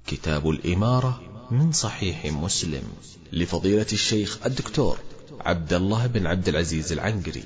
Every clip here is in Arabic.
كتاب الإمارة من صحيح مسلم لفضيلة الشيخ الدكتور عبد الله بن عبد العزيز العنقري.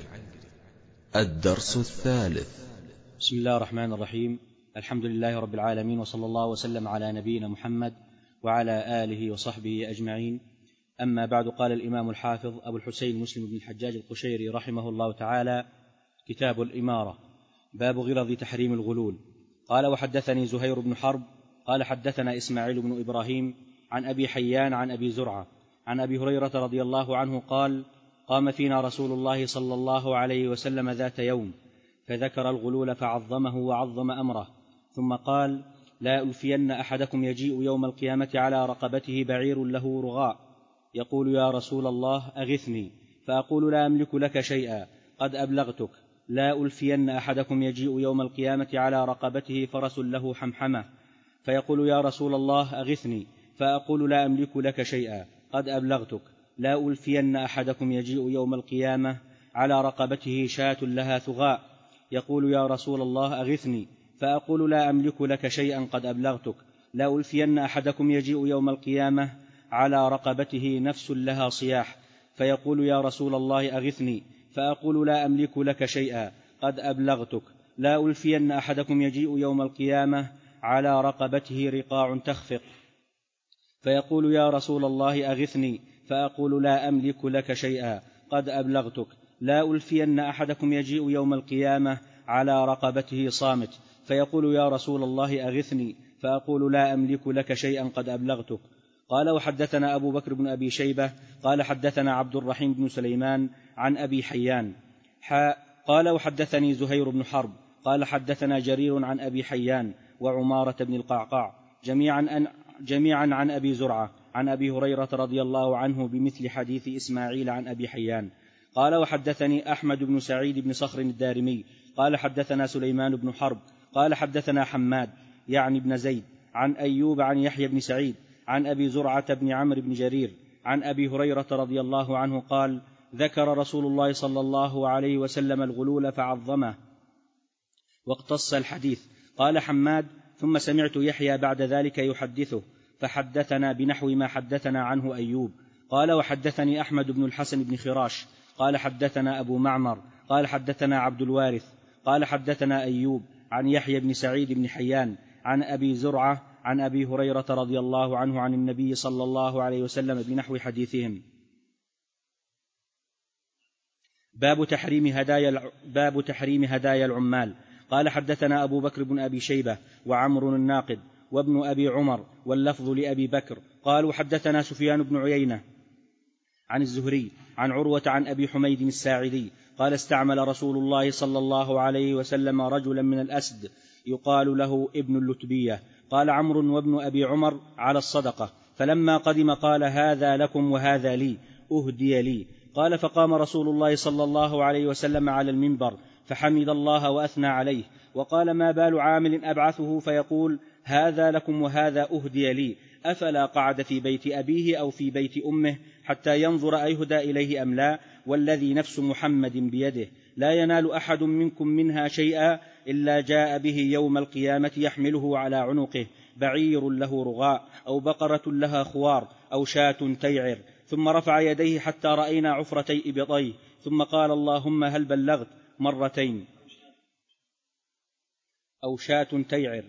الدرس الثالث. بسم الله الرحمن الرحيم. الحمد لله رب العالمين، وصلى الله وسلم على نبينا محمد وعلى آله وصحبه أجمعين. أما بعد، قال الإمام الحافظ أبو الحسين مسلم بن الحجاج القشيري رحمه الله تعالى: كتاب الإمارة، باب غلظ تحريم الغلول. قال: وحدثني زهير بن حرب قال حدثنا إسماعيل بن إبراهيم عن أبي حيان عن أبي زرعة عن أبي هريرة رضي الله عنه قال: قام فينا رسول الله صلى الله عليه وسلم ذات يوم فذكر الغلول فعظمه وعظم أمره، ثم قال: لا ألفين أحدكم يجيء يوم القيامة على رقبته بعير له رغاء يقول: يا رسول الله أغثني، فأقول: لا أملك لك شيئا، قد أبلغتك. لا ألفين أحدكم يجيء يوم القيامة على رقبته فرس له حمحمة فيقول: يا رسول الله أغثني، فأقول: لا أملك لك شيئا، قد أبلغتك. لا ألفين أحدكم يجيء يوم القيامة على رقبته شاة لها ثغاء يقول: يا رسول الله أغثني، فأقول: لا أملك لك شيئا، قد أبلغتك. لا ألفين أحدكم يجيء يوم القيامة على رقبته نفس لها صياح فيقول: يا رسول الله أغثني، فأقول: لا أملك لك شيئا، قد أبلغتك. لا ألفين أحدكم يجيء يوم القيامة على رقبته رقاع تخفق فيقول: يا رسول الله أغثني، فأقول: لا أملك لك شيئا، قد أبلغتك. لا ألفين أحدكم يجيء يوم القيامة على رقبته صامت فيقول: يا رسول الله أغثني، فأقول: لا أملك لك شيئا، قد أبلغتك. قال: وحدثنا أبو بكر بن أبي شيبة قال حدثنا عبد الرحيم بن سليمان عن أبي حيان قال: وحدثني زهير بن حرب قال حدثنا جرير عن أبي حيان وعمارة بن القعقاع جميعا عن أبي زرعة عن أبي هريرة رضي الله عنه بمثل حديث إسماعيل عن أبي حيان. قال: وحدثني أحمد بن سعيد بن صخر الدارمي قال حدثنا سليمان بن حرب قال حدثنا حماد يعني بن زيد عن أيوب عن يحيى بن سعيد عن أبي زرعة بن عمرو بن جرير عن أبي هريرة رضي الله عنه قال: ذكر رسول الله صلى الله عليه وسلم الغلول فعظمه واقتص الحديث. قال حماد: ثم سمعت يحيى بعد ذلك يحدثه فحدثنا بنحو ما حدثنا عنه أيوب. قال: وحدثني أحمد بن الحسن بن خراش قال حدثنا أبو معمر قال حدثنا عبد الوارث قال حدثنا أيوب عن يحيى بن سعيد بن حيان عن أبي زرعة عن أبي هريرة رضي الله عنه عن النبي صلى الله عليه وسلم بنحو حديثهم. باب تحريم هدايا العمال. قال: حدثنا أبو بكر بن أبي شيبة وعمر الناقد وابن أبي عمر واللفظ لأبي بكر قالوا: حدثنا سفيان بن عيينة عن الزهري عن عروة عن أبي حميد الساعدي قال: استعمل رسول الله صلى الله عليه وسلم رجلا من الأسد يقال له ابن اللتبية. قال عمرو وابن أبي عمر: على الصدقة. فلما قدم قال: هذا لكم وهذا لي، أهدي لي. قال: فقام رسول الله صلى الله عليه وسلم على المنبر فحمد الله وأثنى عليه وقال: ما بال عامل أبعثه فيقول: هذا لكم وهذا أهدي لي، أفلا قعد في بيت أبيه أو في بيت أمه حتى ينظر أيهدى إليه أم لا؟ والذي نفس محمد بيده لا ينال أحد منكم منها شيئا إلا جاء به يوم القيامة يحمله على عنقه بعير له رغاء أو بقرة لها خوار أو شاة تيعر. ثم رفع يديه حتى رأينا عفرتي إبطيه ثم قال: اللهم هل بلغت؟ مرتين. أو شاة تيعر.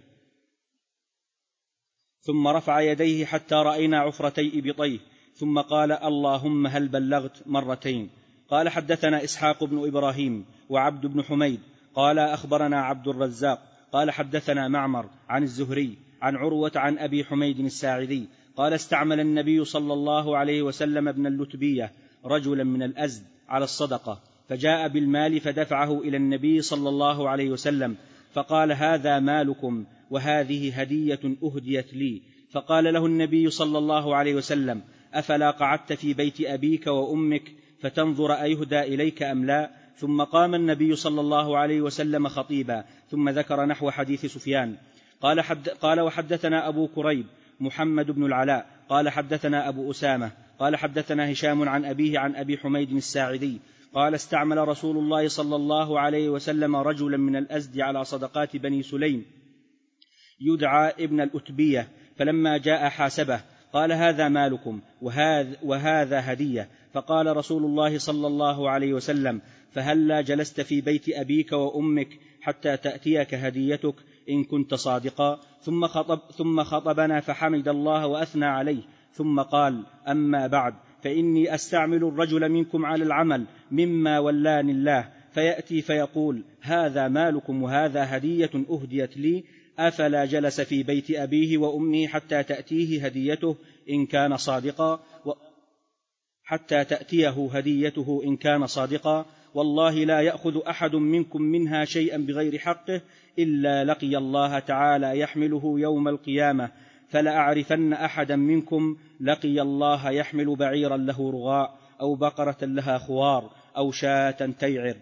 ثم رفع يديه حتى رأينا عفرتي إبطيه ثم قال: اللهم هل بلغت؟ مرتين. قال: حدثنا إسحاق بن إبراهيم وعبد بن حميد قال: أخبرنا عبد الرزاق قال: حدثنا معمر عن الزهري عن عروة عن أبي حميد الساعدي قال: استعمل النبي صلى الله عليه وسلم ابن اللتبية رجلا من الأزد على الصدقة، فجاء بالمال فدفعه إلى النبي صلى الله عليه وسلم فقال: هذا مالكم وهذه هدية أهديت لي. فقال له النبي صلى الله عليه وسلم: أفلا قعدت في بيت أبيك وأمك فتنظر أيهدى إليك أم لا؟ ثم قام النبي صلى الله عليه وسلم خطيبا ثم ذكر نحو حديث سفيان. قال: وحدثنا أبو كريب محمد بن العلاء قال: حدثنا أبو أسامة قال: حدثنا هشام عن أبيه عن أبي حميد الساعدي قال: استعمل رسول الله صلى الله عليه وسلم رجلا من الأزد على صدقات بني سليم يدعى ابن الأتبية، فلما جاء حاسبه قال: هذا مالكم وهذا هدية. فقال رسول الله صلى الله عليه وسلم: فهلا جلست في بيت أبيك وأمك حتى تأتيك هديتك إن كنت صادقا. ثم خطبنا فحمد الله وأثنى عليه، ثم قال: أما بعد، فإني أستعمل الرجل منكم على العمل مما ولاني الله، فيأتي فيقول: هذا مالكم وهذا هدية أهديت لي، أفلا جلس في بيت أبيه وأمه حتى تأتيه هديته إن كان صادقا حتى تأتيه هديته إن كان صادقا. والله لا يأخذ أحد منكم منها شيئا بغير حقه إلا لقي الله تعالى يحمله يوم القيامة، فلأعرفن أحدا منكم لقي الله يحمل بعيرا له رغاء أو بقرة لها خوار أو شاة تيعر.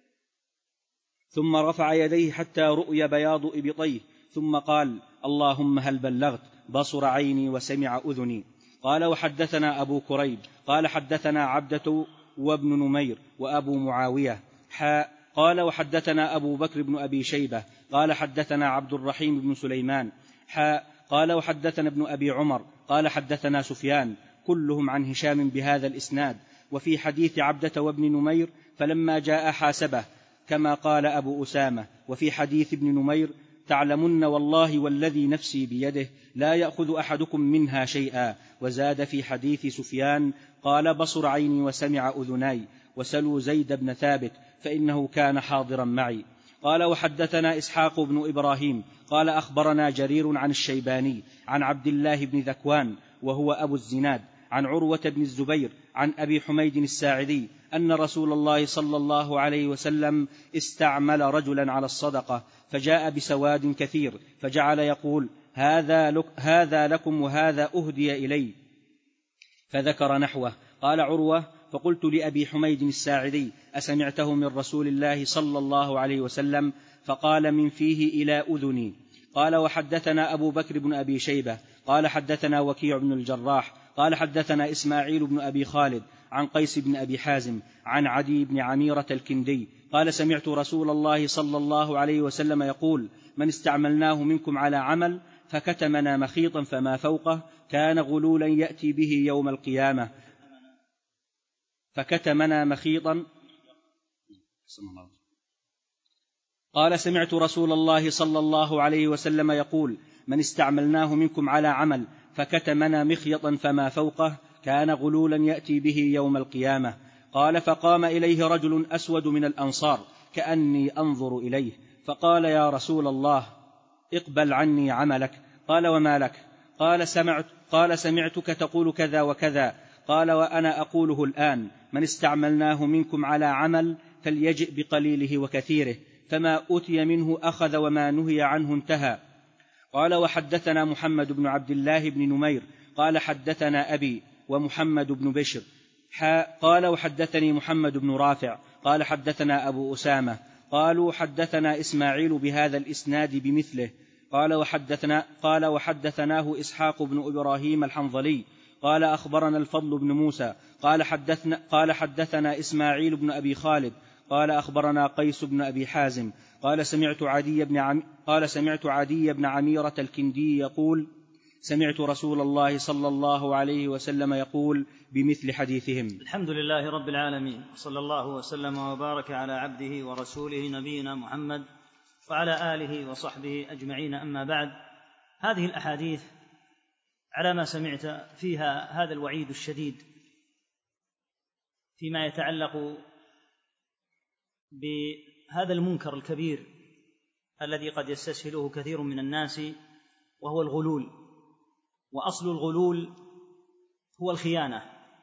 ثم رفع يديه حتى رؤي بياض إبطيه، ثم قال: اللهم هل بلغت؟ بصر عيني وسمع أذني. قال: وحدثنا أبو كريب قال: حدثنا عبدة وابن نمير وأبو معاوية قال: وحدثنا أبو بكر بن أبي شيبة قال: حدثنا عبد الرحيم بن سليمان قال: وحدثنا ابن أبي عمر قال: حدثنا سفيان، كلهم عن هشام بهذا الإسناد. وفي حديث عبدة وابن نمير: فلما جاء حاسبه، كما قال أبو أسامة. وفي حديث ابن نمير: تعلمن والله والذي نفسي بيده لا يأخذ أحدكم منها شيئا. وزاد في حديث سفيان: قال: بصر عيني وسمع أذناي، وسلوا زيد بن ثابت فإنه كان حاضرا معي. قال: وحدثنا إسحاق بن إبراهيم قال: أخبرنا جرير عن الشيباني عن عبد الله بن ذكوان وهو أبو الزناد عن عروة بن الزبير عن أبي حميد الساعدي أن رسول الله صلى الله عليه وسلم استعمل رجلا على الصدقة، فجاء بسواد كثير، فجعل يقول: هذا لكم وهذا أهدي إلي، فذكر نحوه. قال عروة: فقلت لأبي حميد الساعدي: أسمعته من رسول الله صلى الله عليه وسلم؟ فقال: من فيه إلى أذني. قال: وحدثنا أبو بكر بن أبي شيبة قال: حدثنا وكيع بن الجراح قال: حدثنا إسماعيل بن أبي خالد عن قيس بن أبي حازم عن عدي بن عميرة الكندي قال: سمعت رسول الله صلى الله عليه وسلم يقول: من استعملناه منكم على عمل فكتمنا مخيطا فما فوقه كان غلولا يأتي به يوم القيامة. فكتمنا مخيطا. قال: سمعت رسول الله صلى الله عليه وسلم يقول: من استعملناه منكم على عمل فكتمنا مخيطا فما فوقه كان غلولا يأتي به يوم القيامة. قال: فقام إليه رجل أسود من الأنصار كأني أنظر إليه، فقال: يا رسول الله، اقبل عني عملك. قال: وما لك؟ قال: سمعتك تقول كذا وكذا. قال: وأنا أقوله الآن: من استعملناه منكم على عمل فليجئ بقليله وكثيره، فما أتي منه أخذ وما نهي عنه انتهى. قال: وحدثنا محمد بن عبد الله بن نمير قال: حدثنا أبي ومحمد بن بشر قال: وحدثني محمد بن رافع قال: حدثنا أبو أسامة قالوا: حدثنا إسماعيل بهذا الإسناد بمثله. قال: وحدثناه إسحاق بن إبراهيم الحنظلي قال: أخبرنا الفضل بن موسى قال: حدثنا إسماعيل بن أبي خالد قال: أخبرنا قيس بن أبي حازم قال: سمعت عدي بن عميرة الكندي يقول: سمعت رسول الله صلى الله عليه وسلم يقول بمثل حديثهم. الحمد لله رب العالمين، صلى الله وسلم وبارك على عبده ورسوله نبينا محمد وعلى آله وصحبه أجمعين. أما بعد، هذه الأحاديث على ما سمعت فيها هذا الوعيد الشديد فيما يتعلق بهذا المنكر الكبير الذي قد يستسهله كثير من الناس، وهو الغلول. وأصل الغلول هو الخيانة،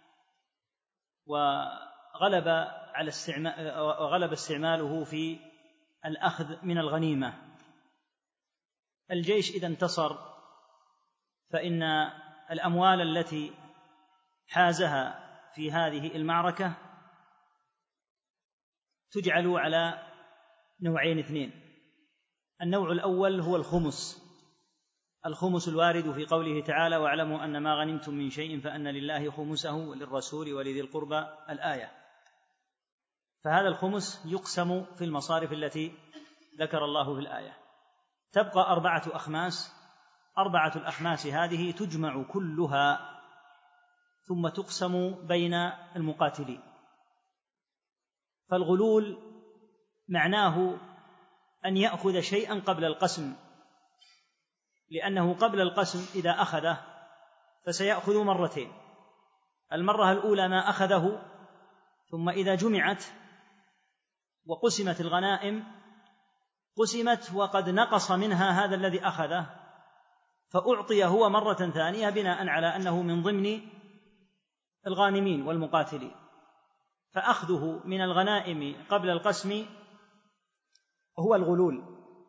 وغلب استعماله في الأخذ من الغنيمة. الجيش إذا انتصر فإن الأموال التي حازها في هذه المعركة تجعل على نوعين اثنين. النوع الأول هو الخمس الوارد في قوله تعالى: واعلموا أن ما غنمتم من شيء فأن لله خمسه وللرسول ولذي القربى، الآية. فهذا الخمس يقسم في المصارف التي ذكر الله في الآية. تبقى 4 أخماس 4 الأخماس هذه تجمع كلها ثم تقسم بين المقاتلين. فالغلول معناه أن يأخذ شيئا قبل القسم، لأنه قبل القسم إذا أخذه فسيأخذ مرتين، المرة الأولى ما أخذه، ثم إذا جمعت وقسمت الغنائم قسمت وقد نقص منها هذا الذي أخذه، فأعطي هو مرة ثانية بناء على أنه من ضمن الغانمين والمقاتلين. فأخذه من الغنائم قبل القسم هو الغلول.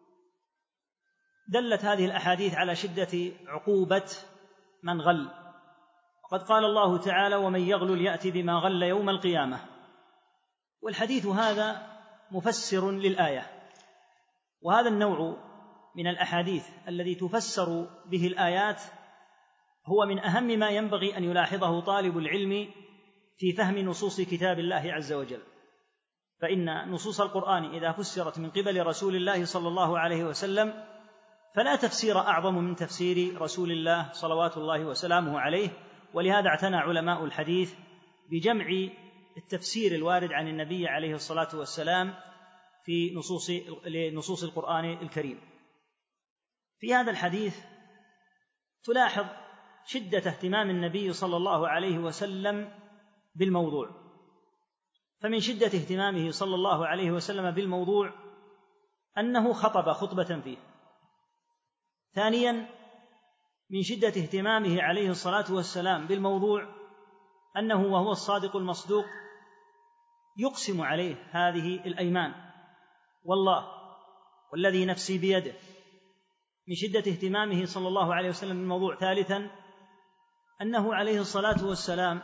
دلت هذه الأحاديث على شدة عقوبة من غل، وقد قال الله تعالى: ومن يغلل يأتي بما غل يوم القيامة. والحديث هذا مفسر للآية، وهذا النوع من الأحاديث الذي تفسر به الآيات هو من أهم ما ينبغي أن يلاحظه طالب العلم في فهم نصوص كتاب الله عز وجل. فإن نصوص القرآن إذا فسرت من قبل رسول الله صلى الله عليه وسلم فلا تفسير أعظم من تفسير رسول الله صلوات الله وسلامه عليه، ولهذا اعتنى علماء الحديث بجمع التفسير الوارد عن النبي عليه الصلاة والسلام في نصوص القرآن الكريم. في هذا الحديث تلاحظ شدة اهتمام النبي صلى الله عليه وسلم بالموضوع، فمن شدة اهتمامه صلى الله عليه وسلم بالموضوع أنه خطب خطبة فيه. ثانيا، من شدة اهتمامه عليه الصلاة والسلام بالموضوع أنه وهو الصادق المصدوق يقسم عليه هذه الأيمان: والله والذي نفسي بيده. من شدة اهتمامه صلى الله عليه وسلم بالموضوع. ثالثا، أنه عليه الصلاة والسلام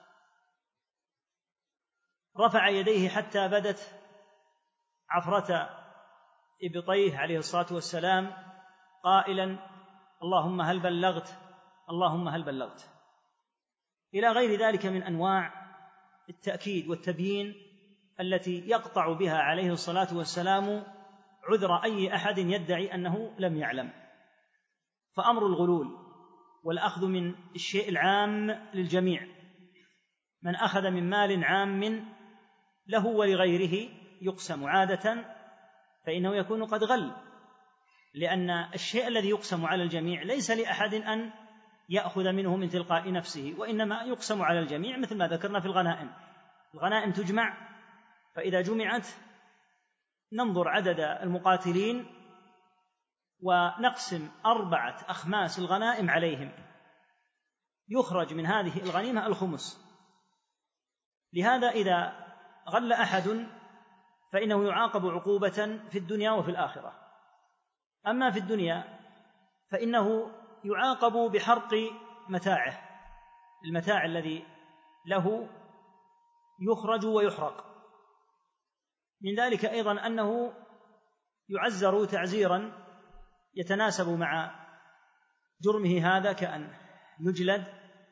رفع يديه حتى بدت عفرة إبطيه عليه الصلاة والسلام قائلا: اللهم هل بلغت، اللهم هل بلغت، إلى غير ذلك من أنواع التأكيد والتبيين التي يقطع بها عليه الصلاة والسلام عذر أي أحد يدعي أنه لم يعلم. فأمر الغلول والأخذ من الشيء العام للجميع، من أخذ من مال عام له ولغيره يقسم عادة فإنه يكون قد غل، لأن الشيء الذي يقسم على الجميع ليس لأحد أن يأخذ منه من تلقاء نفسه، وإنما يقسم على الجميع مثل ما ذكرنا في الغنائم. الغنائم تجمع، فإذا جمعت ننظر عدد المقاتلين ونقسم 4 أخماس الغنائم عليهم، يخرج من هذه الغنيمة الخمس. لهذا إذا غل أحد فإنه يعاقب عقوبة في الدنيا وفي الآخرة. أما في الدنيا فإنه يعاقب بحرق متاعه، المتاع الذي له يخرج ويحرق. من ذلك أيضا أنه يعزر تعزيرا يتناسب مع جرمه هذا، كأن يجلد.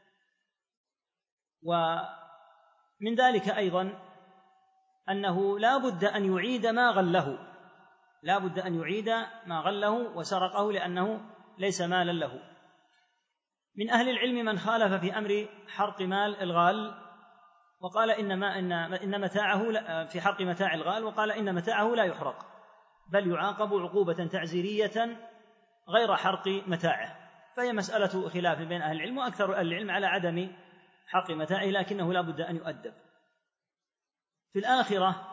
ومن ذلك أيضا أنه لا بد أن يعيد ما غله، لا بد أن يعيد ما غله وسرقه، لأنه ليس مالا له. من أهل العلم من خالف في أمر حرق مال الغال وقال إن متاعه في حرق متاع الغال، وقال إن متاعه لا يحرق، بل يعاقب عقوبة تعزيرية غير حرق متاعه. فهي مسألة خلاف بين أهل العلم، وأكثر أهل العلم على عدم حرق متاعه، لكنه لا بد أن يؤدب. في الآخرة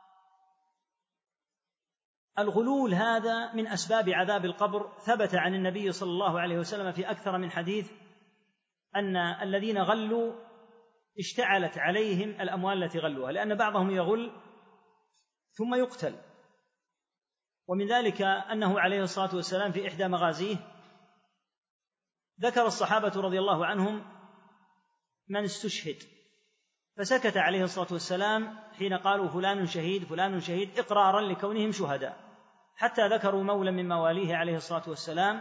الغلول هذا من أسباب عذاب القبر. ثبت عن النبي صلى الله عليه وسلم في أكثر من حديث أن الذين غلوا اشتعلت عليهم الأموال التي غلوها، لأن بعضهم يغل ثم يقتل. ومن ذلك أنه عليه الصلاة والسلام في إحدى مغازيه ذكر الصحابة رضي الله عنهم من استشهد، فسكت عليه الصلاة والسلام حين قالوا فلان شهيد فلان شهيد، إقرارا لكونهم شهداء، حتى ذكروا مولا من مواليه عليه الصلاة والسلام،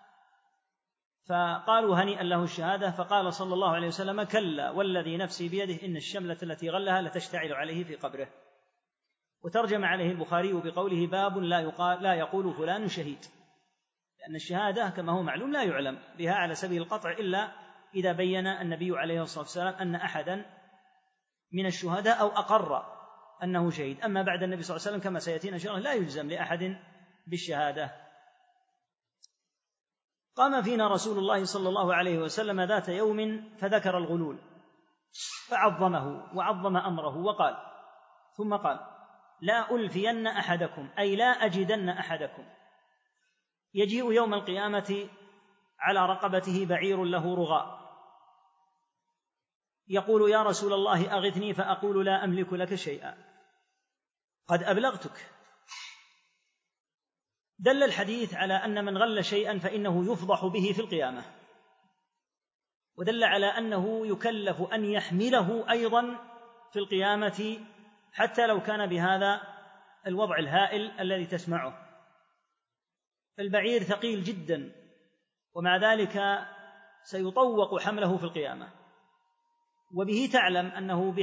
فقالوا هنيئا له الشهادة، فقال صلى الله عليه وسلم: كلا والذي نفسي بيده إن الشملة التي غلها لتشتعل عليه في قبره. وترجم عليه البخاري بقوله: باب لا يقول فلان شهيد، لأن الشهادة كما هو معلوم لا يعلم بها على سبيل القطع إلا إذا بين النبي عليه الصلاة والسلام أن أحدا من الشهداء أو أقر أنه شهيد. أما بعد النبي صلى الله عليه وسلم كما سيأتينا إن شاء الله لا يجزم لأحد بالشهادة. قام فينا رسول الله صلى الله عليه وسلم ذات يوم فذكر الغلول فعظمه وعظم أمره وقال ثم قال: لا ألفين أحدكم، أي لا أجدن أحدكم يجيء يوم القيامة على رقبته بعير له رغاء يقول: يا رسول الله أغثني، فأقول: لا أملك لك شيئا قد أبلغتك. دل الحديث على أن من غل شيئا فإنه يفضح به في القيامة، ودل على أنه يكلف أن يحمله أيضا في القيامة حتى لو كان بهذا الوضع الهائل الذي تسمعه. البعير ثقيل جدا، ومع ذلك سيطوق حمله في القيامة، وبه تعلم أنه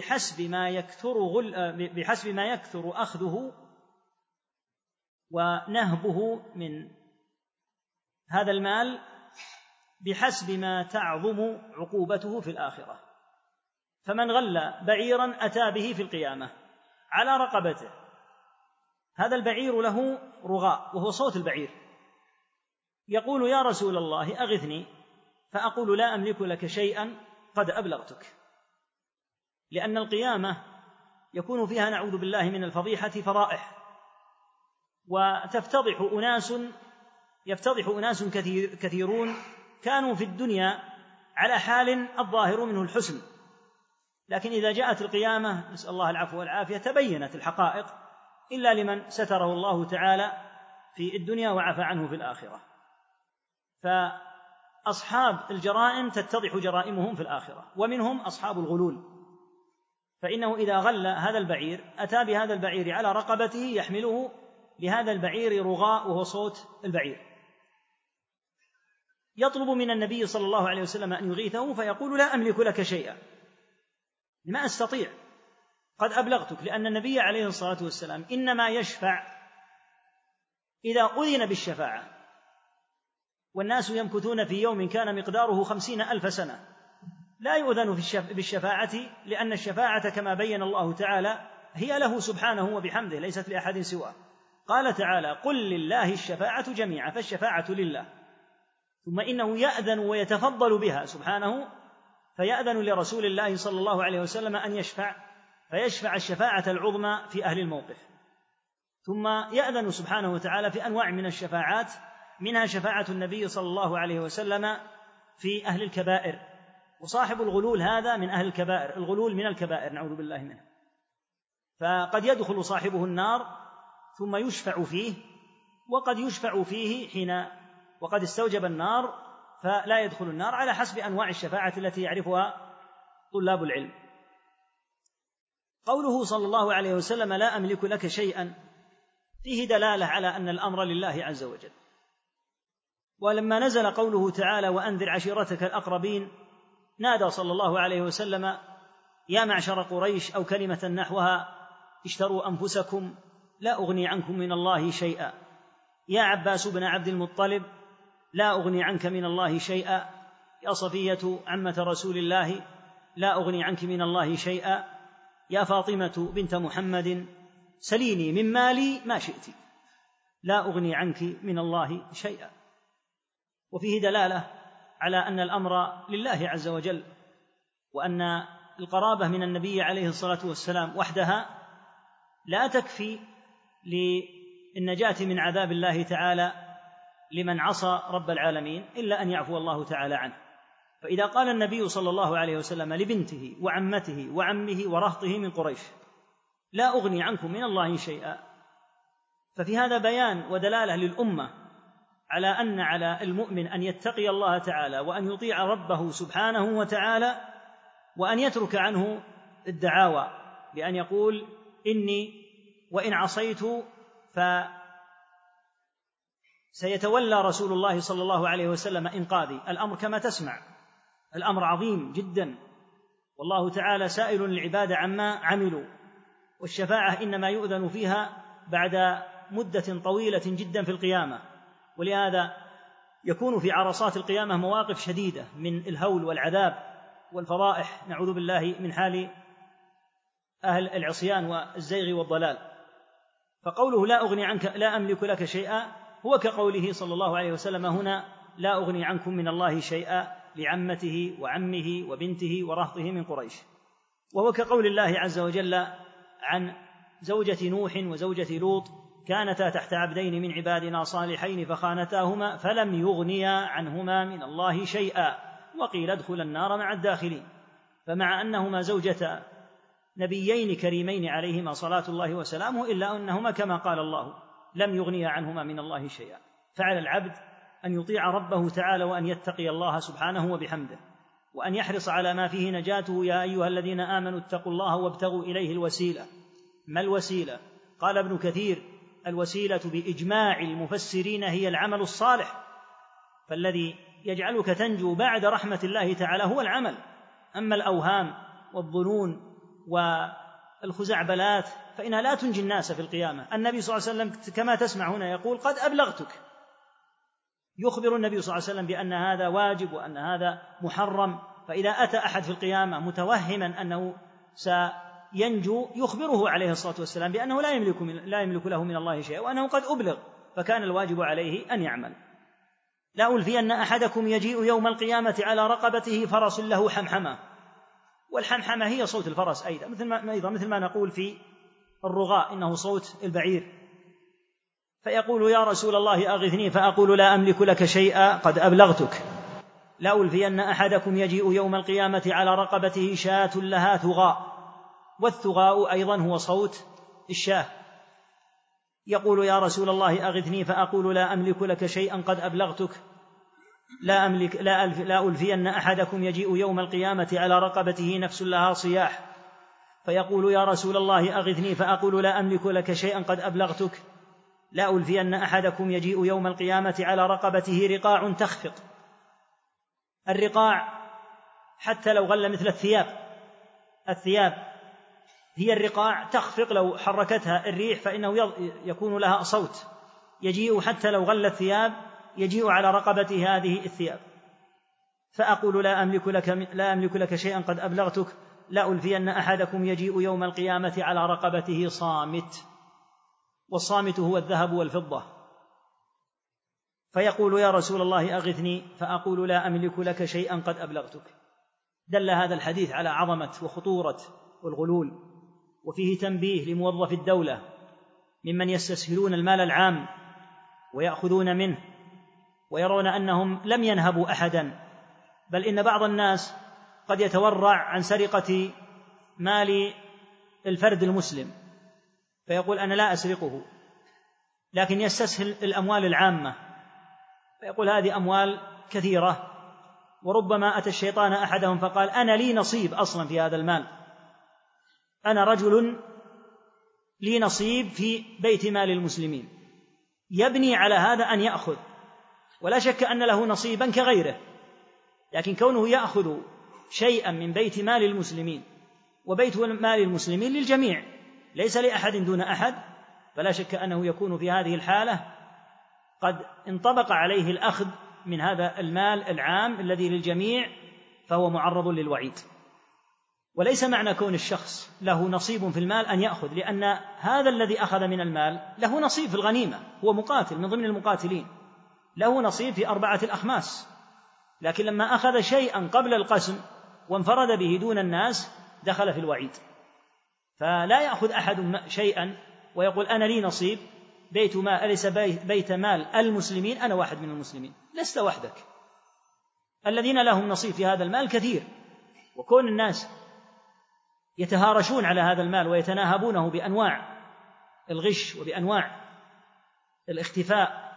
بحسب ما يكثر أخذه ونهبه من هذا المال بحسب ما تعظم عقوبته في الآخرة. فمن غل بعيرا أتى به في القيامة على رقبته، هذا البعير له رغاء وهو صوت البعير، يقول: يا رسول الله أغثني، فأقول: لا أملك لك شيئا قد أبلغتك. لأن القيامة يكون فيها نعوذ بالله من الفضيحة فضائح، يفتضح أناس كثيرون كانوا في الدنيا على حال الظاهر منه الحسن، لكن إذا جاءت القيامة نسأل الله العفو والعافية تبينت الحقائق إلا لمن ستره الله تعالى في الدنيا وعفى عنه في الآخرة. فأصحاب الجرائم تتضح جرائمهم في الآخرة، ومنهم أصحاب الغلول، فإنه إذا غل هذا البعير أتى بهذا البعير على رقبته يحمله لهذا البعير رغاء وهو صوت البعير، يطلب من النبي صلى الله عليه وسلم أن يغيثه فيقول: لا أملك لك شيئا، ما أستطيع، قد أبلغتك. لأن النبي عليه الصلاة والسلام إنما يشفع إذا أذن بالشفاعة، والناس يمكثون في يوم كان مقداره 50,000 سنة لا يؤذن بالشفاعة، لأن الشفاعة كما بين الله تعالى هي له سبحانه وبحمده ليست لأحد سواه. قال تعالى: قل لله الشفاعة جميعا، فالشفاعة لله، ثم إنه يأذن ويتفضل بها سبحانه، فيأذن لرسول الله صلى الله عليه وسلم أن يشفع، فيشفع الشفاعة العظمى في أهل الموقف، ثم يأذن سبحانه وتعالى في أنواع من الشفاعات، منها شفاعة النبي صلى الله عليه وسلم في أهل الكبائر، وصاحب الغلول هذا من أهل الكبائر، الغلول من الكبائر نعوذ بالله منه، فقد يدخل صاحبه النار ثم يشفع فيه، وقد يشفع فيه حين وقد استوجب النار فلا يدخل النار، على حسب أنواع الشفاعة التي يعرفها طلاب العلم. قوله صلى الله عليه وسلم: لا أملك لك شيئا، فيه دلالة على أن الأمر لله عز وجل. ولما نزل قوله تعالى: وأنذر عشيرتك الأقربين، نادى صلى الله عليه وسلم: يا معشر قريش، أو كلمة نحوها: اشتروا أنفسكم لا أغني عنكم من الله شيئا. يا عباس بن عبد المطلب، لا أغني عنك من الله شيئا. يا صفية عمة رسول الله، لا أغني عنك من الله شيئا. يا فاطمة بنت محمد، سليني من مالي ما شئت، لا أغني عنك من الله شيئا. وفيه دلالة على أن الأمر لله عز وجل، وأن القرابة من النبي عليه الصلاة والسلام وحدها لا تكفي للنجاة من عذاب الله تعالى لمن عصى رب العالمين إلا أن يعفو الله تعالى عنه. فإذا قال النبي صلى الله عليه وسلم لبنته وعمته وعمه ورهطه من قريش: لا أغني عنكم من الله شيئا، ففي هذا بيان ودلالة للأمة على أن على المؤمن أن يتقي الله تعالى وأن يطيع ربه سبحانه وتعالى، وأن يترك عنه الدعاوى بأن يقول: إني وإن عصيت فسيتولى رسول الله صلى الله عليه وسلم إنقاذي. الأمر كما تسمع الأمر عظيم جدا، والله تعالى سائل العباد عما عملوا، والشفاعة إنما يؤذن فيها بعد مدة طويلة جدا في القيامة. ولهذا يكون في عرصات القيامة مواقف شديدة من الهول والعذاب والفضائح، نعوذ بالله من حال أهل العصيان والزيغ والضلال. فقوله لا أغني عنك لا أملك لك شيئا هو كقوله صلى الله عليه وسلم هنا لا أغني عنكم من الله شيئا لعمته وعمه وبنته ورهطه من قريش، وهو كقول الله عز وجل عن زوجة نوح وزوجة لوط كانتا تحت عبدين من عبادنا صالحين فخانتاهما فلم يغنيا عنهما من الله شيئا وقيل ادخلا النار مع الداخلين. فمع أنهما زوجة نبيين كريمين عليهما صلاة الله وسلامه إلا أنهما كما قال الله لم يغنيا عنهما من الله شيئا. فعلى العبد أن يطيع ربه تعالى وأن يتقي الله سبحانه وبحمده وأن يحرص على ما فيه نجاته. يا أيها الذين آمنوا اتقوا الله وابتغوا إليه الوسيلة. ما الوسيلة؟ قال ابن كثير الوسيلة بإجماع المفسرين هي العمل الصالح، فالذي يجعلك تنجو بعد رحمة الله تعالى هو العمل. أما الأوهام والظنون والخزعبلات فإنها لا تنجي الناس في القيامة. النبي صلى الله عليه وسلم كما تسمع هنا يقول قد أبلغتك، يخبر النبي صلى الله عليه وسلم بأن هذا واجب وأن هذا محرم. فإذا أتى أحد في القيامة متوهما أنه سينجو يخبره عليه الصلاة والسلام بأنه لا يملك له من الله شيئا وأنه قد أبلغ، فكان الواجب عليه أن يعمل. لا ألفين أحدكم يجيء يوم القيامة على رقبته فرس له حمحمة، والحمحمة هي صوت الفرس أيضا مثل ما نقول في الرغاء إنه صوت البعير. فيقول يا رسول الله أغثني فأقول لا أملك لك شيئا قد أبلغتك. لا ألفين أحدكم يجيء يوم القيامة على رقبته شاة لها ثغاء، والثغاء أيضا هو صوت الشاه. يقول يا رسول الله أغثني فأقول لا أملك لك شيئا قد أبلغتك. لا ألفين أحدكم يجيء يوم القيامة على رقبته نفس لها صياح، فيقول يا رسول الله أغثني فأقول لا أملك لك شيئا قد أبلغتك. لا ألفين أحدكم يجيء يوم القيامة على رقبته رقاع تخفق. الرقاع حتى لو غل مثل الثياب هي الرقاع تخفق لو حركتها الريح فإنه يكون لها صوت. يجيء حتى لو غل الثياب يجيء على رقبته هذه الثياب. فأقول لا أملك لك شيئا قد أبلغتك. لا ألفين أحدكم يجيء يوم القيامة على رقبته صامت، والصامت هو الذهب والفضة. فيقول يا رسول الله أغثني فأقول لا أملك لك شيئا قد أبلغتك. دل هذا الحديث على عظمة وخطورة الغلول، وفيه تنبيه لموظف الدولة ممن يستسهلون المال العام ويأخذون منه ويرون أنهم لم ينهبوا أحدا، بل إن بعض الناس قد يتورع عن سرقة مال الفرد المسلم فيقول أنا لا أسرقه، لكن يستسهل الأموال العامة فيقول هذه أموال كثيرة، وربما أتى الشيطان أحدهم فقال أنا لي نصيب أصلا في هذا المال، أنا رجل لي نصيب في بيت مال المسلمين. يبني على هذا أن يأخذ، ولا شك أن له نصيبا كغيره، لكن كونه يأخذ شيئا من بيت مال المسلمين، وبيت مال المسلمين للجميع ليس لأحد دون أحد، فلا شك أنه يكون في هذه الحالة قد انطبق عليه الأخذ من هذا المال العام الذي للجميع، فهو معرض للوعيد. وليس معنى كون الشخص له نصيب في المال أن يأخذ، لأن هذا الذي أخذ من المال له نصيب في الغنيمة، هو مقاتل من ضمن المقاتلين، له نصيب في 4 الأخماس، لكن لما أخذ شيئا قبل القسم وانفرد به دون الناس دخل في الوعيد. فلا يأخذ أحد شيئا ويقول أنا لي نصيب، بيت مال أليس بيت مال المسلمين، أنا واحد من المسلمين. لست وحدك، الذين لهم نصيب في هذا المال كثير، وكون الناس يتهارشون على هذا المال ويتناهبونه بأنواع الغش وبأنواع الاختفاء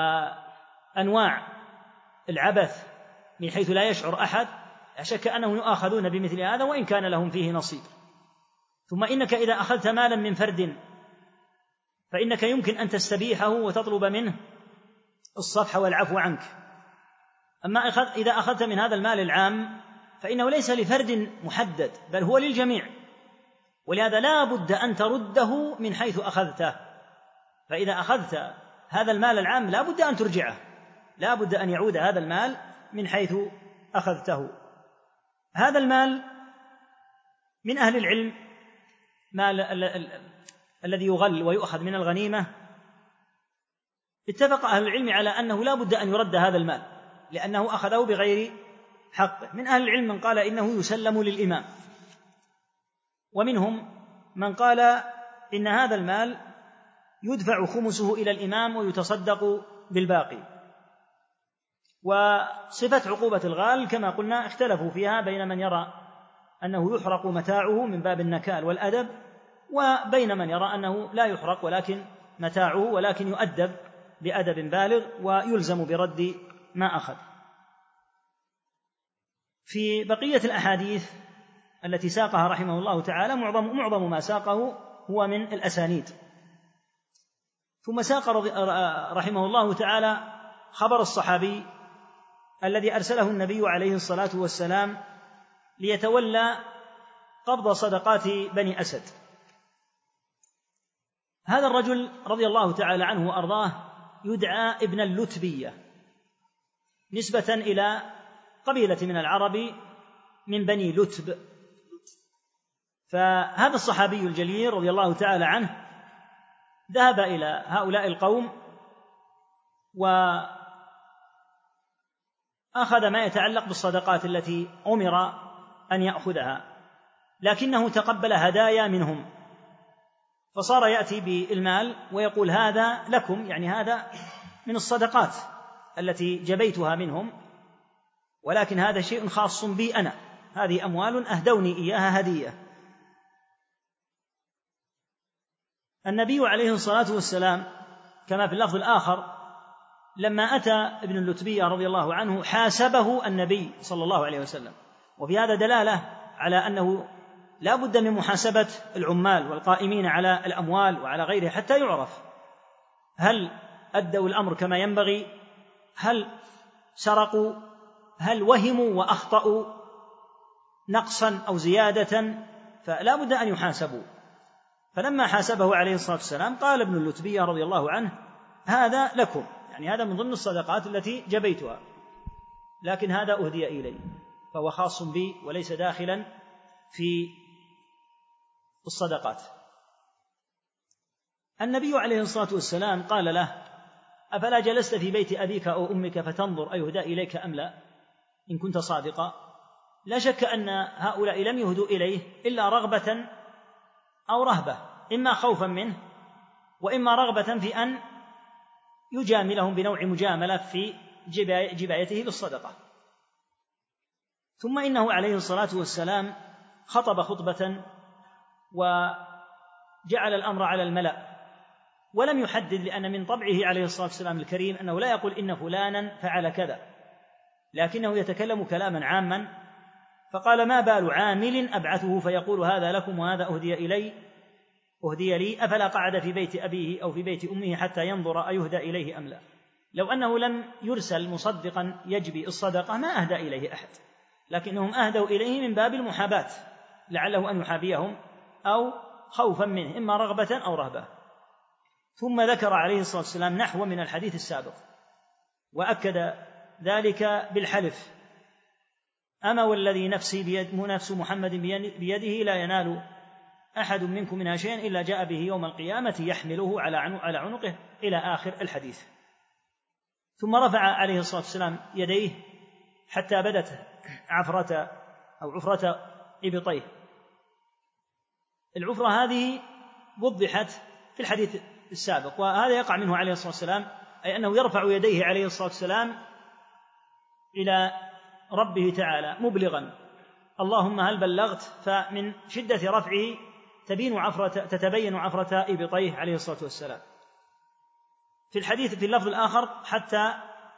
وأنواع العبث من حيث لا يشعر أحد، لا شك أنهم يؤاخذون بمثل هذا وإن كان لهم فيه نصيب. ثم إنك إذا أخذت مالا من فرد فإنك يمكن أن تستبيحه وتطلب منه الصفح والعفو عنك. أما إذا أخذت من هذا المال العام فإنه ليس لفرد محدد، بل هو للجميع، ولهذا لا بد أن ترده من حيث أخذته. فإذا أخذت هذا المال العام لا بد أن ترجعه، لا بد أن يعود هذا المال من حيث أخذته. هذا المال من أهل العلم مال الذي يغل ويؤخذ من الغنيمة، اتفق أهل العلم على أنه لا بد أن يرد هذا المال لأنه أخذه بغير حقه. من أهل العلم من قال إنه يسلم للإمام، ومنهم من قال إن هذا المال يدفع خمسه إلى الإمام ويتصدق بالباقي. وصفة عقوبة الغال كما قلنا اختلفوا فيها بين من يرى أنه يحرق متاعه من باب النكال والأدب، وبين من يرى أنه لا يحرق ولكن متاعه ولكن يؤدب بأدب بالغ ويلزم برد ما أخذ. في بقية الأحاديث التي ساقها رحمه الله تعالى معظم ما ساقه هو من الأسانيد. ثم ساق رحمه الله تعالى خبر الصحابي الذي أرسله النبي عليه الصلاة والسلام ليتولى قبض صدقات بني أسد. هذا الرجل رضي الله تعالى عنه وأرضاه يدعى ابن اللتبية نسبة إلى قبيلة من العرب من بني لتب. فهذا الصحابي الجليل رضي الله تعالى عنه ذهب إلى هؤلاء القوم وأخذ ما يتعلق بالصدقات التي أمر أن يأخذها، لكنه تقبل هدايا منهم، فصار يأتي بالمال ويقول هذا لكم، يعني هذا من الصدقات التي جبيتها منهم، ولكن هذا شيء خاص بي أنا، هذه أموال أهدوني إياها هدية. النبي عليه الصلاة والسلام كما في اللفظ الآخر لما أتى ابن اللتبية رضي الله عنه حاسبه النبي صلى الله عليه وسلم، وفي هذا دلالة على أنه لا بد من محاسبة العمال والقائمين على الأموال وعلى غيره حتى يعرف هل أدوا الأمر كما ينبغي، هل سرقوا، هل وهموا وأخطأوا نقصا أو زيادة، فلا بد أن يحاسبوا. فلما حاسبه عليه الصلاة والسلام قال ابن اللتبية رضي الله عنه هذا لكم، يعني هذا من ضمن الصدقات التي جبيتها، لكن هذا أهدي إلي فهو خاص بي وليس داخلا في الصدقات. النبي عليه الصلاة والسلام قال له أفلا جلست في بيت أبيك أو أمك فتنظر أيهدى إليك أم لا إن كنت صادقا؟ لا شك أن هؤلاء لم يهدوا إليه إلا رغبة أو رهبة، إما خوفا منه وإما رغبة في أن يجاملهم بنوع مجاملة في جبايته للصدقة. ثم إنه عليه الصلاة والسلام خطب خطبة وجعل الأمر على الملأ، ولم يحدد، لأن من طبعه عليه الصلاة والسلام الكريم أنه لا يقول إن فلانا فعل كذا، لكنه يتكلم كلاما عاما، فقال ما بال عامل أبعثه فيقول هذا لكم وهذا أهدي لي، أفلا قعد في بيت أبيه أو في بيت أمه حتى ينظر أيهدى إليه أم لا. لو أنه لم يرسل مصدقا يجبي الصدقة ما أهدى إليه أحد، لكنهم أهدوا إليه من باب المحاباة لعله أن يحابيهم أو خوفا منه، إما رغبة أو رهبة. ثم ذكر عليه الصلاة والسلام نحو من الحديث السابق وأكد ذلك بالحلف أما والذي نفس محمد بيده لا ينال أحد منكم منها شيئا إلا جاء به يوم القيامة يحمله على عنقه إلى آخر الحديث. ثم رفع عليه الصلاة والسلام يديه حتى بدت عفرة إبطيه. العفرة هذه وضحت في الحديث السابق، وهذا يقع منه عليه الصلاة والسلام، أي أنه يرفع يديه عليه الصلاة والسلام إلى ربه تعالى مبلغا اللهم هل بلغت، فمن شدة رفعه تتبين عفرة إبطيه عليه الصلاة والسلام. في الحديث في اللفظ الآخر حتى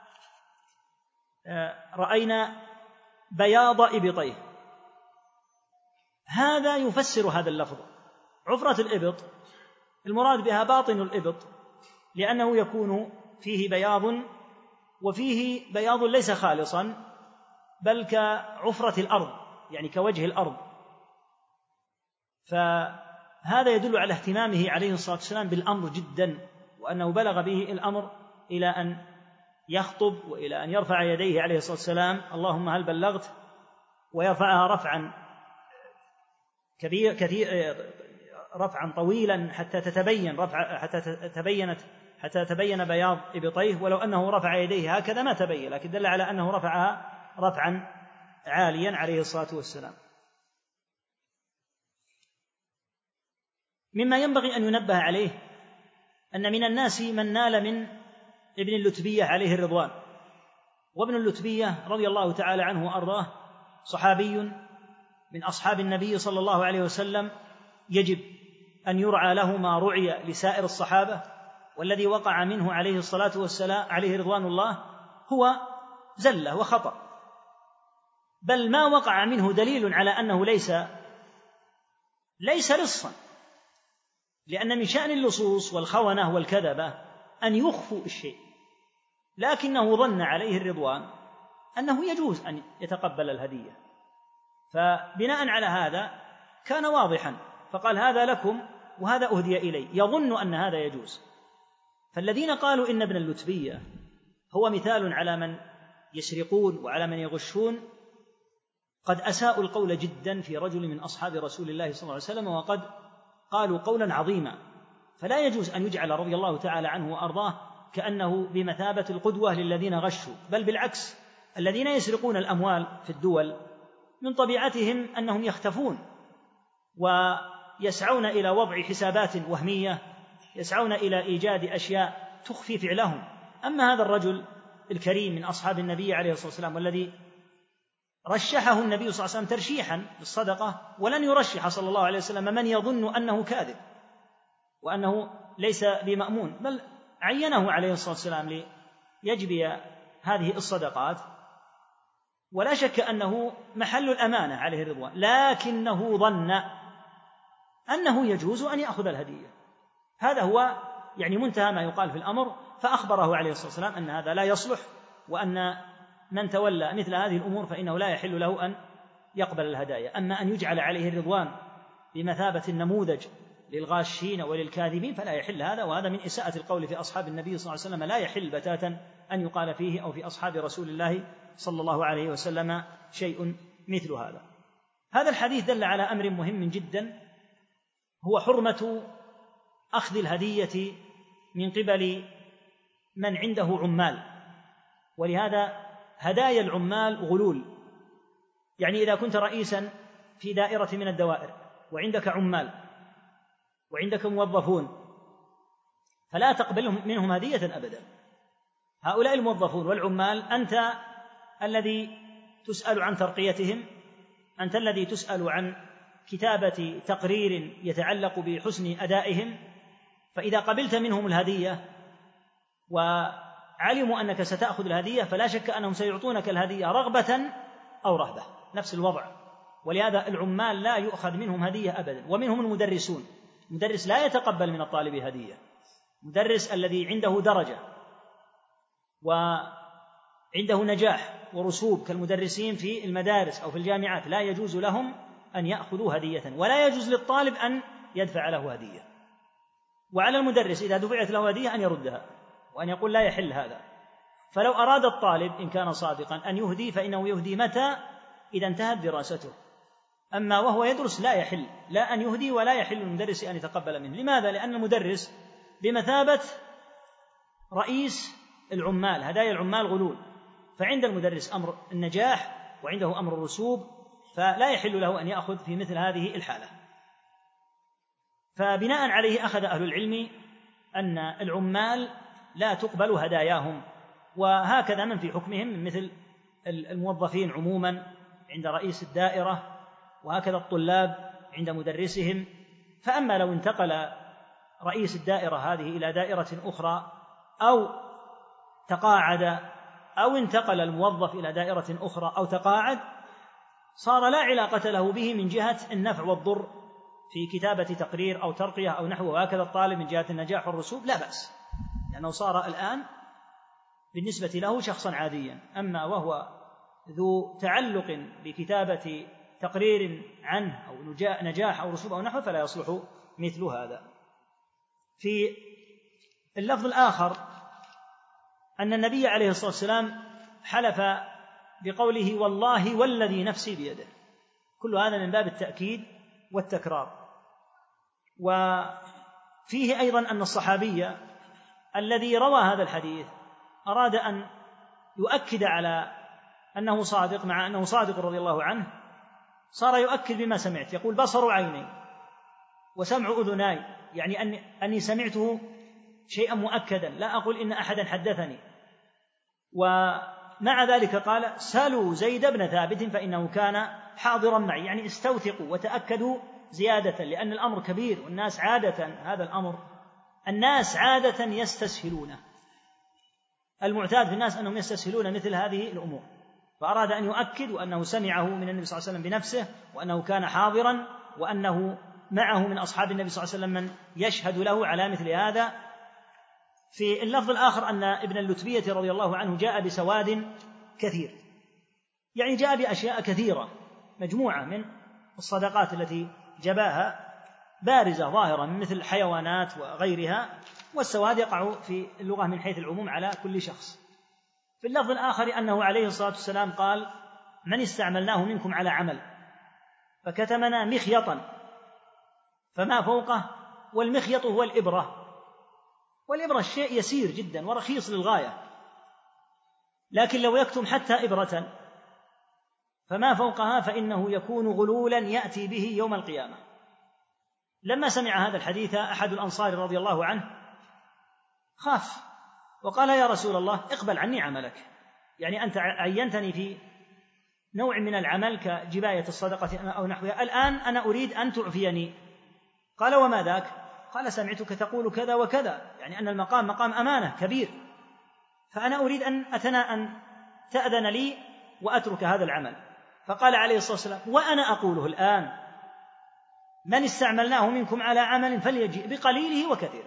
رأينا بياض إبطيه، هذا يفسر هذا اللفظ. عفرة الإبط المراد بها باطن الإبط، لأنه يكون فيه بياض، وفيه بياض ليس خالصا بل كعفرة الأرض، يعني كوجه الأرض. فهذا يدل على اهتمامه عليه الصلاة والسلام بالأمر جدا، وأنه بلغ به الأمر إلى أن يخطب وإلى أن يرفع يديه عليه الصلاة والسلام اللهم هل بلغت، ويرفعها رفعا رفعا طويلا حتى تبين بياض إبطيه، ولو أنه رفع يديه هكذا ما تبين، لكن دل على أنه رفعها رفعا عاليا عليه الصلاة والسلام. مما ينبغي أن ينبه عليه أن من الناس من نال من ابن اللتبية عليه الرضوان، وابن اللتبية رضي الله تعالى عنه وأرضاه صحابي من أصحاب النبي صلى الله عليه وسلم، يجب أن يرعى له ما رعي لسائر الصحابة، والذي وقع منه عليه الصلاة والسلام عليه رضوان الله هو زلة وخطأ، بل ما وقع منه دليل على أنه ليس لصا، لأن من شأن اللصوص والخونة والكذبة أن يخفوا الشيء، لكنه ظن عليه الرضوان أنه يجوز أن يتقبل الهدية، فبناء على هذا كان واضحا فقال هذا لكم وهذا أهدي إلي، يظن أن هذا يجوز. فالذين قالوا إن ابن اللتبية هو مثال على من يسرقون وعلى من يغشون قد أساءوا القول جدا في رجل من أصحاب رسول الله صلى الله عليه وسلم، وقد قالوا قولا عظيما، فلا يجوز أن يجعل رضي الله تعالى عنه وأرضاه كأنه بمثابة القدوة للذين غشوا، بل بالعكس، الذين يسرقون الأموال في الدول من طبيعتهم أنهم يختفون ويسعون إلى وضع حسابات وهمية، يسعون إلى إيجاد أشياء تخفي فعلهم. أما هذا الرجل الكريم من أصحاب النبي عليه الصلاة والسلام، والذي رشحه النبي صلى الله عليه وسلم ترشيحا بالصدقة، ولن يرشح صلى الله عليه وسلم من يظن أنه كاذب وأنه ليس بمأمون، بل عينه عليه الصلاة والسلام ليجبي هذه الصدقات، ولا شك أنه محل الأمانة عليه الرضوان، لكنه ظن أنه يجوز أن يأخذ الهدية. هذا هو يعني منتهى ما يقال في الأمر، فأخبره عليه الصلاة والسلام أن هذا لا يصلح، وأن من تولى مثل هذه الأمور فإنه لا يحل له أن يقبل الهدايا. أما أن يجعل عليه الرضوان بمثابة النموذج للغاشين وللكاذبين فلا يحل هذا، وهذا من إساءة القول في أصحاب النبي صلى الله عليه وسلم، لا يحل بتاتا أن يقال فيه أو في أصحاب رسول الله صلى الله عليه وسلم شيء مثل هذا. هذا الحديث دل على أمر مهم جدا، هو حرمة أخذ الهدية من قبل من عنده عمال، ولهذا هدايا العمال غلول. يعني إذا كنت رئيسا في دائرة من الدوائر وعندك عمال وعندك موظفون فلا تقبل منهم هدية أبدا. هؤلاء الموظفون والعمال أنت الذي تسأل عن ترقيتهم، أنت الذي تسأل عن كتابة تقرير يتعلق بحسن أدائهم، فإذا قبلت منهم الهدية وعلموا أنك ستأخذ الهدية فلا شك أنهم سيعطونك الهدية رغبة أو رهبة، نفس الوضع. ولهذا العمال لا يؤخذ منهم هدية أبدا. ومنهم المدرسون، المدرس لا يتقبل من الطالب هدية، مدرس الذي عنده درجة وعنده نجاح ورسوب كالمدرسين في المدارس أو في الجامعات لا يجوز لهم أن يأخذوا هدية، ولا يجوز للطالب أن يدفع له هدية. وعلى المدرس إذا دفعت له هدية أن يردها وأن يقول لا يحل هذا. فلو أراد الطالب إن كان صادقا أن يهدي فإنه يهدي متى؟ إذا انتهت دراسته. أما وهو يدرس لا يحل لا أن يهدي ولا يحل للمدرس أن يتقبل منه. لماذا؟ لأن المدرس بمثابة رئيس العمال، هدايا العمال غلول، فعند المدرس أمر النجاح وعنده أمر الرسوب، فلا يحل له أن يأخذ في مثل هذه الحالة. فبناء عليه أخذ أهل العلم أن العمال لا تقبل هداياهم، وهكذا من في حكمهم مثل الموظفين عموما عند رئيس الدائرة، وهكذا الطلاب عند مدرسهم. فأما لو انتقل رئيس الدائرة هذه إلى دائرة أخرى أو تقاعد أو انتقل الموظف إلى دائرة أخرى أو تقاعد، صار لا علاقة له به من جهة النفع والضر في كتابة تقرير أو ترقية أو نحوه، وهكذا الطالب من جهة النجاح والرسوب لا بأس، لأنه صار الآن بالنسبة له شخصا عاديا. أما وهو ذو تعلق بكتابة تقرير عنه أو نجاح أو رسوب أو نحوه فلا يصلح مثل هذا. في اللفظ الآخر أن النبي عليه الصلاة والسلام حلف بقوله والله والذي نفسي بيده، كل هذا من باب التأكيد والتكرار. وفيه أيضا أن الصحابي الذي روى هذا الحديث أراد أن يؤكد على أنه صادق، مع أنه صادق رضي الله عنه، صار يؤكد بما سمعت، يقول بصر عيني وسمع أذناي، يعني أني سمعته شيئا مؤكدا، لا أقول إن أحدا حدثني. ومع ذلك قال سالوا زيد بن ثابت فإنه كان حاضرا معي، يعني استوثقوا وتأكدوا زيادة، لأن الأمر كبير، والناس عادة هذا الأمر الناس عادة يستسهلونه، المعتاد في الناس أنهم يستسهلون مثل هذه الأمور، فأراد أن يؤكد وأنه سمعه من النبي صلى الله عليه وسلم بنفسه، وأنه كان حاضرا، وأنه معه من أصحاب النبي صلى الله عليه وسلم من يشهد له على مثل هذا. في اللفظ الآخر أن ابن اللتبية رضي الله عنه جاء بسواد كثير، يعني جاء بأشياء كثيرة، مجموعة من الصدقات التي جباها بارزة ظاهرة من مثل الحيوانات وغيرها، والسواد يقع في اللغة من حيث العموم على كل شخص. في اللفظ الآخر أنه عليه الصلاة والسلام قال من استعملناه منكم على عمل فكتمنا مخيطا فما فوقه، والمخيط هو الإبرة، والإبرة الشيء يسير جدا ورخيص للغاية، لكن لو يكتم حتى إبرة فما فوقها فإنه يكون غلولا يأتي به يوم القيامة. لما سمع هذا الحديث أحد الأنصار رضي الله عنه خاف وقال يا رسول الله اقبل عني عملك، يعني أنت عينتني في نوع من العمل كجباية الصدقة أو نحوها، الآن أنا أريد أن تعفيني. قال وما ذاك؟ قال سمعتك تقول كذا وكذا، يعني أن المقام مقام أمانة كبير، فأنا أريد أن تأذن لي وأترك هذا العمل. فقال عليه الصلاة والسلام وأنا أقوله الآن من استعملناه منكم على عمل فليجيء بقليله وكثيره،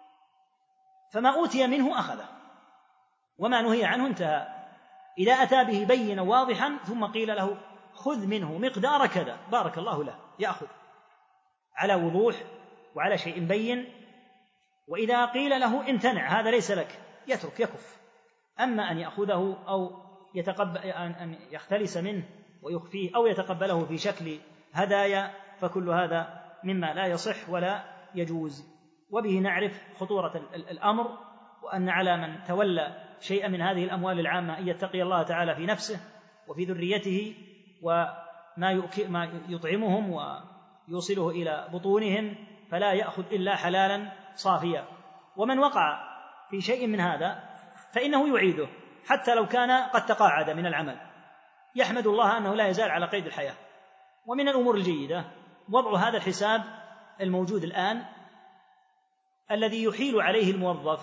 فما أوتي منه أخذه وما نهي عنه انتهى. إذا أتى به بينا واضحا ثم قيل له خذ منه مقدار كذا بارك الله له، يأخذ على وضوح وعلى شيء بين. وإذا قيل له امتنع هذا ليس لك يترك يكف. أما أن يأخذه أو يتقبل أن يختلس منه ويخفيه أو يتقبله في شكل هدايا فكل هذا مما لا يصح ولا يجوز. وبه نعرف خطورة الأمر، وأن على من تولى شيئا من هذه الأموال العامة أن يتقي الله تعالى في نفسه وفي ذريته وما يطعمهم ويوصله إلى بطونهم، فلا يأخذ إلا حلالا صافيا. ومن وقع في شيء من هذا فإنه يعيده حتى لو كان قد تقاعد من العمل، يحمد الله أنه لا يزال على قيد الحياة. ومن الأمور الجيدة وضع هذا الحساب الموجود الآن الذي يحيل عليه الموظف،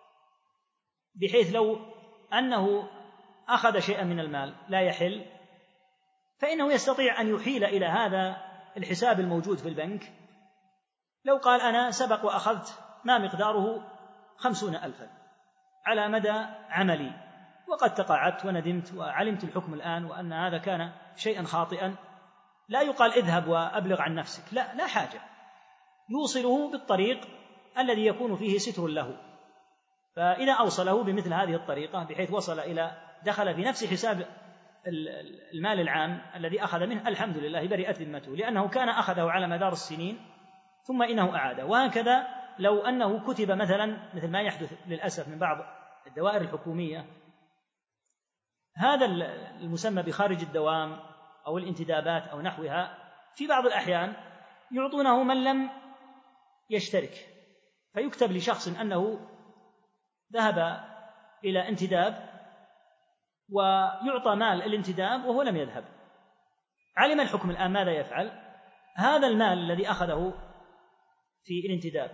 بحيث لو أنه أخذ شيئا من المال لا يحل فإنه يستطيع أن يحيل إلى هذا الحساب الموجود في البنك. لو قال أنا سبق وأخذت ما مقداره 50,000 على مدى عملي وقد تقاعدت وندمت وعلمت الحكم الآن وأن هذا كان شيئا خاطئا، لا يقال اذهب وأبلغ عن نفسك، لا حاجة، يوصله بالطريق الذي يكون فيه ستر له. فإذا أوصله بمثل هذه الطريقة بحيث وصل إلى دخل في نفس حساب المال العام الذي أخذ منه، الحمد لله برئت ذمته، لأنه كان أخذه على مدار السنين ثم إنه أعاده. وهكذا لو أنه كتب مثل ما يحدث للأسف من بعض الدوائر الحكومية، هذا المسمى بخارج الدوام أو الانتدابات أو نحوها، في بعض الأحيان يعطونه من لم يشترك، فيكتب لشخص أنه ذهب إلى انتداب ويعطى مال الانتداب وهو لم يذهب. علم الحكم الآن ماذا يفعل؟ هذا المال الذي أخذه في الانتداب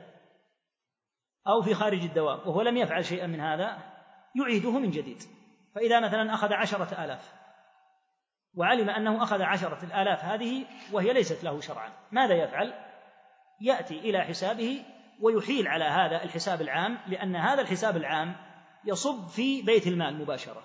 أو في خارج الدوام وهو لم يفعل شيئا من هذا يعيده من جديد. فإذا مثلا أخذ 10,000 وعلم أنه أخذ 10,000 هذه وهي ليست له شرعا، ماذا يفعل؟ يأتي إلى حسابه ويحيل على هذا الحساب العام، لأن هذا الحساب العام يصب في بيت المال مباشرة،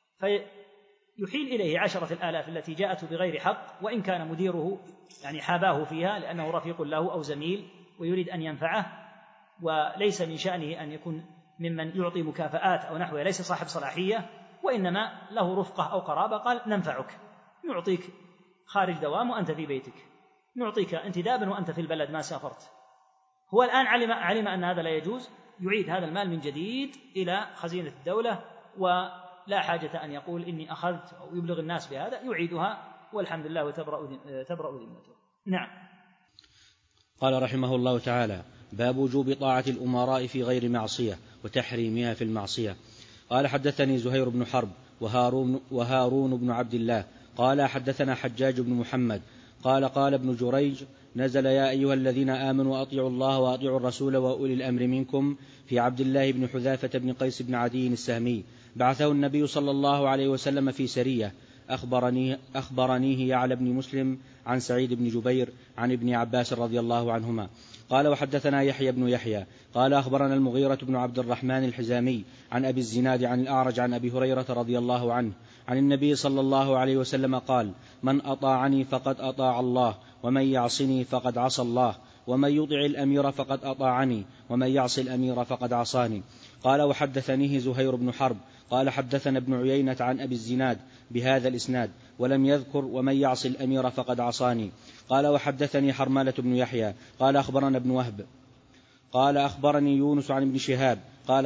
فيحيل إليه 10,000 التي جاءته بغير حق، وإن كان مديره يعني حاباه فيها لأنه رفيق له أو زميل ويريد أن ينفعه، وليس من شأنه أن يكون ممن يعطي مكافآت أو نحوها ليس صاحب صلاحية وإنما له رفقة أو قرابة، قال ننفعك، نعطيك خارج دوام وأنت في بيتك، نعطيك انتدابا وأنت في البلد ما سافرت. هو الآن علم أن هذا لا يجوز، يعيد هذا المال من جديد إلى خزينة الدولة، ولا حاجة أن يقول إني أخذت أو يبلغ الناس بهذا، يعيدها والحمد لله وتبرأ ذمته. نعم. قال رحمه الله تعالى: باب وجوب طاعة الأمراء في غير معصية وتحريمها في المعصية. قال حدثني زهير بن حرب وهارون بن عبد الله قال حدثنا حجاج بن محمد قال ابن جريج: نزل يا أيها الذين آمنوا أطيعوا الله وأطيعوا الرسول وأولي الأمر منكم في عبد الله بن حذافة بن قيس بن عدي السهمي، بعثه النبي صلى الله عليه وسلم في سرية. أخبرنيه يعلى بن مسلم عن سعيد بن جبير عن ابن عباس رضي الله عنهما قال: وحدثنا يحيى بن يحيى قال أخبرنا المغيرة بن عبد الرحمن الحزامي عن أبي الزناد عن الأعرج عن أبي هريرة رضي الله عنه عن النبي صلى الله عليه وسلم قال: من أطاعني فقد أطاع الله، ومن يعصني فقد عصى الله، ومن يطع الأمير فقد أطاعني، ومن يعص الأمير فقد عصاني. قال: وحدثنيه زهير بن حرب قال حدثنا ابن عيينة عن أبي الزناد بهذا الإسناد ولم يذكر ومن يعص الأمير فقد عصاني. قال: وحدثني حرملة بن يحيى قال أخبرنا ابن وهب قال أخبرني يونس عن ابن شهاب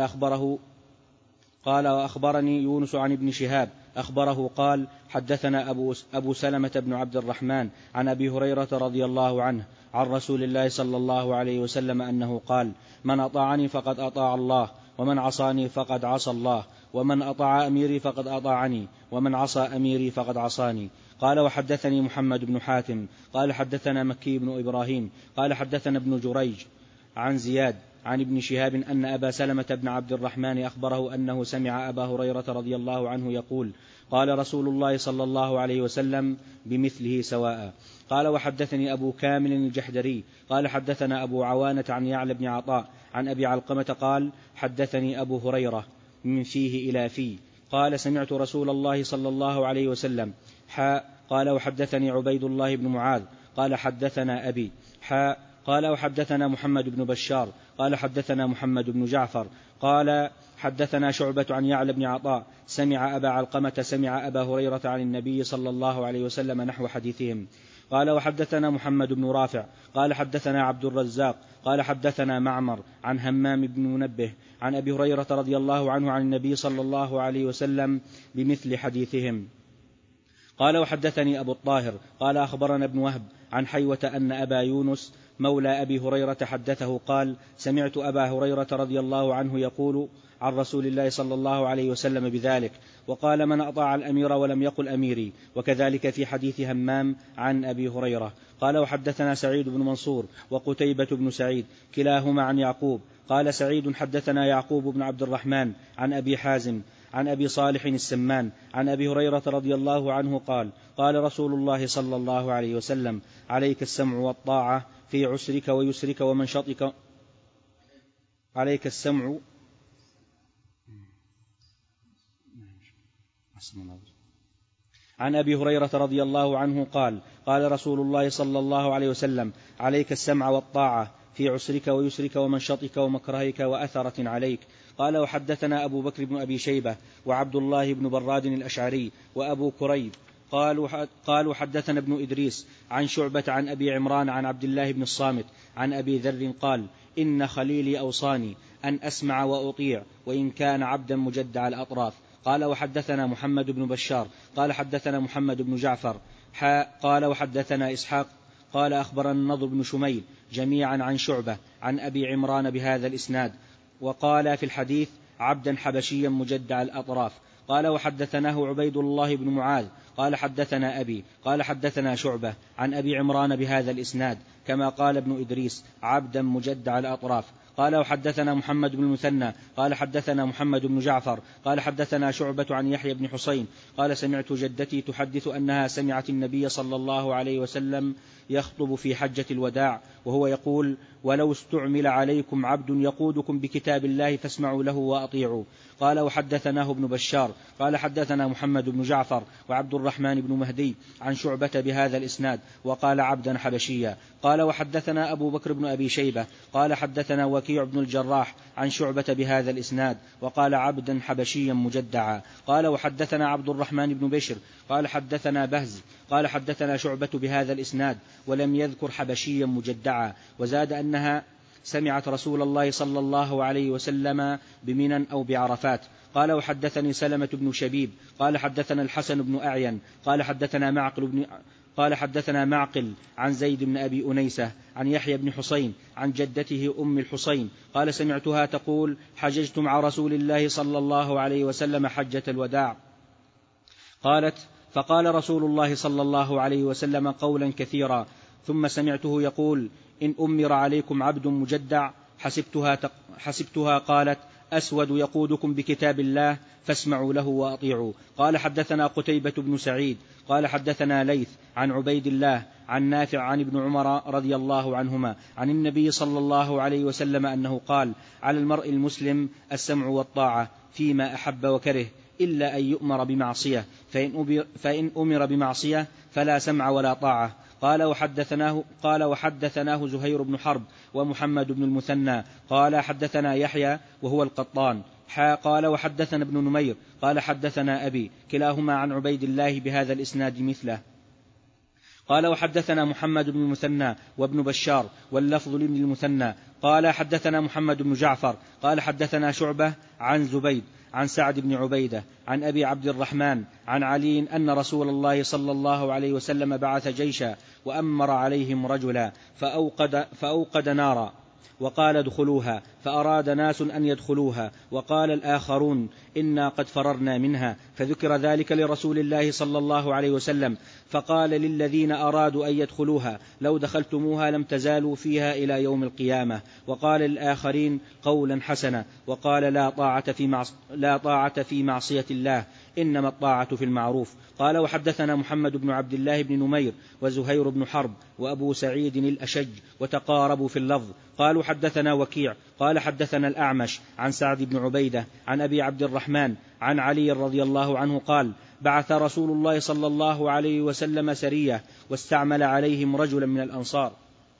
وأخبرني يونس عن ابن شهاب أخبره قال: حدثنا أبو سلمة بن عبد الرحمن عن أبي هريرة رضي الله عنه عن رسول الله صلى الله عليه وسلم أنه قال: من أطاعني فقد أطاع الله، ومن عصاني فقد عصى الله، ومن أطاع أميري فقد أطاعني، ومن عصى أميري فقد عصاني. قال: وحدثني محمد بن حاتم قال حدثنا مكي بن إبراهيم قال حدثنا ابن جريج عن زياد عن ابن شهاب أن أبا سلمة بن عبد الرحمن أخبره أنه سمع أبا هريرة رضي الله عنه يقول: قال رسول الله صلى الله عليه وسلم بمثله سواء. قال: وحدثني أبو كامل الجحدري قال حدثنا أبو عوانة عن يعلى بن عطاء عن أبي علقمة قال: حدثني أبو هريرة من فيه إلى فيه قال: سمعت رسول الله صلى الله عليه وسلم قال: وحدثني عبيد الله بن معاذ قال حدثنا أبي قال: وحدثنا محمد بن بشار قال حدثنا محمد بن جعفر قال حدثنا شعبة عن يعلى بن عطاء سمع أبا علقمة سمع أبا هريرة عن النبي صلى الله عليه وسلم نحو حديثهم. قال: وحدثنا محمد بن رافع قال حدثنا عبد الرزاق قال حدثنا معمر عن همام بن منبه عن أبي هريرة رضي الله عنه عن النبي صلى الله عليه وسلم بمثل حديثهم. قال: وحدثني أبو الطاهر قال أخبرنا ابن وهب عن حيوة أن أبا يونس مولى أبي هريرة حدثه قال: سمعت أبا هريرة رضي الله عنه يقول عن رسول الله صلى الله عليه وسلم بذلك، وقال: من أطاع الأمير ولم يقل أميري. وكذلك في حديث همام عن أبي هريرة. قال: وحدثنا سعيد بن منصور وقتيبة بن سعيد كلاهما عن يعقوب قال سعيد: حدثنا يعقوب بن عبد الرحمن عن أبي حازم عن أبي صالح السمان عن أبي هريرة رضي الله عنه قال: قال رسول الله صلى الله عليه وسلم: عليك السمع والطاعة في عسرك ويسرك ومنشطك. عليك السمع عن أبي هريرة رضي الله عنه قال: قال رسول الله صلى الله عليه وسلم: عليك السمع والطاعة في عسرك ويسرك ومنشطك ومكرهك وأثرة عليك. قال: وحدثنا أبو بكر بن أبي شيبة وعبد الله بن براد الأشعري وأبو كريب قالوا حدثنا ابن إدريس عن شعبة عن أبي عمران عن عبد الله بن الصامت عن أبي ذر قال: إن خليلي أوصاني أن أسمع وأطيع وإن كان عبدا مجدع الأطراف. قال: وحدثنا محمد بن بشار قال حدثنا محمد بن جعفر قال: وحدثنا إسحاق قال أخبرنا النضر بن شميل جميعا عن شعبة عن أبي عمران بهذا الإسناد، وقال في الحديث: عبدا حبشيا مجدع الأطراف. قال: وحدثناه عبيد الله بن معاذ قال حدثنا أبي قال حدثنا شعبة عن أبي عمران بهذا الإسناد كما قال ابن إدريس: عبدا مجدع الأطراف. قال: وحدثنا محمد بن المثنى قال حدثنا محمد بن جعفر قال حدثنا شعبة عن يحيى بن حسين قال: سمعت جدتي تحدث أنها سمعت النبي صلى الله عليه وسلم يخطب في حجة الوداع وهو يقول: ولو استعمل عليكم عبد يقودكم بكتاب الله فاسمعوا له وأطيعوا. قال: وحدثناه ابن بشار قال حدثنا محمد بن جعفر وعبد الرحمن بن مهدي عن شعبة بهذا الإسناد وقال: عبدا حبشيا. قال: وحدثنا أبو بكر بن أبي شيبة قال حدثنا وكيع بن الجراح عن شعبة بهذا الإسناد، وقال عبدا حبشيا مجدعا. قال وحدثنا عبد الرحمن بن بشر قال حدثنا بهز قال حدثنا شعبة بهذا الإسناد ولم يذكر حبشيا مجدعا، وزاد أنها سمعت رسول الله صلى الله عليه وسلم بمنى أو بعرفات. قال وحدثني سلمة بن شبيب قال حدثنا الحسن بن أعين قال حدثنا معقل عن زيد بن أبي أنيسة عن يحيى بن حسين عن جدته أم الحسين قال سمعتها تقول حججت مع رسول الله صلى الله عليه وسلم حجة الوداع. قالت فقال رسول الله صلى الله عليه وسلم قولا كثيرا، ثم سمعته يقول إن أمر عليكم عبد مجدع حسبتها قالت أسود يقودكم بكتاب الله فاسمعوا له وأطيعوا. قال حدثنا قتيبة بن سعيد قال حدثنا ليث عن عبيد الله عن نافع عن ابن عمر رضي الله عنهما عن النبي صلى الله عليه وسلم أنه قال على المرء المسلم السمع والطاعة فيما أحب وكره إلا أن يؤمر بمعصية، فإن أمر بمعصية فلا سمع ولا طاعة. قال وحدثناه زهير بن حرب ومحمد بن المثنى قال حدثنا يحيى وهو القطان قال وحدثنا ابن نمير قال حدثنا أبي كلاهما عن عبيد الله بهذا الإسناد مثله. قال وحدثنا محمد بن المثنى وابن بشار واللفظ لابن المثنى قال حدثنا محمد بن جعفر قال حدثنا شعبة عن زبيد عن سعد بن عبيدة عن أبي عبد الرحمن عن علي أن رسول الله صلى الله عليه وسلم بعث جيشا وأمر عليهم رجلا فأوقد نارا وقال ادخلوها، فأراد ناس أن يدخلوها وقال الآخرون إنا قد فررنا منها، فذكر ذلك لرسول الله صلى الله عليه وسلم فقال للذين أرادوا أن يدخلوها لو دخلتموها لم تزالوا فيها إلى يوم القيامة. وقال الآخرين قولا حسنا وقال لا طاعة في معصية الله إنما الطاعة في المعروف. قال وحدثنا محمد بن عبد الله بن نمير وزهير بن حرب وأبو سعيد الأشج وتقاربوا في اللفظ. قالوا حدثنا وكيع قال حدثنا الأعمش عن سعد بن عبيدة عن أبي عبد الرحمن عن علي رضي الله عنه قال بعث رسول الله صلى الله عليه وسلم سرية واستعمل عليهم رجلا من الأنصار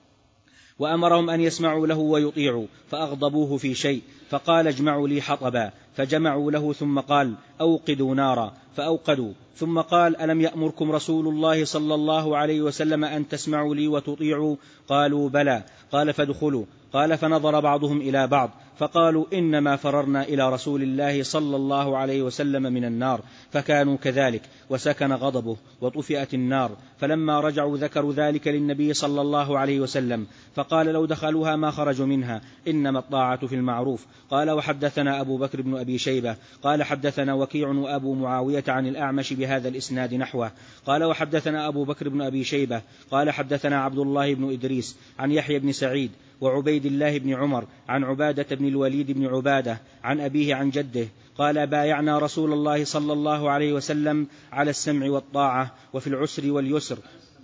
وأمرهم أن يسمعوا له ويطيعوا، فأغضبوه في شيء فقال اجمعوا لي حطبا، فجمعوا له ثم قال أوقدوا نارا، فأوقدوا، ثم قال ألم يأمركم رسول الله صلى الله عليه وسلم أن تسمعوا لي وتطيعوا؟ قالوا بلى. قال فادخلوا. قال فنظر بعضهم إلى بعض فقالوا إنما فررنا إلى رسول الله صلى الله عليه وسلم من النار، فكانوا كذلك وسكن غضبه وطفئت النار. فلما رجعوا ذكروا ذلك للنبي صلى الله عليه وسلم فقال لو دخلوها ما خرجوا منها إنما الطاعة في المعروف. قال وحدثنا أبو بكر بن أبي شيبة قال حدثنا وكيع وأبو معاوية عن الأعمش بهذا الإسناد نحوه. قال وحدثنا أبو بكر بن أبي شيبة قال حدثنا عبد الله بن إدريس عن يحيى بن سعيد وعبيد الله بن عمر عن عبادة بن الوليد بن عبادة عن أبيه عن جده قال بايعنا رسول الله صلى الله عليه وسلم على السمع والطاعة وفي العسر واليسر.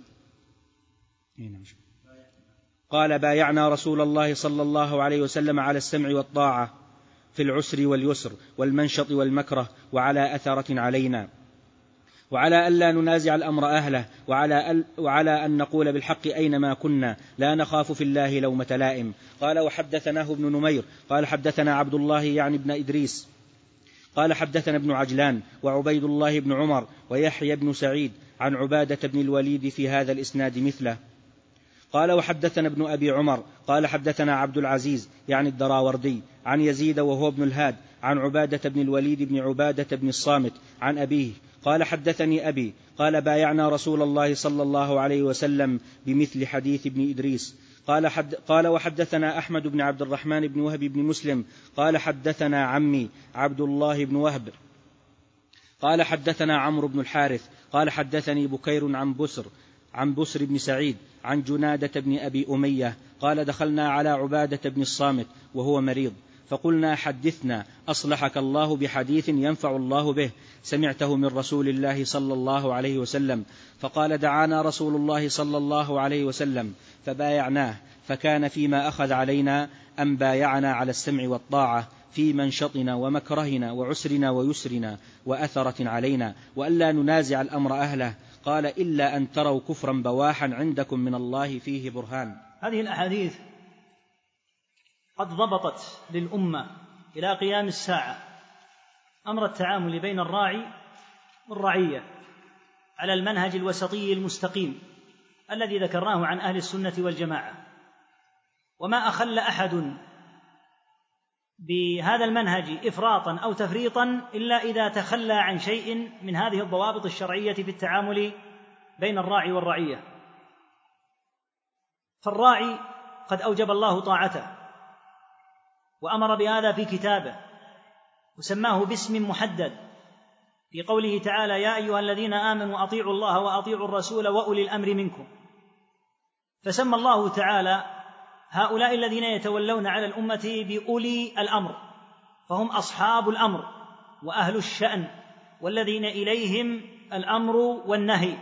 قال بايعنا رسول الله صلى الله عليه وسلم على السمع والطاعة في العسر واليسر والمنشط والمكره وعلى أثرة علينا، وعلى ألا ننازع الأمر أهله، وعلى أن نقول بالحق أينما كنا لا نخاف في الله لومة لائم. قال وحدثناه ابن نمير قال حدثنا عبد الله يعني ابن إدريس قال حدثنا ابن عجلان وعبيد الله بن عمر ويحيى بن سعيد عن عبادة بن الوليد في هذا الإسناد مثله. قال وحدثنا ابن أبي عمر قال حدثنا عبد العزيز يعني الدراوردي عن يزيد وهو ابن الهاد عن عبادة بن الوليد بن عبادة بن الصامت عن أبيه قال حدثني أبي قال بايعنا رسول الله صلى الله عليه وسلم بمثل حديث ابن إدريس. قال وحدثنا أحمد بن عبد الرحمن بن وهب بن مسلم قال حدثنا عمي عبد الله بن وهب قال حدثنا عمرو بن الحارث قال حدثني بكير عن بسر بن سعيد عن جنادة بن أبي أمية قال دخلنا على عبادة بن الصامت وهو مريض فقلنا حدثنا أصلحك الله بحديث ينفع الله به سمعته من رسول الله صلى الله عليه وسلم. فقال دعانا رسول الله صلى الله عليه وسلم فبايعناه، فكان فيما أخذ علينا أن بايعنا على السمع والطاعة في منشطنا ومكرهنا وعسرنا ويسرنا وأثرة علينا، وألا ننازع الأمر أهله. قال إلا أن تروا كفرا بواحا عندكم من الله فيه برهان. هذه الأحاديث قد ضبطت للأمة إلى قيام الساعة أمر التعامل بين الراعي والرعية على المنهج الوسطي المستقيم الذي ذكرناه عن أهل السنة والجماعة، وما أخل أحد بهذا المنهج إفراطا أو تفريطا إلا إذا تخلى عن شيء من هذه الضوابط الشرعية في التعامل بين الراعي والرعية. فالراعي قد أوجب الله طاعته وأمر بهذا في كتابه وسماه باسم محدد في قوله تعالى: يا أيها الذين آمنوا أطيعوا الله وأطيعوا الرسول وأولي الأمر منكم. فسمى الله تعالى هؤلاء الذين يتولون على الأمة بأولي الأمر، فهم أصحاب الأمر وأهل الشأن والذين إليهم الأمر والنهي،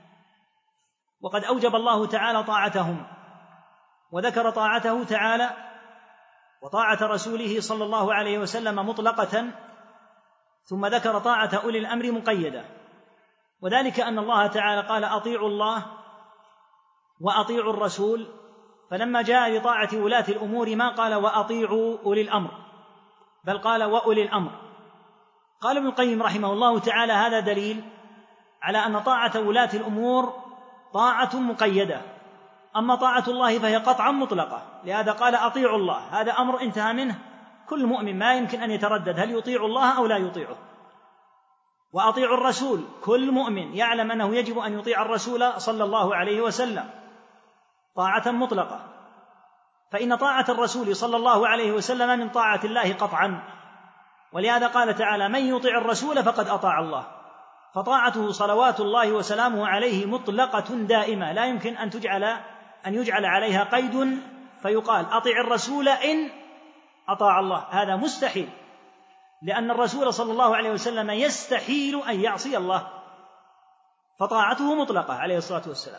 وقد أوجب الله تعالى طاعتهم وذكر طاعته تعالى وطاعة رسوله صلى الله عليه وسلم مطلقة، ثم ذكر طاعة أولي الأمر مقيدة، وذلك أن الله تعالى قال: أطيعوا الله وأطيعوا الرسول، فلما جاء لطاعة ولاة الأمور ما قال وأطيعوا أولي الأمر، بل قال وأولي الأمر. قال ابن القيم رحمه الله تعالى: هذا دليل على أن طاعة ولاة الأمور طاعة مقيدة، أما طاعة الله فهي قطعا مطلقة، لهذا قال أطيعوا الله، هذا أمر انتهى منه كل مؤمن، ما يمكن أن يتردد هل يطيع الله أو لا يطيعه. وأطيعوا الرسول، كل مؤمن يعلم أنه يجب أن يطيع الرسول صلى الله عليه وسلم طاعة مطلقة، فإن طاعة الرسول صلى الله عليه وسلم من طاعة الله قطعا، ولهذا قال تعالى: من يطيع الرسول فقد أطاع الله، فطاعته صلوات الله وسلامه عليه مطلقة دائمة، لا يمكن أن يجعل عليها قيد فيقال أطيع الرسول إن أطاع الله، هذا مستحيل، لأن الرسول صلى الله عليه وسلم يستحيل أن يعصي الله، فطاعته مطلقة عليه الصلاة والسلام.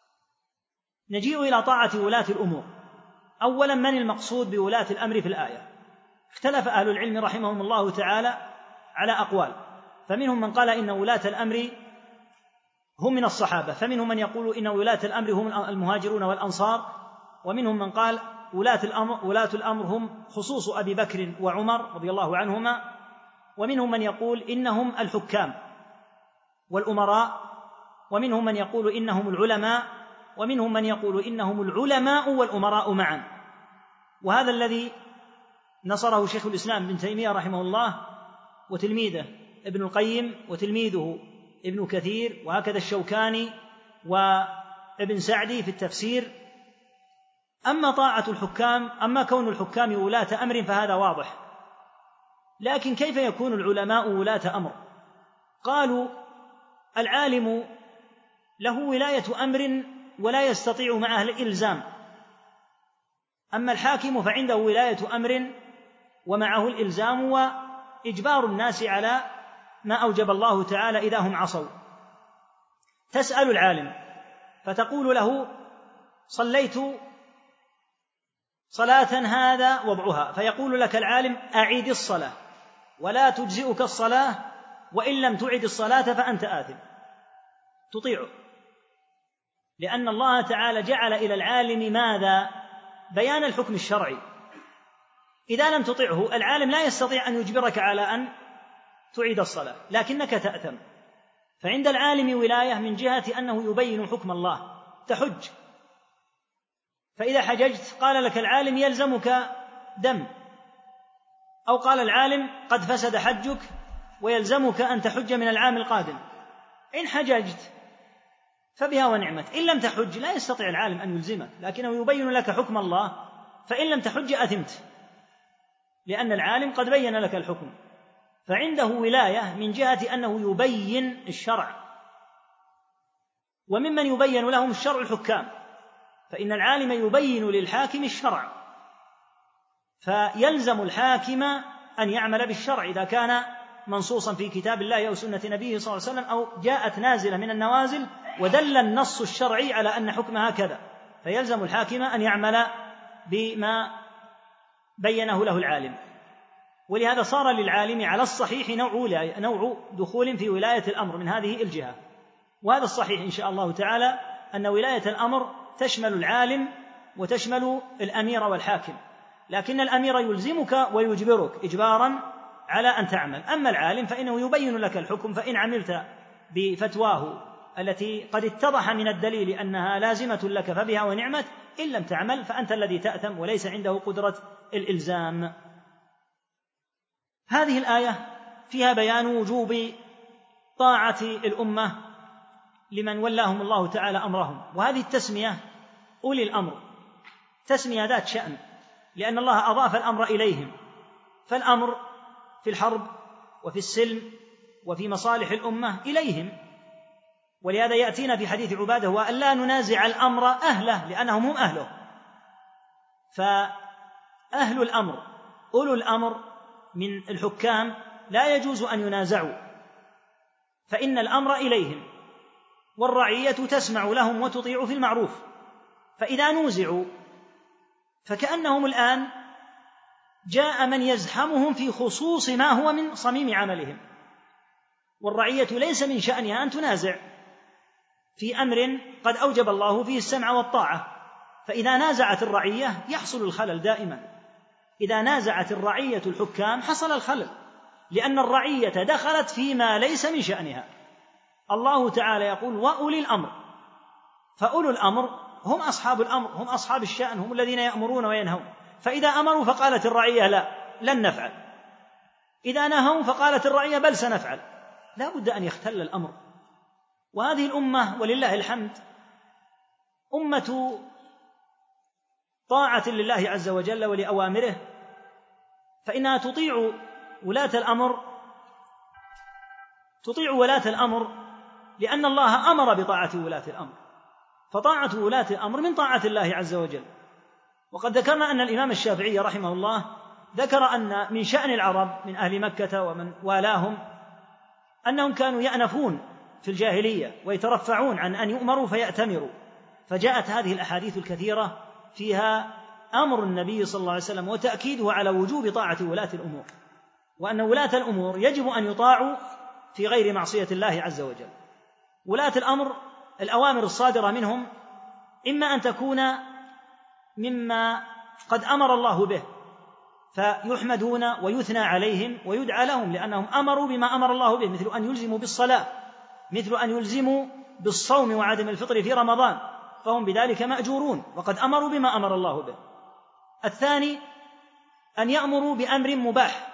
نجيء إلى طاعة ولاة الأمور. أولا، من المقصود بولاة الأمر في الآية؟ اختلف أهل العلم رحمهم الله تعالى على أقوال، فمنهم من قال إن ولاة الأمر هم من الصحابة، فمنهم من يقول إن ولاة الأمر هم المهاجرون والأنصار، ومنهم من قال ولاة الأمر هم خصوص أبي بكر وعمر رضي الله عنهما، ومنهم من يقول إنهم الحكام والأمراء، ومنهم من يقول إنهم العلماء، ومنهم من يقول إنهم العلماء والأمراء معا. وهذا الذي نصره شيخ الإسلام ابن تيمية رحمه الله وتلميذه ابن القيم وتلميذه ابن كثير، وهكذا الشوكاني وابن سعدي في التفسير. أما طاعة الحكام، أما كون الحكام ولاة أمر فهذا واضح، لكن كيف يكون العلماء ولاة أمر؟ قالوا: العالم له ولاية أمر ولا يستطيع معه الإلزام، أما الحاكم فعنده ولاية أمر ومعه الإلزام وإجبار الناس على ما أوجب الله تعالى إذا هم عصوا. تسأل العالم فتقول له: صليت صلاة هذا وضعها، فيقول لك العالم: أعيد الصلاة، ولا تجزئك الصلاة، وإن لم تعد الصلاة فأنت آثم. تطيعه، لأن الله تعالى جعل إلى العالم ماذا؟ بيان الحكم الشرعي. إذا لم تطيعه العالم لا يستطيع أن يجبرك على أن تعيد الصلاة، لكنك تأثم. فعند العالم ولاية من جهة أنه يبين حكم الله. تحج، فإذا حججت قال لك العالم: يلزمك دم، أو قال العالم: قد فسد حجك ويلزمك أن تحج من العام القادم. إن حججت فبها ونعمت، إن لم تحج لا يستطيع العالم أن يلزمك، لكنه يبين لك حكم الله، فإن لم تحج أثمت، لأن العالم قد بين لك الحكم. فعنده ولاية من جهة أنه يبين الشرع. وممن يبين لهم الشرع الحكام، فإن العالم يبين للحاكم الشرع، فيلزم الحاكم أن يعمل بالشرع إذا كان منصوصا في كتاب الله أو سنة نبيه صلى الله عليه وسلم، أو جاءت نازلة من النوازل ودل النص الشرعي على أن حكمها كذا، فيلزم الحاكم أن يعمل بما بينه له العالم. ولهذا صار للعالم على الصحيح نوع دخول في ولاية الأمر من هذه الجهة. وهذا الصحيح إن شاء الله تعالى، أن ولاية الأمر تشمل العالم وتشمل الأمير والحاكم، لكن الأمير يلزمك ويجبرك إجبارا على أن تعمل. أما العالم فإنه يبين لك الحكم، فإن عملت بفتواه التي قد اتضح من الدليل أنها لازمة لك فبها ونعمت، إن لم تعمل فأنت الذي تأثم وليس عنده قدرة الإلزام. هذه الآية فيها بيان وجوب طاعة الأمة لمن ولاهم الله تعالى أمرهم، وهذه التسمية أولي الأمر تسمية ذات شأن، لأن الله أضاف الأمر إليهم، فالأمر في الحرب وفي السلم وفي مصالح الأمة إليهم. ولهذا يأتينا في حديث عبادة وأن لا ننازع الأمر أهله لأنهم هم أهله. فأهل الأمر أولو الأمر من الحكام لا يجوز أن ينازعوا، فإن الأمر إليهم، والرعية تسمع لهم وتطيع في المعروف. فإذا نوزعوا فكأنهم الآن جاء من يزحمهم في خصوص ما هو من صميم عملهم، والرعية ليس من شأنها أن تنازع في أمر قد أوجب الله فيه السمع والطاعة. فإذا نازعت الرعية يحصل الخلل دائما، إذا نازعت الرعية الحكام حصل الخلل، لأن الرعية دخلت فيما ليس من شأنها. الله تعالى يقول وأولي الأمر، فأولو الأمر هم أصحاب الأمر، هم أصحاب الشأن، هم الذين يأمرون وينهون. فإذا أمروا فقالت الرعية لا، لن نفعل، إذا نهوا فقالت الرعية بل سنفعل. لا بد أن يختل الأمر. وهذه الأمة ولله الحمد أمة طاعة لله عز وجل ولأوامره، فإنها تطيع ولاة الأمر لأن الله أمر بطاعة ولاة الأمر، فطاعة ولاة الأمر من طاعة الله عز وجل. وقد ذكرنا أن الإمام الشافعي رحمه الله ذكر أن من شأن العرب من أهل مكة ومن والاهم أنهم كانوا يأنفون في الجاهلية ويترفعون عن أن يؤمروا فيأتمروا، فجاءت هذه الأحاديث الكثيرة فيها أمر النبي صلى الله عليه وسلم وتأكيده على وجوب طاعة ولاة الأمور، وأن ولاة الأمور يجب أن يطاعوا في غير معصية الله عز وجل. ولاة الأمر الأوامر الصادرة منهم إما أن تكون مما قد أمر الله به فيحمدون ويثنى عليهم ويدعى لهم لأنهم أمروا بما أمر الله به، مثل أن يلزموا بالصلاة، مثل أن يلزموا بالصوم وعدم الفطر في رمضان، فهم بذلك مأجورون وقد أمروا بما أمر الله به. الثاني أن يأمروا بأمر مباح،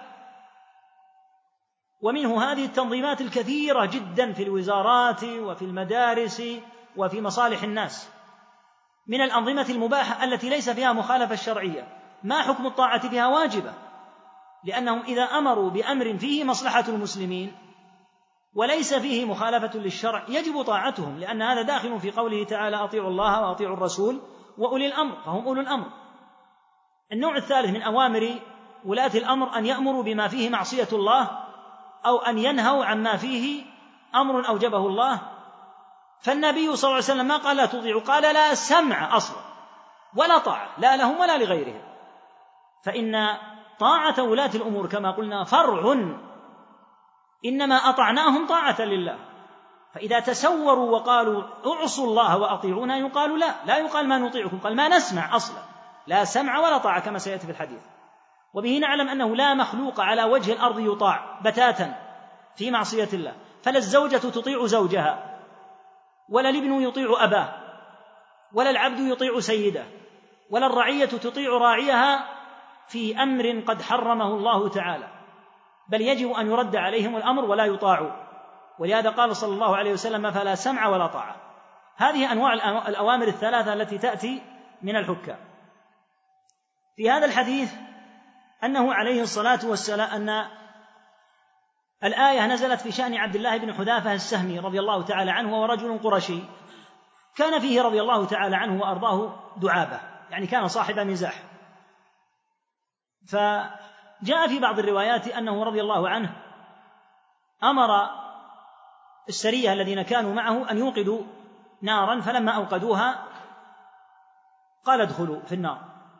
ومنه هذه التنظيمات الكثيرة جدا في الوزارات وفي المدارس وفي مصالح الناس من الأنظمة المباحة التي ليس فيها مخالفة شرعية، ما حكم الطاعة فيها واجبة، لأنهم إذا أمروا بأمر فيه مصلحة المسلمين وليس فيه مخالفة للشرع يجب طاعتهم، لأن هذا داخل في قوله تعالى أطيعوا الله وأطيعوا الرسول وأولي الأمر، فهم أولو الأمر. النوع الثالث من أوامر ولاة الأمر أن يأمروا بما فيه معصية الله أو أن ينهوا عما فيه أمر أوجبه الله. فالنبي صلى الله عليه وسلم ما قال لا تطيعوا، قال لا سمع أصلا ولا طاعة، لا لهم ولا لغيرهم. فإن طاعة ولاة الأمور كما قلنا فرع، إنما أطعناهم طاعة لله. فإذا تسوروا وقالوا اعصوا الله وأطيعونا يقال لا يقال ما نطيعكم، قال ما نسمع أصلا، لا سمع ولا طاعة كما سيأتي في الحديث. وبه نعلم أنه لا مخلوق على وجه الأرض يطاع بتاتا في معصية الله، فلا الزوجة تطيع زوجها، ولا الابن يطيع أباه، ولا العبد يطيع سيده، ولا الرعية تطيع راعيها في أمر قد حرمه الله تعالى، بل يجب أن يرد عليهم الأمر ولا يطاعوا. ولهذا قال صلى الله عليه وسلم فلا سمع ولا طاعة. هذه أنواع الأوامر الثلاثة التي تأتي من الحكام. في هذا الحديث أنه عليه الصلاة والسلام أن الآية نزلت في شأن عبد الله بن حذافة السهمي رضي الله تعالى عنه، وهو رجل قرشي كان فيه رضي الله تعالى عنه وأرضاه دعابة، يعني كان صاحب مزاح. فجاء في بعض الروايات أنه رضي الله عنه أمر السرية الذين كانوا معه أن يوقدوا نارا، فلما أوقدوها قال ادخلوا في النار،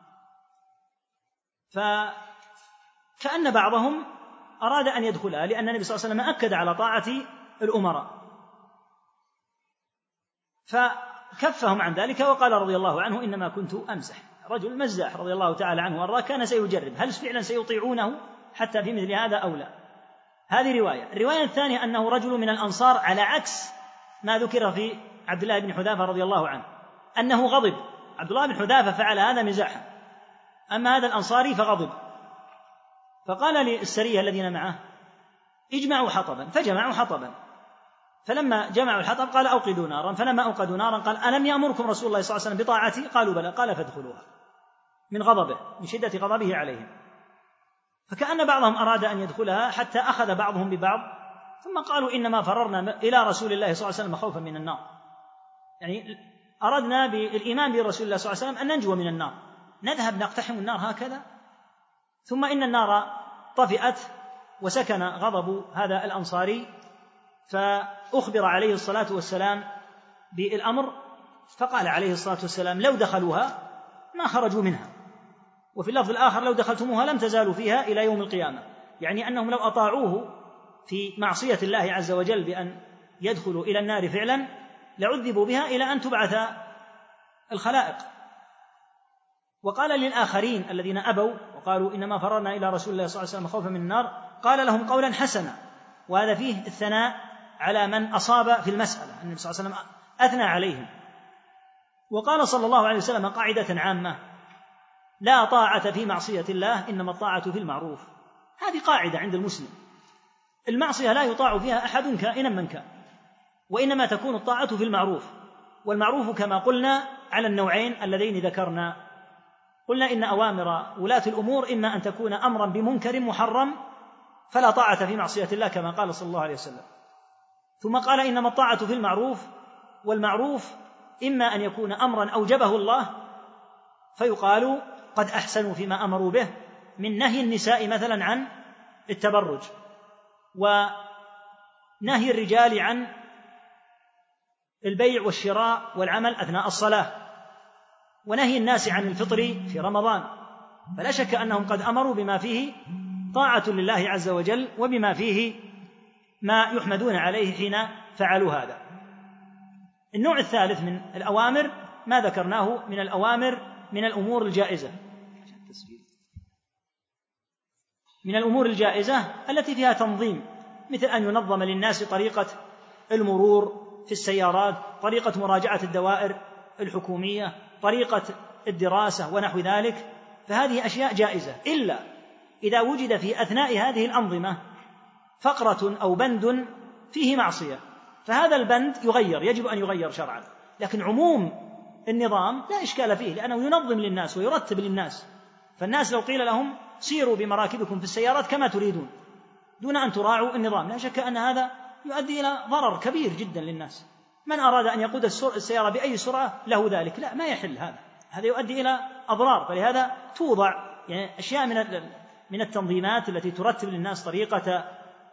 فكأن بعضهم أراد أن يدخلها لأن النبي صلى الله عليه وسلم أكد على طاعة الأمراء، فكفهم عن ذلك وقال رضي الله عنه إنما كنت أمزح. رجل مزاح رضي الله تعالى عنه وأرضاه، كان سيجرب هل فعلا سيطيعونه حتى في مثل هذا أو لا. هذه رواية. الرواية الثانية أنه رجل من الأنصار، على عكس ما ذكر في عبد الله بن حذافة رضي الله عنه أنه غضب. عبد الله بن حذافة فعل هذا مزاحا، أما هذا الأنصاري فغضب، فقال للسرية الذين معه اجمعوا حطبا، فجمعوا حطبا، فلما جمعوا الحطب قال أوقدوا نارا، فلما أوقدوا نارا قال ألم يأمركم رسول الله صلى الله عليه وسلم بطاعتي؟ قالوا بلى، قال فادخلوها، من غضبه، من شدة غضبه عليهم. فكأن بعضهم أراد أن يدخلها حتى أخذ بعضهم ببعض، ثم قالوا إنما فررنا إلى رسول الله صلى الله عليه وسلم خوفا من النار، يعني أردنا بالإيمان برسول الله صلى الله عليه وسلم أن ننجو من النار، نذهب نقتحم النار هكذا؟ ثم إن النار طفئت وسكن غضب هذا الأنصاري، فأخبر عليه الصلاة والسلام بالأمر، فقال عليه الصلاة والسلام لو دخلوها ما خرجوا منها، وفي اللفظ الآخر لو دخلتموها لم تزالوا فيها إلى يوم القيامة، يعني أنهم لو أطاعوه في معصية الله عز وجل بأن يدخلوا إلى النار فعلا لعذبوا بها إلى أن تبعث الخلائق. وقال للآخرين الذين أبوا وقالوا إنما فررنا إلى رسول الله صلى الله عليه وسلم خوفا من النار، قال لهم قولا حسنا، وهذا فيه الثناء على من أصاب في المسألة، النبي صلى الله عليه وسلم أثنى عليهم. وقال صلى الله عليه وسلم قاعدة عامة: لا طاعة في معصية الله، إنما الطاعة في المعروف. هذه قاعدة عند المسلم، المعصية لا يطاع فيها أحد كائنا من كان، وإنما تكون الطاعة في المعروف، والمعروف كما قلنا على النوعين اللذين ذكرنا. قلنا إن أوامر ولاة الأمور إما أن تكون أمرا بمنكر محرم فلا طاعة في معصية الله كما قال صلى الله عليه وسلم، ثم قال إنما الطاعة في المعروف، والمعروف إما أن يكون أمرا أوجبه الله فيقال قد أحسنوا فيما أمروا به، من نهي النساء مثلا عن التبرج، ونهي الرجال عن البيع والشراء والعمل أثناء الصلاة، ونهي الناس عن الفطر في رمضان، فلا شك أنهم قد أمروا بما فيه طاعة لله عز وجل، وبما فيه ما يحمدون عليه حين فعلوا هذا. النوع الثالث من الأوامر ما ذكرناه من الأوامر من الأمور الجائزة، من الأمور الجائزة التي فيها تنظيم، مثل أن ينظم للناس طريقة المرور في السيارات، طريقة مراجعة الدوائر الحكومية، طريقة الدراسة ونحو ذلك، فهذه أشياء جائزة، إلا إذا وجد في أثناء هذه الأنظمة فقرة أو بند فيه معصية، فهذا البند يغير، يجب أن يغير شرعا. لكن عموم النظام لا إشكال فيه، لأنه ينظم للناس ويرتب للناس، فالناس لو قيل لهم سيروا بمراكبكم في السيارات كما تريدون دون أن تراعوا النظام، لا شك أن هذا يؤدي إلى ضرر كبير جدا للناس. من أراد أن يقود السيارة بأي سرعة له ذلك، لا، ما يحل هذا يؤدي إلى أضرار. فلهذا توضع يعني أشياء من التنظيمات التي ترتب للناس طريقة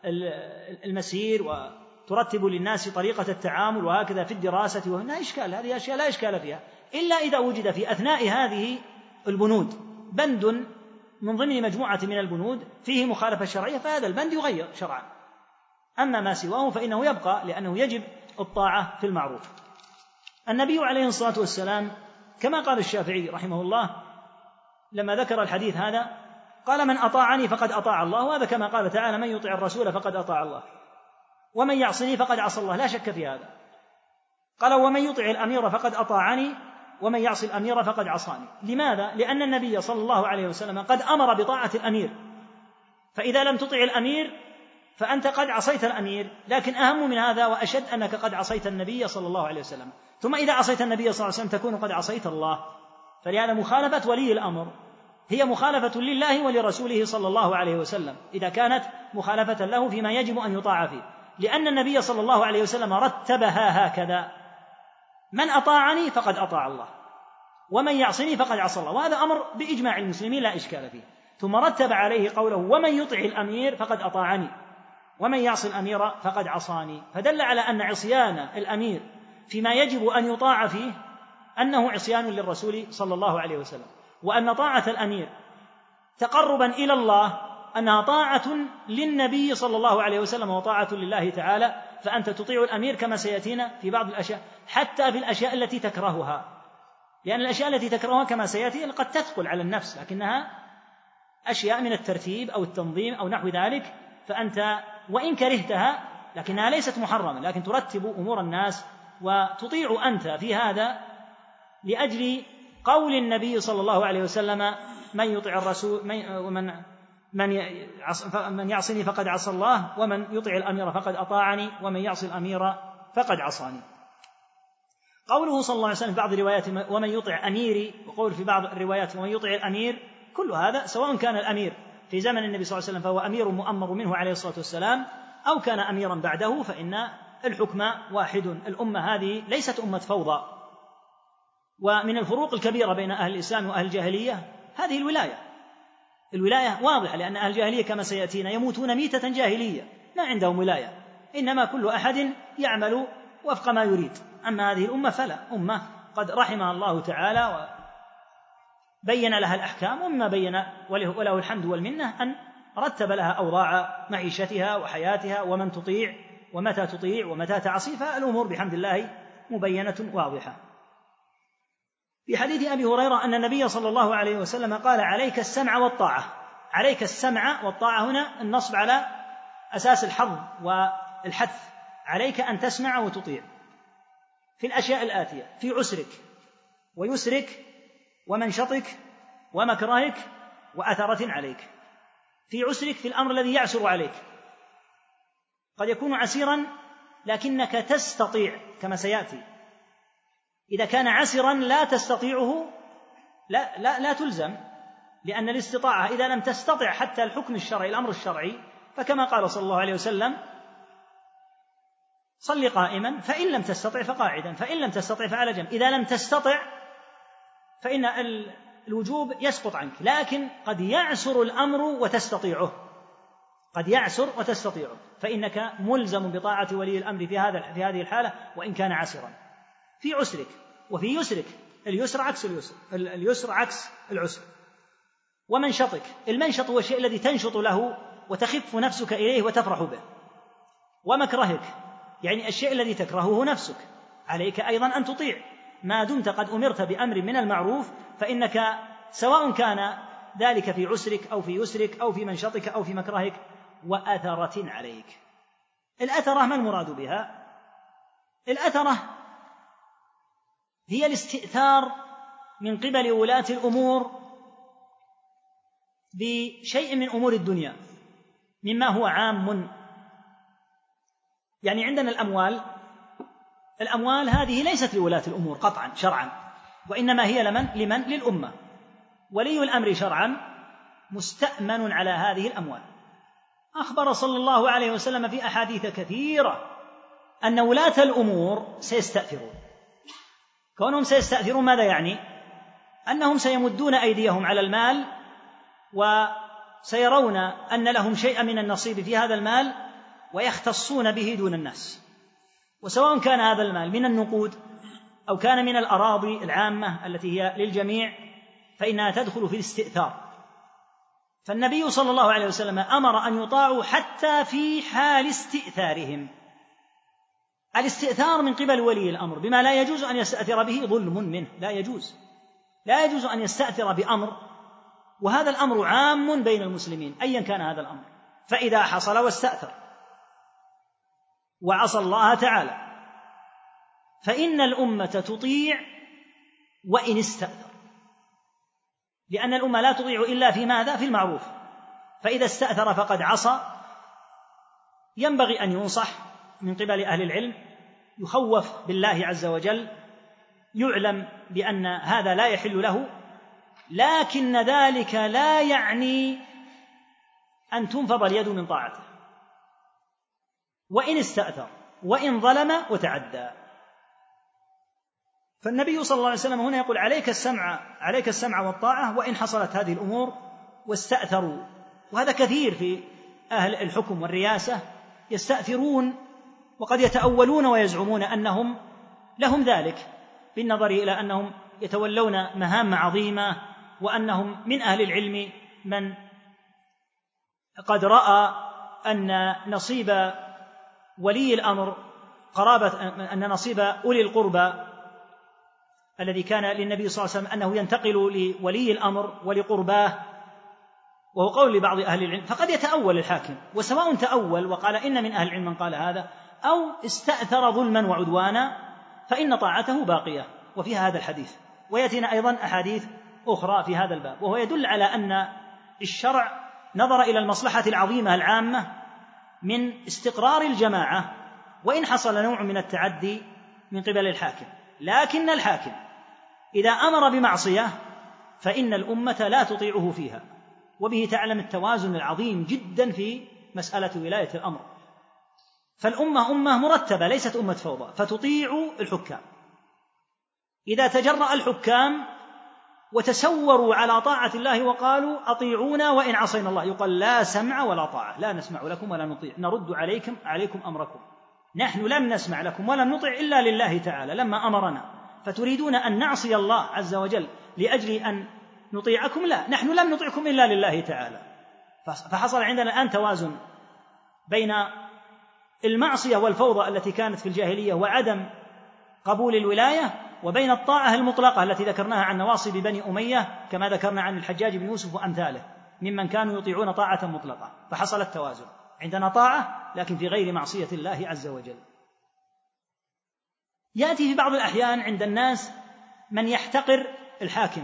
المسير وترتب للناس طريقة التعامل، وهكذا في الدراسة، وهنا إشكال، هذه أشياء لا إشكال فيها، إلا إذا وجد في أثناء هذه البنود بند من ضمن مجموعة من البنود فيه مخالفة شرعية، فهذا البند يغير شرعا. أما ما سواه فإنه يبقى، لأنه يجب الطاعة في المعروف. النبي عليه الصلاة والسلام كما قال الشافعي رحمه الله لما ذكر الحديث هذا قال: من أطاعني فقد أطاع الله، وهذا كما قال تعالى: من يطع الرسول فقد أطاع الله، ومن يعصني فقد عصى الله، لا شك في هذا. قال: ومن يطع الأمير فقد أطاعني، ومن يعصي الأمير فقد عصاني. لماذا؟ لأن النبي صلى الله عليه وسلم قد أمر بطاعة الأمير، فإذا لم تطع الأمير فأنت قد عصيت الأمير، لكن أهم من هذا وأشد أنك قد عصيت النبي صلى الله عليه وسلم، ثم إذا عصيت النبي صلى الله عليه وسلم تكون قد عصيت الله. فلهذا مخالفة ولي الأمر هي مخالفة لله ولرسوله صلى الله عليه وسلم، إذا كانت مخالفة له فيما يجب أن يطاع فيه، لأن النبي صلى الله عليه وسلم رتبها هكذا: من أطاعني فقد أطاع الله، ومن يعصني فقد عصى الله، وهذا أمر بإجماع المسلمين لا إشكال فيه. ثم رتب عليه قوله: ومن يطع الأمير فقد أطاعني، ومن يعصي الأمير فقد عصاني، فدل على أن عصيان الأمير فيما يجب أن يطاع فيه أنه عصيان للرسول صلى الله عليه وسلم، وأن طاعة الأمير تقربا إلى الله أنها طاعة للنبي صلى الله عليه وسلم وطاعة لله تعالى، فأنت تطيع الأمير كما سيأتينا في بعض الأشياء، حتى في الأشياء التي تكرهها. لأن الأشياء التي تكرهها كما سيأتي قد تثقل على النفس، لكنها أشياء من الترتيب أو التنظيم أو نحو ذلك، فأنت وإن كرهتها لكنها ليست محرمة، لكن ترتب أمور الناس وتطيع أنت في هذا لأجل قول النبي صلى الله عليه وسلم: من يطع الرسول من يعصني فقد عصى الله، ومن يطع الأمير فقد أطاعني، ومن يعصي الأمير فقد عصاني. قوله صلى الله عليه وسلم في بعض الروايات: ومن يطع أميري، وقول في بعض الروايات: ومن يطع الأمير، كل هذا سواء كان الأمير في زمن النبي صلى الله عليه وسلم فهو أمير مؤمر منه عليه الصلاة والسلام، أو كان أميرا بعده، فإن الحكم واحد. الأمة هذه ليست أمة فوضى. ومن الفروق الكبيرة بين أهل الإسلام وأهل الجاهلية هذه الولاية واضحة، لأن أهل الجاهلية كما سيأتينا يموتون ميتة جاهلية، ما عندهم ولاية، إنما كل أحد يعمل وفق ما يريد. أما هذه الأمة فلا، أمة قد رحمها الله تعالى وبين لها الأحكام، ومما بين وله الحمد والمنة أن رتب لها أوضاع معيشتها وحياتها، ومن تطيع ومتى تطيع ومتى تعصي، فالأمور بحمد الله مبينة واضحة. في حديث أبي هريرة أن النبي صلى الله عليه وسلم قال: عليك السمع والطاعة. عليك السمع والطاعة هنا النصب على أساس الحظ والحث، عليك أن تسمع وتطيع في الأشياء الآتية: في عسرك ويسرك ومنشطك ومكرهك وأثرة عليك. في عسرك في الأمر الذي يعسر عليك، قد يكون عسيرا لكنك تستطيع كما سيأتي. إذا كان عسرا لا تستطيعه لا تلزم، لأن الاستطاعة إذا لم تستطع حتى الحكم الشرعي الأمر الشرعي، فكما قال صلى الله عليه وسلم: صل قائما، فإن لم تستطع فقاعدا، فإن لم تستطع فعلى جنب. إذا لم تستطع فإن الوجوب يسقط عنك، لكن قد يعسر الأمر وتستطيعه، قد يعسر وتستطيعه، فإنك ملزم بطاعة ولي الأمر في هذه الحالة وإن كان عسرا. في عسرك وفي يسرك، اليسر عكس اليسر عكس العسر. ومنشطك، المنشط هو الشيء الذي تنشط له وتخف نفسك إليه وتفرح به. ومكرهك يعني الشيء الذي تكرهه نفسك، عليك أيضا أن تطيع ما دمت قد أمرت بأمر من المعروف، فإنك سواء كان ذلك في عسرك أو في يسرك أو في منشطك أو في مكرهك. وأثرة عليك، الأثرة ما المراد بها؟ الأثرة هي الاستئثار من قبل ولاة الأمور بشيء من أمور الدنيا مما هو عام. يعني عندنا الأموال هذه ليست لولاة الأمور قطعا شرعا، وإنما هي لمن؟ للأمة. ولي الأمر شرعا مستأمن على هذه الأموال. أخبر صلى الله عليه وسلم في أحاديث كثيرة أن ولاة الأمور سيستأثرون. كونهم سيستأثرون ماذا يعني؟ أنهم سيمدون أيديهم على المال وسيرون أن لهم شيئا من النصيب في هذا المال ويختصون به دون الناس، وسواء كان هذا المال من النقود أو كان من الأراضي العامة التي هي للجميع فإنها تدخل في الاستئثار. فالنبي صلى الله عليه وسلم أمر أن يطاعوا حتى في حال استئثارهم. الاستئثار من قبل ولي الأمر بما لا يجوز أن يستأثر به ظلم منه، لا يجوز أن يستأثر بأمر، وهذا الأمر عام بين المسلمين أيا كان هذا الأمر. فإذا حصل واستأثر وعصى الله تعالى فإن الأمة تطيع وإن استأثر، لأن الأمة لا تطيع إلا في ماذا؟ في المعروف. فإذا استأثر فقد عصى. ينبغي أن ينصح من قبل أهل العلم، يخوف بالله عز وجل، يعلم بأن هذا لا يحل له، لكن ذلك لا يعني أن تنفض اليد من طاعته وإن استأثر وإن ظلم وتعدى. فالنبي صلى الله عليه وسلم هنا يقول: عليك السمع والطاعة وإن حصلت هذه الأمور واستأثروا. وهذا كثير في أهل الحكم والرياسة، يستأثرون وقد يتأولون ويزعمون أنهم لهم ذلك، بالنظر إلى أنهم يتولون مهام عظيمة، وأنهم من أهل العلم من قد رأى أن نصيب ولي الأمر أن نصيب أولي القربى الذي كان للنبي صلى الله عليه وسلم أنه ينتقل لولي الأمر ولقرباه، وهو قول لبعض أهل العلم، فقد يتأول الحاكم، وسواء تأول وقال إن من أهل العلم من قال هذا أو استأثر ظلما وعدوانا فإن طاعته باقية. وفيها هذا الحديث، ويأتينا أيضا أحاديث أخرى في هذا الباب، وهو يدل على أن الشرع نظر إلى المصلحة العظيمة العامة من استقرار الجماعة، وإن حصل نوع من التعدي من قبل الحاكم، لكن الحاكم إذا أمر بمعصية فإن الأمة لا تطيعه فيها، وبه تعلم التوازن العظيم جدا في مسألة ولاية الأمر. فالأمة أمة مرتبة ليست أمة فوضى، فتطيع الحكام. إذا تجرأ الحكام وتسوروا على طاعة الله وقالوا أطيعونا وإن عصينا الله، يقال لا سمع ولا طاعة، لا نسمع لكم ولا نطيع، نرد عليكم أمركم، نحن لم نسمع لكم ولم نطع إلا لله تعالى لما أمرنا، فتريدون أن نعصي الله عز وجل لأجل أن نطيعكم؟ لا، نحن لم نطيعكم إلا لله تعالى. فحصل عندنا الآن توازن بين المعصية والفوضى التي كانت في الجاهلية وعدم قبول الولاية، وبين الطاعة المطلقة التي ذكرناها عن نواصب بني أمية، كما ذكرنا عن الحجاج بن يوسف وأمثاله ممن كانوا يطيعون طاعة مطلقة. فحصل التوازن، عندنا طاعة لكن في غير معصية الله عز وجل. يأتي في بعض الأحيان عند الناس من يحتقر الحاكم،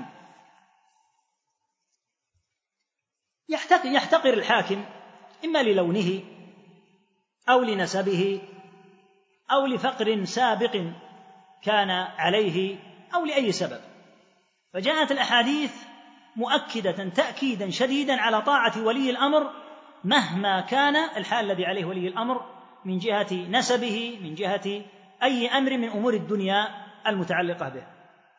يحتقر الحاكم إما للونه أو لنسبه أو لفقر سابق كان عليه أو لأي سبب، فجاءت الأحاديث مؤكدة تأكيدا شديدا على طاعة ولي الأمر مهما كان الحال الذي عليه ولي الأمر من جهة نسبه، من جهة أي أمر من أمور الدنيا المتعلقة به.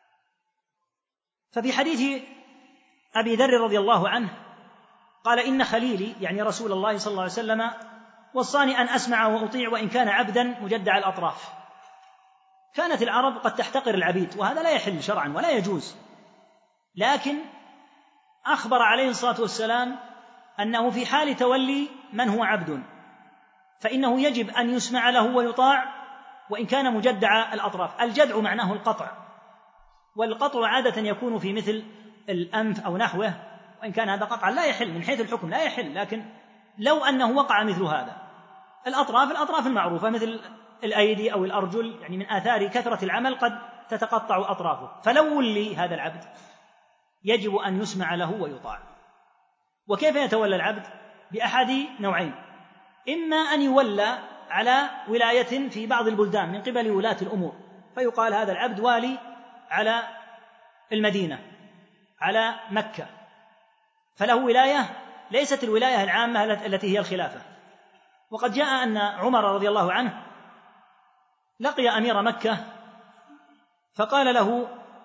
ففي حديث أبي ذر رضي الله عنه قال إن خليلي يعني رسول الله صلى الله عليه وسلم وصاني أن أسمع وأطيع وإن كان عبدا مجدع الأطراف. كانت العرب قد تحتقر العبيد، وهذا لا يحل شرعا ولا يجوز، لكن أخبر عليه الصلاة والسلام أنه في حال تولي من هو عبد فإنه يجب أن يسمع له ويطاع وإن كان مجدع الأطراف. الجدع معناه القطع، والقطع عادة يكون في مثل الأنف أو نحوه، وإن كان هذا قطعا لا يحل من حيث الحكم لا يحل، لكن لو أنه وقع مثل هذا الأطراف المعروفة مثل الأيدي أو الأرجل، يعني من آثار كثرة العمل قد تتقطع أطرافه، فلو ولي هذا العبد يجب أن يسمع له ويطاع. وكيف يتولى العبد؟ بأحد نوعين، إما أن يولى على ولاية في بعض البلدان من قبل ولاة الأمور، فيقال هذا العبد والي على المدينة على مكة، فله ولاية ليست الولاية العامة التي هي الخلافة. وقد جاء أن عمر رضي الله عنه لقي أمير مكة فقال له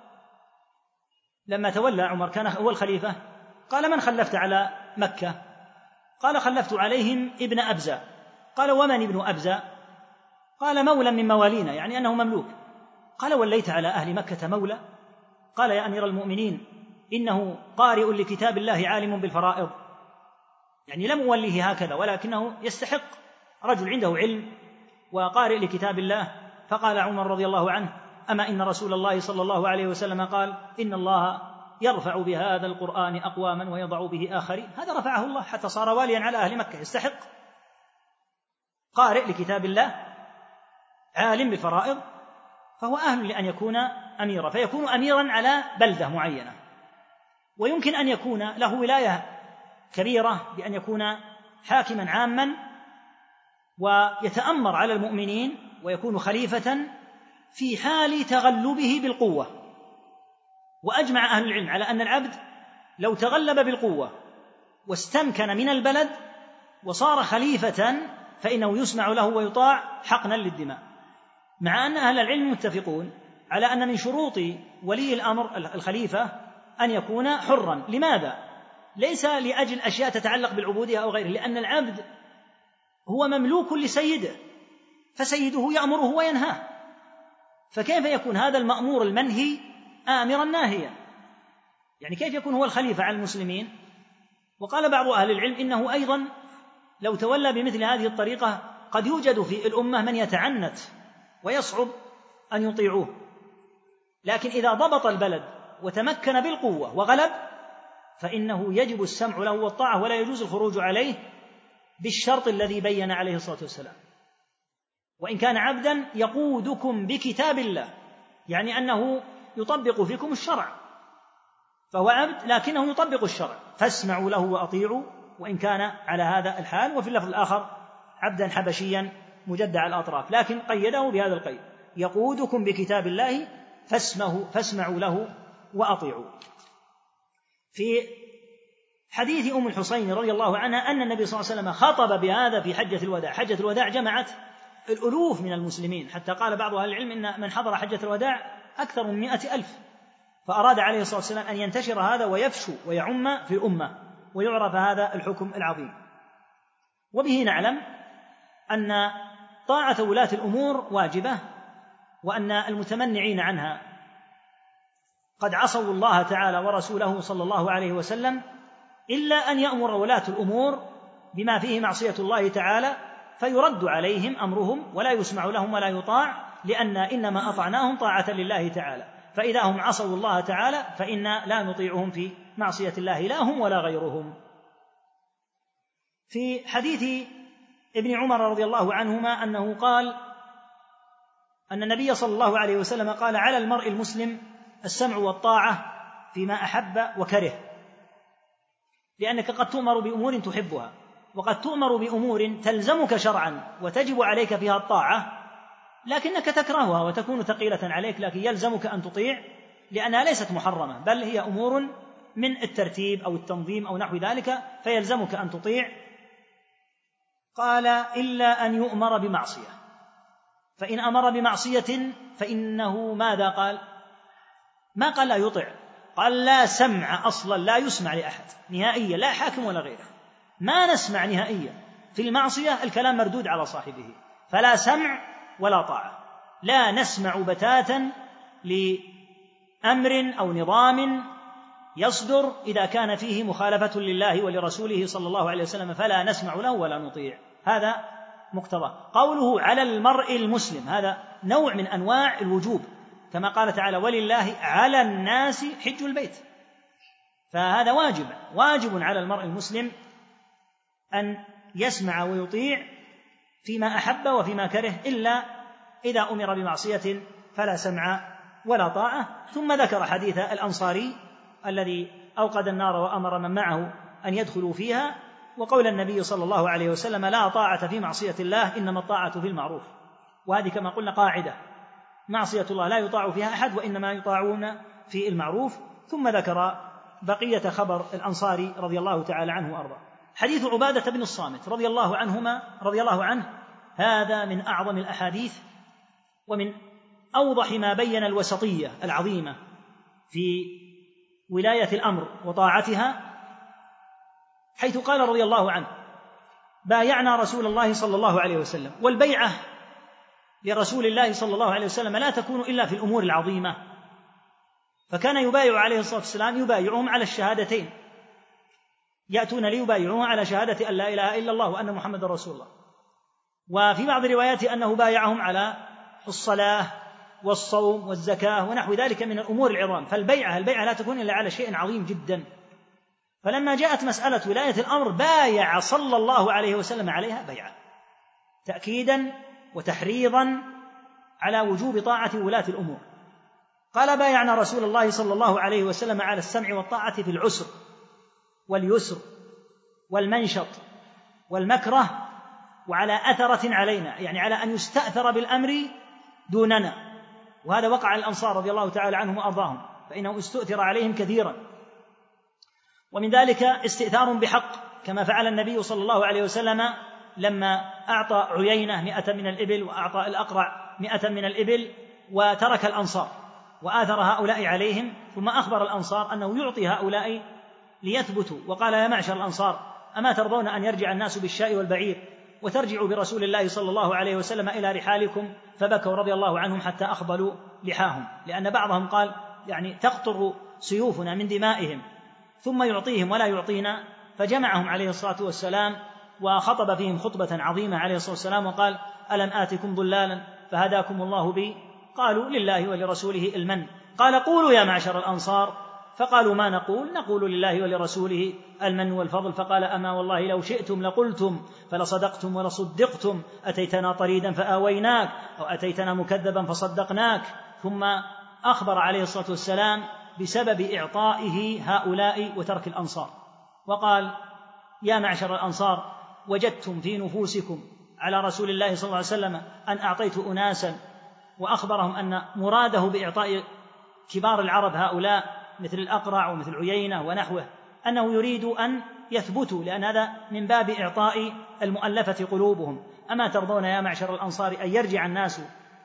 لما تولى عمر كان هو الخليفة، قال من خلفت على مكة؟ قال خلفت عليهم ابن أبزة. قال ومن ابن أبزة؟ قال مولى من موالينا، يعني أنه مملوك. قال وليت على أهل مكة مولى؟ قال يا أمير المؤمنين إنه قارئ لكتاب الله عالم بالفرائض، يعني لم أوليه هكذا ولكنه يستحق، رجل عنده علم وقارئ لكتاب الله. فقال عمر رضي الله عنه أما إن رسول الله صلى الله عليه وسلم قال إن الله يرفع بهذا القرآن أقواما ويضع به آخرين، هذا رفعه الله حتى صار واليا على أهل مكة، يستحق، قارئ لكتاب الله عالم بفرائض، فهو أهل لأن يكون أميرا، فيكون أميرا على بلدة معينة. ويمكن أن يكون له ولاية كبيرة بأن يكون حاكما عاما ويتأمر على المؤمنين ويكون خليفة في حال تغلبه بالقوة. وأجمع أهل العلم على أن العبد لو تغلب بالقوة واستمكن من البلد وصار خليفة فإنه يسمع له ويطاع حقنا للدماء، مع أن أهل العلم متفقون على أن من شروط ولي الأمر الخليفة أن يكون حرا. لماذا؟ ليس لأجل أشياء تتعلق بالعبودية أو غيره، لأن العبد هو مملوك لسيده، فسيده يأمره وينهاه، فكيف يكون هذا المأمور المنهي آمرا ناهيا؟ يعني كيف يكون هو الخليفة على المسلمين؟ وقال بعض أهل العلم إنه أيضا لو تولى بمثل هذه الطريقة قد يوجد في الأمة من يتعنت ويصعب أن يطيعوه، لكن إذا ضبط البلد وتمكن بالقوة وغلب فإنه يجب السمع له والطاعة، ولا يجوز الخروج عليه بالشرط الذي بين عليه الصلاة والسلام. وإن كان عبدا يقودكم بكتاب الله، يعني أنه يطبق فيكم الشرع، فهو عبد لكنه يطبق الشرع، فاسمعوا له وأطيعوا وإن كان على هذا الحال. وفي اللفظ الآخر عبدا حبشيا مجدع الأطراف، لكن قيده بهذا القيد: يقودكم بكتاب الله فاسمعوا له وأطيعوا. في حديث أم الحصين رضي الله عنها أن النبي صلى الله عليه وسلم خطب بهذا في حجة الوداع. حجة الوداع جمعت الألوف من المسلمين، حتى قال بعض أهل العلم إن من حضر حجة الوداع أكثر من 100,000، فأراد عليه الصلاة والسلام أن ينتشر هذا ويفشو ويعم في الأمة ويعرف هذا الحكم العظيم. وبه نعلم أن طاعة ولاة الأمور واجبة، وأن المتمنعين عنها قد عصوا الله تعالى ورسوله صلى الله عليه وسلم، إلا أن يأمر ولاة الأمور بما فيه معصية الله تعالى فيرد عليهم أمرهم ولا يسمع لهم ولا يطاع، لأن إنما أطعناهم طاعة لله تعالى، فإذا هم عصوا الله تعالى فإنا لا نطيعهم في معصية الله لا هم ولا غيرهم. في حديث ابن عمر رضي الله عنهما أنه قال أن النبي صلى الله عليه وسلم قال: على المرء المسلم السمع والطاعة فيما أحب وكره، لأنك قد تؤمر بأمور تحبها، وقد تؤمر بأمور تلزمك شرعا وتجب عليك فيها الطاعة لكنك تكرهها وتكون ثقيلة عليك، لكن يلزمك أن تطيع لأنها ليست محرمة، بل هي أمور من الترتيب أو التنظيم أو نحو ذلك، فيلزمك أن تطيع. قال: إلا أن يؤمر بمعصية، فإن أمر بمعصية فإنه ماذا قال؟ ما قال لا يطع، قال لا سمع أصلا، لا يسمع لأحد نهائيا، لا حاكم ولا غيره، ما نسمع نهائيا. في المعصية الكلام مردود على صاحبه، فلا سمع ولا طاعة، لا نسمع بتاتا لأمر أو نظام يصدر إذا كان فيه مخالفة لله ولرسوله صلى الله عليه وسلم، فلا نسمع له ولا نطيع. هذا مقتضى قوله على المرء المسلم، هذا نوع من أنواع الوجوب، كما قال تعالى: ولله على الناس حج البيت، فهذا واجب على المرء المسلم أن يسمع ويطيع فيما أحب وفيما كره، إلا إذا أمر بمعصية فلا سمع ولا طاعة. ثم ذكر حديث الأنصاري الذي أوقد النار وأمر من معه أن يدخلوا فيها، وقول النبي صلى الله عليه وسلم: لا طاعة في معصية الله، إنما الطاعة في المعروف. وهذه كما قلنا قاعدة، معصية الله لا يطاع فيها أحد، وإنما يطاعون في المعروف. ثم ذكر بقية خبر الأنصاري رضي الله تعالى عنه وأرضاه. حديث عبادة بن الصامت رضي الله عنه هذا من أعظم الأحاديث ومن أوضح ما بين الوسطية العظيمة في ولاية الأمر وطاعتها، حيث قال رضي الله عنه: بايعنا رسول الله صلى الله عليه وسلم، والبيعة لرسول الله صلى الله عليه وسلم لا تكون إلا في الأمور العظيمة، فكان يبايع عليه الصلاة والسلام يبايعهم على الشهادتين، يأتون ليبايعوه على شهادة أن لا إله إلا الله وأن محمد رسول الله. وفي بعض الروايات أنه بايعهم على الصلاة والصوم والزكاة ونحو ذلك من الأمور العظام. فالبيعة لا تكون إلا على شيء عظيم جدا. فلما جاءت مسألة ولاية الأمر بايع صلى الله عليه وسلم عليها بيعة تأكيدا وتحريضا على وجوب طاعة ولاة الأمور. قال: بايعنا رسول الله صلى الله عليه وسلم على السمع والطاعة في العسر واليسر والمنشط والمكره، وعلى أثرة علينا، يعني على أن يستأثر بالأمر دوننا. وهذا وقع على الأنصار رضي الله تعالى عنهم وأرضاهم، فإنه استؤثر عليهم كثيرا، ومن ذلك استئثار بحق، كما فعل النبي صلى الله عليه وسلم لما أعطى عيينة 100 من الإبل وأعطى الأقرع 100 من الإبل، وترك الأنصار وآثر هؤلاء عليهم، ثم أخبر الأنصار أنه يعطي هؤلاء ليثبتوا، وقال: يا معشر الأنصار، أما ترضون أن يرجع الناس بالشاء والبعير وترجعوا برسول الله صلى الله عليه وسلم إلى رحالكم؟ فبكوا رضي الله عنهم حتى أخضلوا لحاهم، لأن بعضهم قال: يعني تقطر سيوفنا من دمائهم، ثم يعطيهم ولا يعطينا. فجمعهم عليه الصلاة والسلام وخطب فيهم خطبة عظيمة عليه الصلاة والسلام وقال: ألم آتكم ضلالا فهداكم الله بي؟ قالوا: لله ولرسوله المن. قال قولوا يا معشر الأنصار، فقالوا ما نقول؟ نقول لله ولرسوله المن والفضل. فقال أما والله لو شئتم لقلتم فلصدقتم ولصدقتم، أتيتنا طريدا فآويناك، أو أتيتنا مكذبا فصدقناك. ثم أخبر عليه الصلاة والسلام بسبب إعطائه هؤلاء وترك الأنصار، وقال يا معشر الأنصار وجدتم في نفوسكم على رسول الله صلى الله عليه وسلم أن أعطيت أناسا، وأخبرهم أن مراده بإعطاء كبار العرب هؤلاء مثل الأقرع ومثل عيينة ونحوه أنه يريد أن يثبتوا، لأن هذا من باب إعطاء المؤلفة قلوبهم. أما ترضون يا معشر الأنصار أن يرجع الناس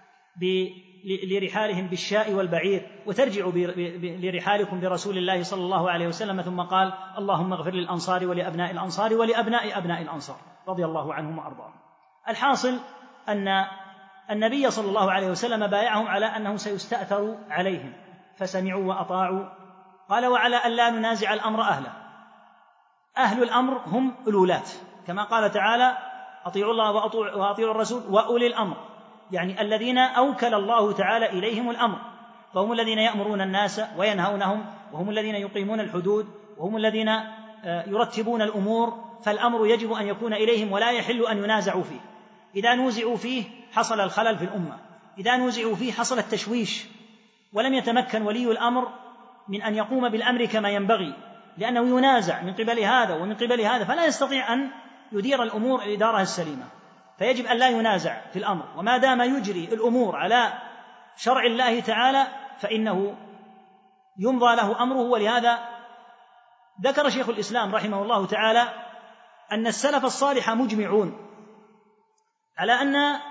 لرحالهم بالشاء والبعير وترجعوا لرحالكم برسول الله صلى الله عليه وسلم؟ ثم قال اللهم اغفر للأنصار ولأبناء الأنصار ولأبناء أبناء الأنصار رضي الله عنهم وأرضاهم. الحاصل أن النبي صلى الله عليه وسلم بايعهم على أنه سيستأثر عليهم، فسمعوا وأطاعوا. قال وعلى أن لا ننازع الأمر أهله. أهل الأمر هم الولاة، كما قال تعالى أطيعوا الله وأطيعوا الرسول وأولي الأمر، يعني الذين أوكل الله تعالى إليهم الأمر، فهم الذين يأمرون الناس وينهونهم، وهم الذين يقيمون الحدود، وهم الذين يرتبون الأمور. فالأمر يجب أن يكون إليهم ولا يحل أن ينازعوا فيه. إذا نوزعوا فيه حصل الخلل في الأمة، إذا نوزعوا فيه حصل التشويش، ولم يتمكن ولي الأمر من أن يقوم بالأمر كما ينبغي، لأنه ينازع من قبل هذا ومن قبل هذا، فلا يستطيع أن يدير الأمور الإدارة السليمة. فيجب أن لا ينازع في الأمر، وما دام يجري الأمور على شرع الله تعالى فإنه يمضى له أمره. ولهذا ذكر شيخ الإسلام رحمه الله تعالى أن السلف الصالح مجمعون على أن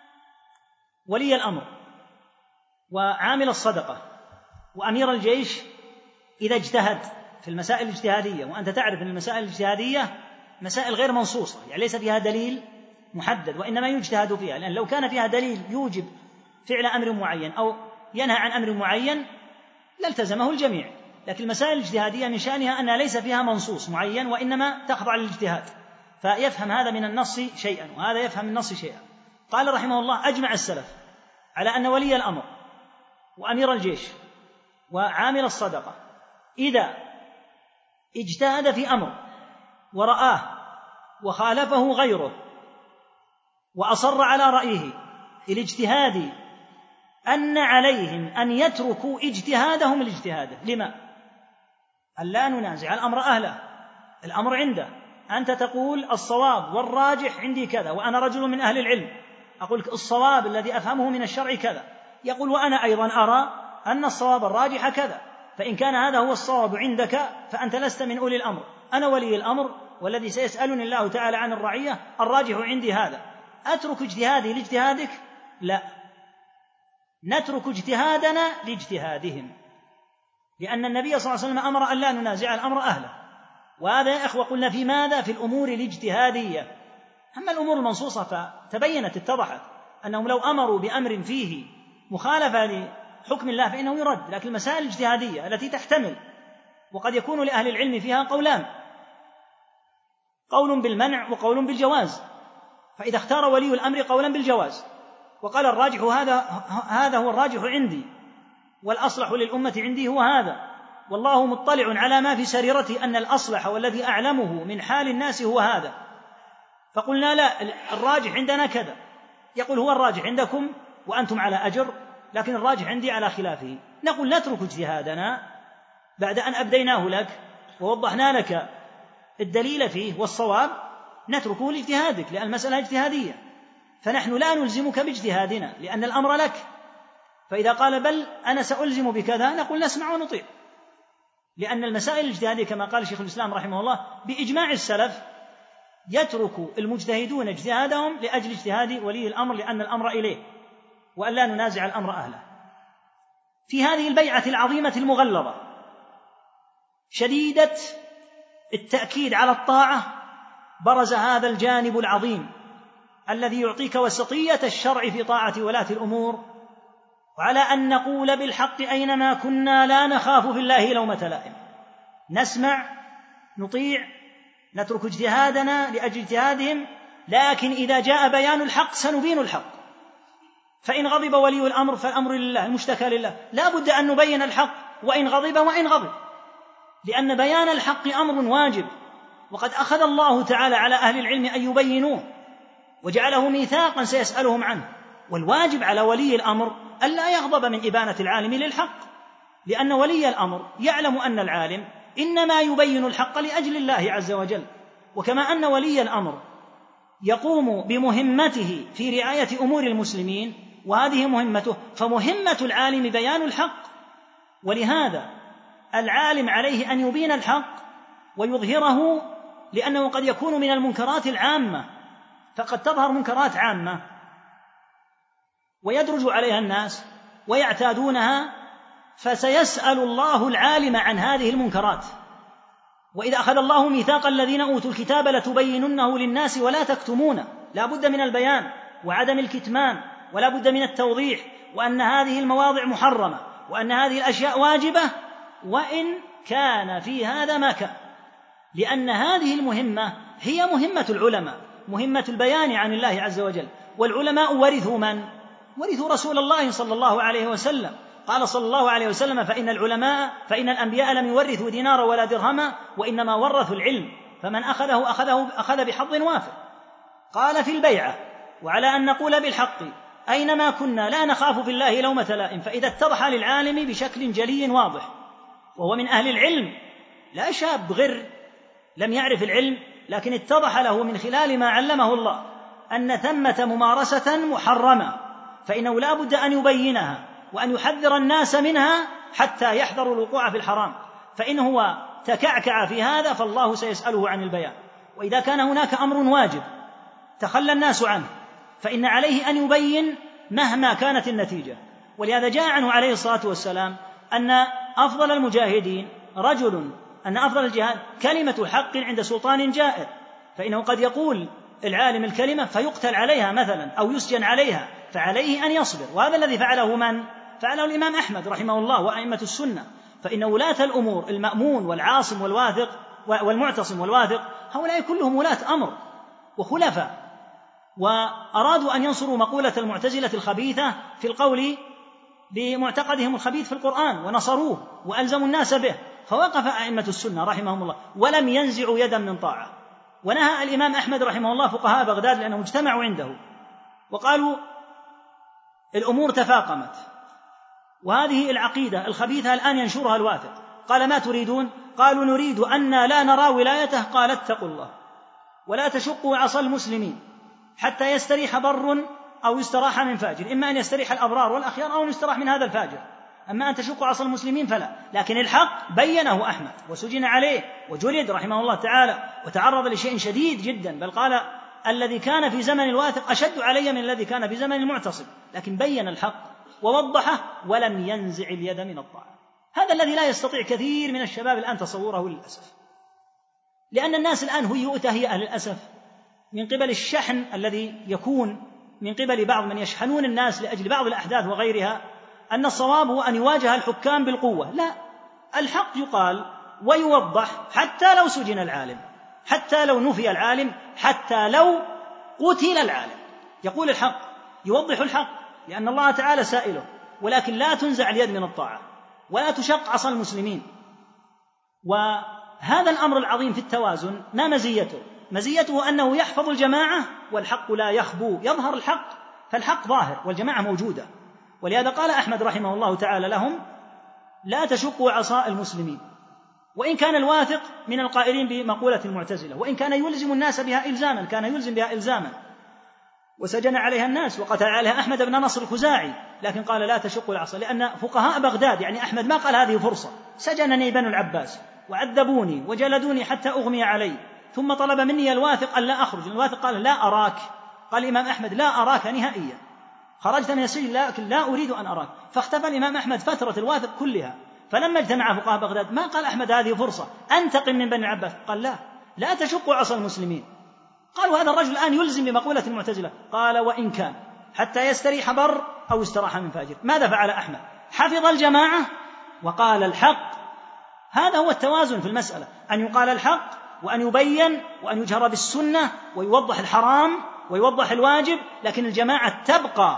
ولي الأمر وعامل الصدقة وأمير الجيش إذا اجتهد في المسائل الاجتهادية، وأنت تعرف أن المسائل الاجتهادية مسائل غير منصوصة، يعني ليس فيها دليل محدد وإنما يجتهد فيها، لأن لو كان فيها دليل يوجب فعل أمر معين أو ينهى عن أمر معين لالتزمه الجميع. لكن المسائل الاجتهادية من شأنها أنها ليس فيها منصوص معين وإنما تخضع للاجتهاد، فيفهم هذا من النص شيئا وهذا يفهم من النص شيئا. قال رحمه الله أجمع السلف على أن ولي الأمر وأمير الجيش وعامل الصدقة إذا اجتهد في أمر ورآه وخالفه غيره وأصر على رأيه الاجتهاد أن عليهم أن يتركوا اجتهادهم الاجتهاد. لما؟ أن لا ننازع الأمر أهله، الأمر عنده. أنت تقول الصواب والراجح عندي كذا، وأنا رجل من أهل العلم أقول الصواب الذي أفهمه من الشرع كذا، يقول وأنا أيضا أرى أن الصواب الراجح كذا، فإن كان هذا هو الصواب عندك فأنت لست من أولي الأمر، أنا ولي الأمر والذي سيسألني الله تعالى عن الرعية، الراجح عندي هذا. أترك اجتهادي لاجتهادك؟ لا، نترك اجتهادنا لاجتهادهم، لأن النبي صلى الله عليه وسلم أمر أن لا ننازع الأمر أهله. وهذا يا إخوة قلنا في ماذا؟ في الأمور الاجتهادية. أما الأمور المنصوصة فتبينت اتضحت أنهم لو أمروا بأمر فيه مخالفة لحكم الله فإنه يرد. لكن المسائل الاجتهادية التي تحتمل وقد يكون لأهل العلم فيها قولان، قول بالمنع وقول بالجواز، فإذا اختار ولي الأمر قولا بالجواز وقال الراجح هذا هو الراجح عندي والأصلح للأمة عندي هو هذا، والله مطلع على ما في سريرتي أن الأصلح والذي أعلمه من حال الناس هو هذا، فقلنا لا الراجح عندنا كذا، يقول هو الراجح عندكم وأنتم على أجر لكن الراجح عندي على خلافه، نقول نترك اجتهادنا بعد أن أبديناه لك ووضحنا لك الدليل فيه والصواب، نتركه لاجتهادك لأن المسألة اجتهادية، فنحن لا نلزمك باجتهادنا لأن الأمر لك. فإذا قال بل أنا سألزم بكذا نقول نسمع ونطيع، لأن المسائل الاجتهادية كما قال شيخ الإسلام رحمه الله بإجماع السلف يترك المجتهدون اجتهادهم لأجل اجتهاد ولي الأمر لأن الأمر إليه وأن لا ننازع الأمر أهله. في هذه البيعة العظيمة المغلظة شديدة التأكيد على الطاعة برز هذا الجانب العظيم الذي يعطيك وسطية الشرع في طاعة ولاة الأمور، وعلى أن نقول بالحق أينما كنا لا نخاف في الله لومة لائم، نسمع نطيع نترك اجتهادنا لأجل اجتهادهم، لكن إذا جاء بيان الحق سنبين الحق، فإن غضب ولي الأمر فالأمر لله، المشتكى لله، لا بد أن نبين الحق وإن غضب، لأن بيان الحق أمر واجب، وقد أخذ الله تعالى على أهل العلم أن يبينوه وجعله ميثاقا سيسألهم عنه. والواجب على ولي الأمر ألا يغضب من إبانة العالم للحق، لأن ولي الأمر يعلم أن العالم إنما يبين الحق لأجل الله عز وجل. وكما أن ولي الأمر يقوم بمهمته في رعاية أمور المسلمين وهذه مهمته، فمهمة العالم بيان الحق. ولهذا العالم عليه أن يبين الحق ويظهره، لأنه قد يكون من المنكرات العامة، فقد تظهر منكرات عامة ويدرج عليها الناس ويعتادونها، فسيسأل الله العالم عن هذه المنكرات. وإذا أخذ الله ميثاق الذين أوتوا الكتاب لتبيننه للناس ولا تكتمونه، لا بد من البيان وعدم الكتمان، ولا بد من التوضيح، وأن هذه المواضع محرمة، وأن هذه الأشياء واجبة، وإن كان في هذا ما كان، لأن هذه المهمة هي مهمة العلماء، مهمة البيان عن الله عز وجل. والعلماء ورثوا من؟ ورثوا رسول الله صلى الله عليه وسلم. قال صلى الله عليه وسلم: فإن الأنبياء لم يورثوا دينارا ولا درهما، وإنما ورثوا العلم، فمن أخذ بحظ وافر. قال في البيعة: وعلى أن نقول بالحق أينما كنا لا نخاف في الله لومة لائم، فإذا اتضح للعالم بشكل جلي واضح وهو من أهل العلم، لا شاب غر لم يعرف العلم، لكن اتضح له من خلال ما علمه الله أن ثمة ممارسة محرمة، فإنه لا بد أن يبينها وأن يحذر الناس منها حتى يحذروا الوقوع في الحرام. فإن هو تكعكع في هذا فالله سيسأله عن البيان. وإذا كان هناك أمر واجب تخلى الناس عنه فإن عليه أن يبين مهما كانت النتيجة. ولهذا جاء عنه عليه الصلاة والسلام أن أفضل المجاهدين أن أفضل الجهاد كلمة حق عند سلطان جائر، فإنه قد يقول العالم الكلمة فيقتل عليها مثلا أو يسجن عليها، فعليه أن يصبر. وهذا الذي فعله من؟ فعله الإمام أحمد رحمه الله وأئمة السنة. فإن ولاة الأمور المأمون والعاصم والواثق والمعتصم والواثق هؤلاء كلهم ولاة أمر وخلفاء، وأرادوا أن ينصروا مقولة المعتزلة الخبيثة في القول بمعتقدهم الخبيث في القرآن، ونصروه وألزموا الناس به، فوقف أئمة السنة رحمهم الله ولم ينزعوا يدا من طاعة. ونهى الإمام أحمد رحمه الله فقهاء بغداد لأنهم اجتمعوا عنده وقالوا: الأمور تفاقمت وهذه العقيدة الخبيثة الآن ينشرها الواثق. قال: ما تريدون؟ قالوا: نريد أن لا نرى ولايته. قال: اتقوا الله ولا تشقوا عصا المسلمين حتى يستريح بر أو يستراح من فاجر، إما أن يستريح الأبرار والأخيار أو أن يستراح من هذا الفاجر، أما أن تشقوا عصا المسلمين فلا. لكن الحق بينه أحمد وسجن عليه وجلد رحمه الله تعالى وتعرض لشيء شديد جدا، بل قال: الذي كان في زمن الواثق أشد علي من الذي كان في زمن المعتصم، لكن بين الحق ووضحه ولم ينزع اليد من الطاعة. هذا الذي لا يستطيع كثير من الشباب الآن تصوره للأسف، لأن الناس الآن هي أهل الأسف من قبل الشحن الذي يكون من قبل بعض من يشحنون الناس لأجل بعض الأحداث وغيرها، أن الصواب هو أن يواجه الحكام بالقوة. لا، الحق يقال ويوضح حتى لو سجن العالم، حتى لو نفي العالم، حتى لو قتل العالم، يقول الحق يوضح الحق، لأن الله تعالى سائله، ولكن لا تنزع اليد من الطاعة ولا تشق عصا المسلمين. وهذا الأمر العظيم في التوازن ما مزيته؟ مزيته أنه يحفظ الجماعة والحق لا يخبو، يظهر الحق فالحق ظاهر والجماعة موجودة. ولهذا قال أحمد رحمه الله تعالى لهم: لا تشقوا عصا المسلمين. وإن كان الواثق من القائلين بمقولة المعتزلة، وإن كان يلزم الناس بها إلزاما، كان يلزم بها إلزاما وسجن عليها الناس وقتل عليها أحمد بن نصر الخزاعي، لكن قال: لا تشقوا العصا، لأن فقهاء بغداد يعني أحمد ما قال هذه فرصة، سجنني بنو العباس وعذبوني وجلدوني حتى أغمي علي، ثم طلب مني الواثق أن لا أخرج. الواثق قال: لا أراك. قال الإمام أحمد: لا أراك نهائيا، خرجت من السجن لكن لا أريد أن أراك. فاختفى الإمام أحمد فترة الواثق كلها. فلما اجتمع فقهاء بغداد ما قال أحمد هذه فرصة أنتقم من بني العباس، قال: لا تشقوا عصا المسلمين. قالوا: هذا الرجل الآن يلزم بمقولة المعتزلة. قال: وإن كان حتى يستريح بر أو يستراح من فاجر. ماذا فعل أحمد؟ حفظ الجماعة وقال الحق. هذا هو التوازن في المسألة، أن يقال الحق وأن يبين وأن يجهر بالسنة ويوضح الحرام ويوضح الواجب، لكن الجماعة تبقى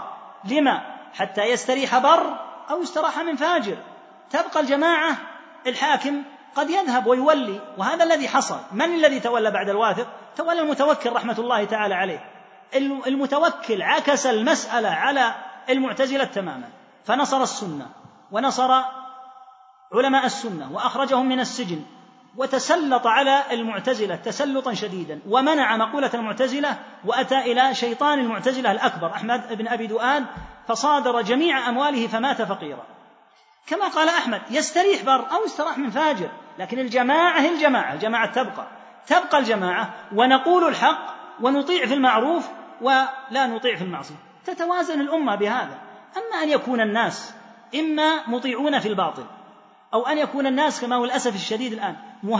لما؟ حتى يستريح بر أو يستراح من فاجر. تبقى الجماعة، الحاكم قد يذهب ويولي، وهذا الذي حصل. من الذي تولى بعد الواثق؟ تولى المتوكل رحمة الله تعالى عليه. المتوكل عكس المسألة على المعتزلة تماما، فنصر السنة ونصر علماء السنة وأخرجهم من السجن، وتسلط على المعتزلة تسلطا شديدا، ومنع مقولة المعتزلة، وأتى إلى شيطان المعتزلة الأكبر أحمد بن أبي دؤاد فصادر جميع أمواله فمات فقيرا. كما قال أحمد: يستريح بر أو يستراح من فاجر. لكن الجماعة هي الجماعة تبقى الجماعة، ونقول الحق ونطيع في المعروف ولا نطيع في المعصية، تتوازن الأمة بهذا. أما أن يكون الناس إما مطيعون في الباطل، أو أن يكون الناس كما هو الأسف الشديد الآن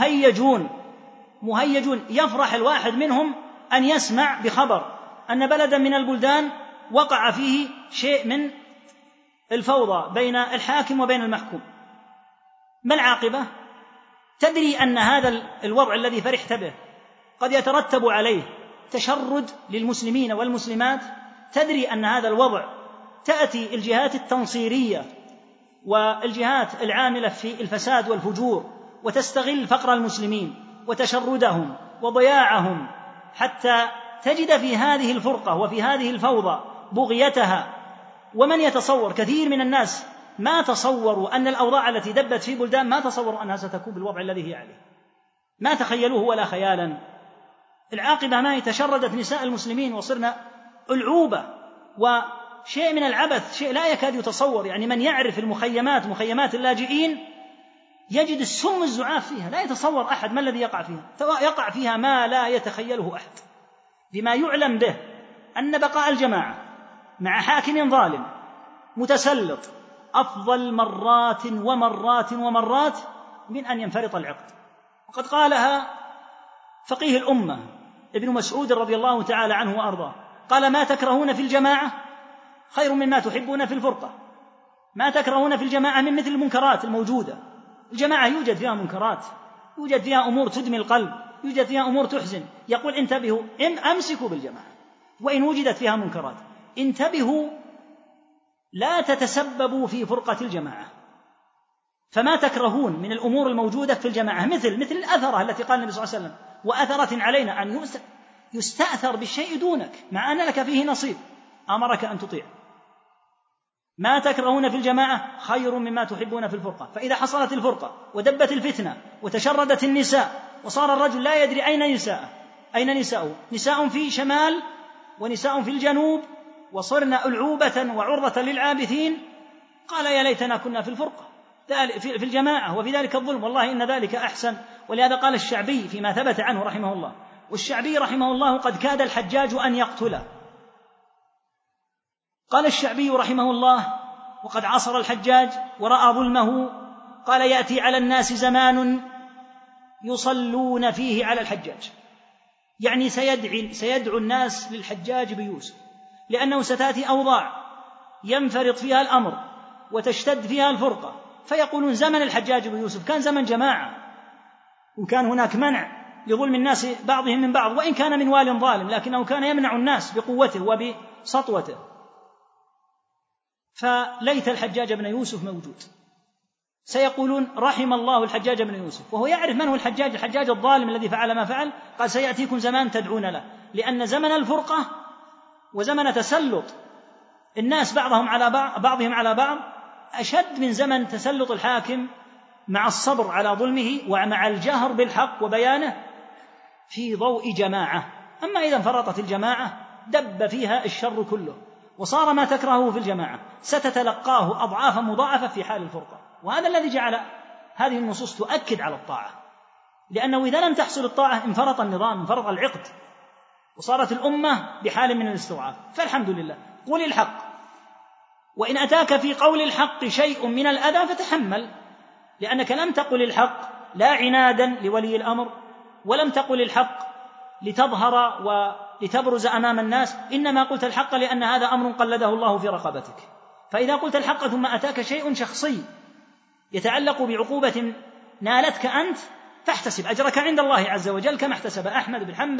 مهيجون يفرح الواحد منهم أن يسمع بخبر أن بلدا من البلدان وقع فيه شيء من الفوضى بين الحاكم وبين المحكوم. ما العاقبة؟ تدري أن هذا الوضع الذي فرحت به قد يترتب عليه تشرد للمسلمين والمسلمات. تدري أن هذا الوضع تأتي الجهات التنصيرية والجهات العاملة في الفساد والفجور وتستغل فقر المسلمين وتشردهم وضياعهم، حتى تجد في هذه الفرقة وفي هذه الفوضى بغيتها. ومن يتصور، كثير من الناس ما تصوروا أن الأوضاع التي دبت في بلدان، ما تصوروا أنها ستكون بالوضع الذي هي عليه، ما تخيلوه ولا خيالا. العاقبة ما تشردت نساء المسلمين وصرنا ألعوبة وشيء من العبث، شيء لا يكاد يتصور. يعني من يعرف المخيمات، مخيمات اللاجئين، يجد السم الزعاف فيها، لا يتصور أحد ما الذي يقع فيها. يقع فيها ما لا يتخيله أحد، بما يعلم به أن بقاء الجماعة مع حاكم ظالم متسلط أفضل مرات ومرات ومرات من أن ينفرط العقد. وقد قالها فقيه الأمة ابن مسعود رضي الله تعالى عنه وأرضاه، قال: ما تكرهون في الجماعة خير مما تحبون في الفرقة. ما تكرهون في الجماعة من مثل المنكرات الموجودة. الجماعة يوجد فيها منكرات، يوجد فيها أمور تدمي القلب، يوجد فيها أمور تحزن. يقول: انتبهوا، أمسكوا بالجماعة وإن وجدت فيها منكرات، انتبهوا لا تتسببوا في فرقة الجماعة. فما تكرهون من الأمور الموجودة في الجماعة مثل الأثرة التي قال النبي صلى الله عليه وسلم: وأثرة علينا، أن يستأثر بالشيء دونك مع أن لك فيه نصيب، أمرك أن تطيع. ما تكرهون في الجماعة خير مما تحبون في الفرقة. فإذا حصلت الفرقة ودبت الفتنة وتشردت النساء وصار الرجل لا يدري أين نساؤه، نساء في شمال ونساء في الجنوب، وصرنا ألعوبة وعرضة للعابثين، قال: يا ليتنا كنا في الفرقة في الجماعة وفي ذلك الظلم، والله إن ذلك أحسن. ولهذا قال الشعبي فيما ثبت عنه رحمه الله، والشعبي رحمه الله قد كاد الحجاج أن يقتله. قال الشعبي رحمه الله وقد عصر الحجاج ورأى ظلمه، قال: يأتي على الناس زمان يصلون فيه على الحجاج، يعني سيدعو الناس للحجاج بيوسف، لأنه ستأتي أوضاع ينفرط فيها الأمر وتشتد فيها الفرقة، فيقولون: زمن الحجاج بيوسف كان زمن جماعة، وكان هناك منع لظلم الناس بعضهم من بعض، وإن كان من وال ظالم لكنه كان يمنع الناس بقوته وبسطوته. فليت الحجاج بن يوسف موجود. سيقولون: رحم الله الحجاج بن يوسف، وهو يعرف من هو الحجاج الظالم الذي فعل ما فعل. قال: سيأتيكم زمان تدعون له، لأن زمن الفرقة وزمن تسلط الناس بعضهم على بعض أشد من زمن تسلط الحاكم مع الصبر على ظلمه ومع الجهر بالحق وبيانه في ضوء جماعة. أما إذا انفرطت الجماعة دب فيها الشر كله، وصار ما تكرهه في الجماعة ستتلقاه أضعافا مضاعفة في حال الفرقة. وهذا الذي جعل هذه النصوص تؤكد على الطاعة، لأنه إذا لم تحصل الطاعة انفرط النظام، انفرط العقد، وصارت الأمة بحال من الاستضعاف. فالحمد لله، قل الحق، وإن أتاك في قول الحق شيء من الأذى فتحمل، لأنك لم تقل الحق لا عنادا لولي الأمر، ولم تقل الحق لتظهر ولتبرز أمام الناس، إنما قلت الحق لأن هذا أمر قلده الله في رقبتك. فإذا قلت الحق ثم أتاك شيء شخصي يتعلق بعقوبة نالتك أنت، فاحتسب أجرك عند الله عز وجل كما احتسب أحمد بن حنبل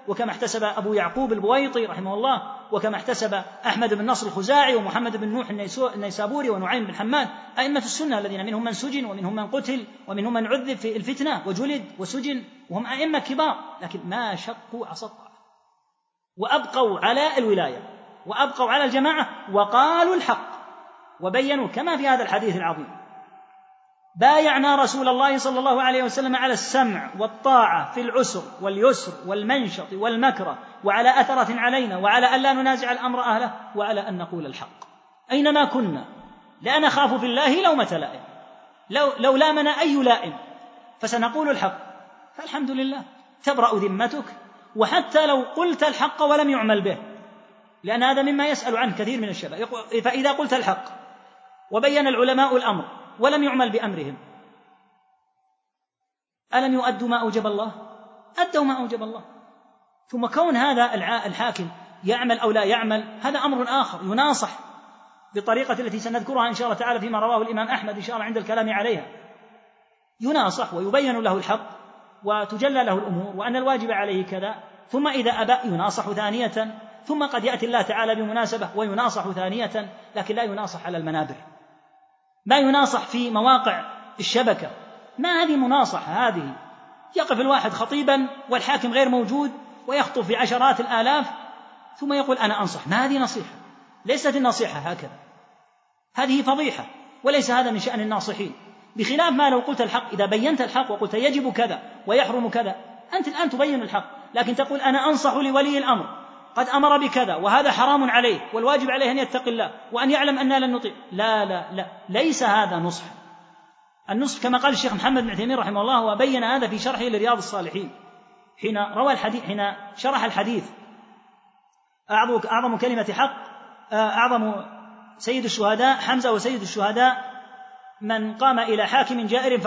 وكما احتسب أبو يعقوب البويطي رحمه الله، وكما احتسب أحمد بن نصر الخزاعي ومحمد بن نوح النيسابوري ونعيم بن حماد أئمة السنة الذين منهم من سجن ومنهم من قتل ومنهم من عذب في الفتنة وجلد وسجن، وهم أئمة كبار، لكن ما شقوا عصا الطاعة وأبقوا على الولاية وأبقوا على الجماعة وقالوا الحق وبينوا، كما في هذا الحديث العظيم: بايعنا رسول الله صلى الله عليه وسلم على السمع والطاعة في العسر واليسر والمنشط والمكره، وعلى أثرة علينا، وعلى أن لا ننازع الأمر أهله، وعلى أن نقول الحق أينما كنا، لا نخاف في الله لومة لائم، لو لامنا أي لائم فسنقول الحق، فالحمد لله تبرأ ذمتك. وحتى لو قلت الحق ولم يعمل به، لأن هذا مما يسأل عنه كثير من الشباب، فإذا قلت الحق وبين العلماء الأمر ولم يعمل بأمرهم، ألم يؤدوا ما أوجب الله؟ أدوا ما أوجب الله. ثم كون هذا الحاكم يعمل أو لا يعمل هذا أمر آخر، يناصح بالطريقة التي سنذكرها إن شاء الله تعالى فيما رواه الإمام أحمد إن شاء الله عند الكلام عليها، يناصح ويبين له الحق وتجلى له الأمور وأن الواجب عليه كذا، ثم إذا أبى يناصح ثانية، ثم قد يأتي الله تعالى بمناسبة ويناصح ثانية، لكن لا يناصح على المنابر، ما يناصح في مواقع الشبكة، ما هذه مناصحة، هذه يقف الواحد خطيبا والحاكم غير موجود ويخطب في عشرات الآلاف ثم يقول أنا أنصح، ما هذه نصيحة، ليست النصيحة هكذا، هذه فضيحة، وليس هذا من شأن الناصحين. بخلاف ما لو قلت الحق، إذا بينت الحق وقلت يجب كذا ويحرم كذا، أنت الآن تبين الحق، لكن تقول أنا أنصح لولي الأمر قد أمر بكذا وهذا حرام عليه والواجب عليه أن يتقي الله وأن يعلم أننا لن نطيع، لا لا لا، ليس هذا نصح. النصح كما قال الشيخ محمد بن عثيمين رحمه الله وبين هذا في شرحه لرياض الصالحين حين روى الحديث، حين شرح الحديث أعظم كلمة حق، أعظم سيد الشهداء حمزة وسيد الشهداء من قام إلى حاكم جائر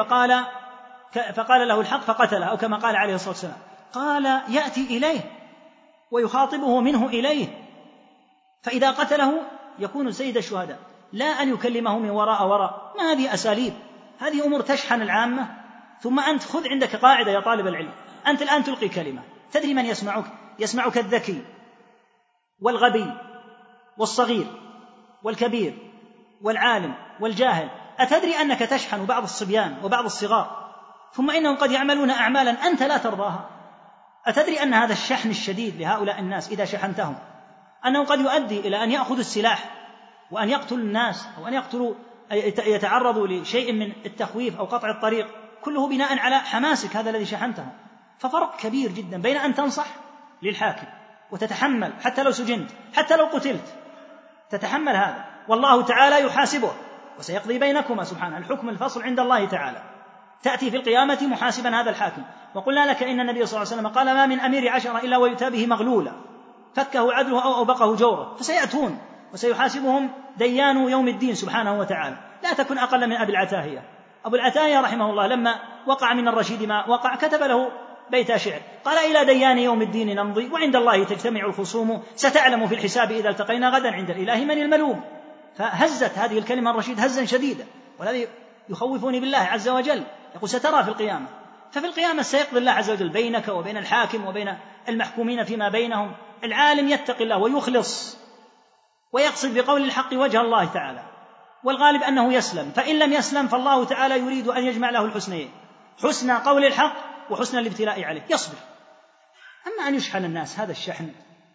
فقال له الحق فقتله، أو كما قال عليه الصلاة والسلام، قال يأتي إليه ويخاطبه منه إليه، فإذا قتله يكون سيد الشهداء، لا أن يكلمه من وراء، ما هذه أساليب، هذه أمور تشحن العامة. ثم أنت خذ عندك قاعدة يا طالب العلم، أنت الآن تلقي كلمة، تدري من يسمعك؟ يسمعك الذكي والغبي والصغير والكبير والعالم والجاهل، أتدري أنك تشحن بعض الصبيان وبعض الصغار ثم إنهم قد يعملون أعمالا أنت لا ترضاها؟ أتدري أن هذا الشحن الشديد لهؤلاء الناس إذا شحنتهم أنه قد يؤدي إلى أن يأخذوا السلاح وأن يقتلوا الناس أو أن يتعرضوا لشيء من التخويف أو قطع الطريق، كله بناء على حماسك هذا الذي شحنتهم. ففرق كبير جدا بين أن تنصح للحاكم وتتحمل حتى لو سجنت حتى لو قتلت تتحمل هذا، والله تعالى يحاسبه وسيقضي بينكما سبحانه، الحكم الفصل عند الله تعالى، تأتي في القيامة محاسبا هذا الحاكم. وقلنا لك إن النبي صلى الله عليه وسلم قال ما من أمير 10 إلا ويؤتى به مغلولا فكه عدله أو أوبقه جوره، فسيأتون وسيحاسبهم ديان يوم الدين سبحانه وتعالى. لا تكن أقل من أبي العتاهية. أبو العتاهية رحمه الله لما وقع من الرشيد ما وقع كتب له بيت شعر قال إلى ديان يوم الدين نمضي وعند الله تجتمع الخصوم، ستعلم في الحساب إذا التقينا غدا عند الإله من الملوم. فهزت هذه الكلمة الرشيد هزا شديدا، والذي يخوفني بالله عز وجل يقول سترى في القيامة. ففي القيامة سيقضي الله عز وجل بينك وبين الحاكم وبين المحكومين فيما بينهم. العالم يتقي الله ويخلص ويقصد بقول الحق وجه الله تعالى، والغالب أنه يسلم، فإن لم يسلم فالله تعالى يريد أن يجمع له الحسنين، حسن قول الحق وحسن الابتلاء عليه، يصبر. أما أن يشحن الناس هذا الشحن،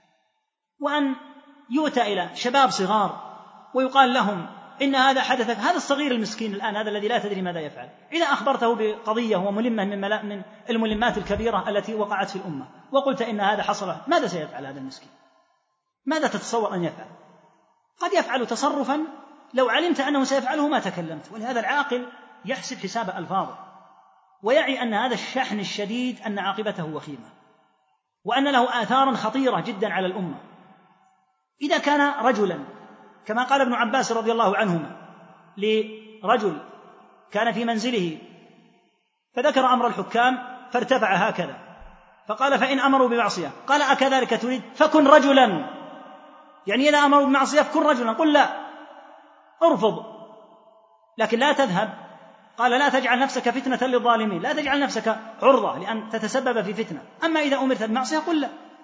وأن يؤتى إلى شباب صغار ويقال لهم إن هذا حدثك، هذا الصغير المسكين الآن هذا الذي لا تدري ماذا يفعل، إذا أخبرته بقضية وملمة من الملمات الكبيرة التي وقعت في الأمة وقلت إن هذا حصل، ماذا سيفعل هذا المسكين؟ ماذا تتصور أن يفعل؟ قد يفعل تصرفا لو علمت أنه سيفعله ما تكلمت. ولهذا العاقل يحسب حساب ألفاظه ويعي أن هذا الشحن الشديد أن عاقبته وخيمة وأن له آثارا خطيرة جدا على الأمة. إذا كان رجلا كما قال ابن عباس رضي الله عنهما لرجل كان في منزله فذكر أمر الحكام فارتفع هكذا فقال فإن أمروا بمعصية قال أكذلك تريد فكن رجلا، يعني إذا أمروا بمعصية فكن رجلا، قل لا ارفض لكن لا تذهب. قال لا تجعل نفسك فتنة للظالمين، لا تجعل نفسك عرضة لأن تتسبب في فتنة. أما إذا أمرت بمعصية قل لا،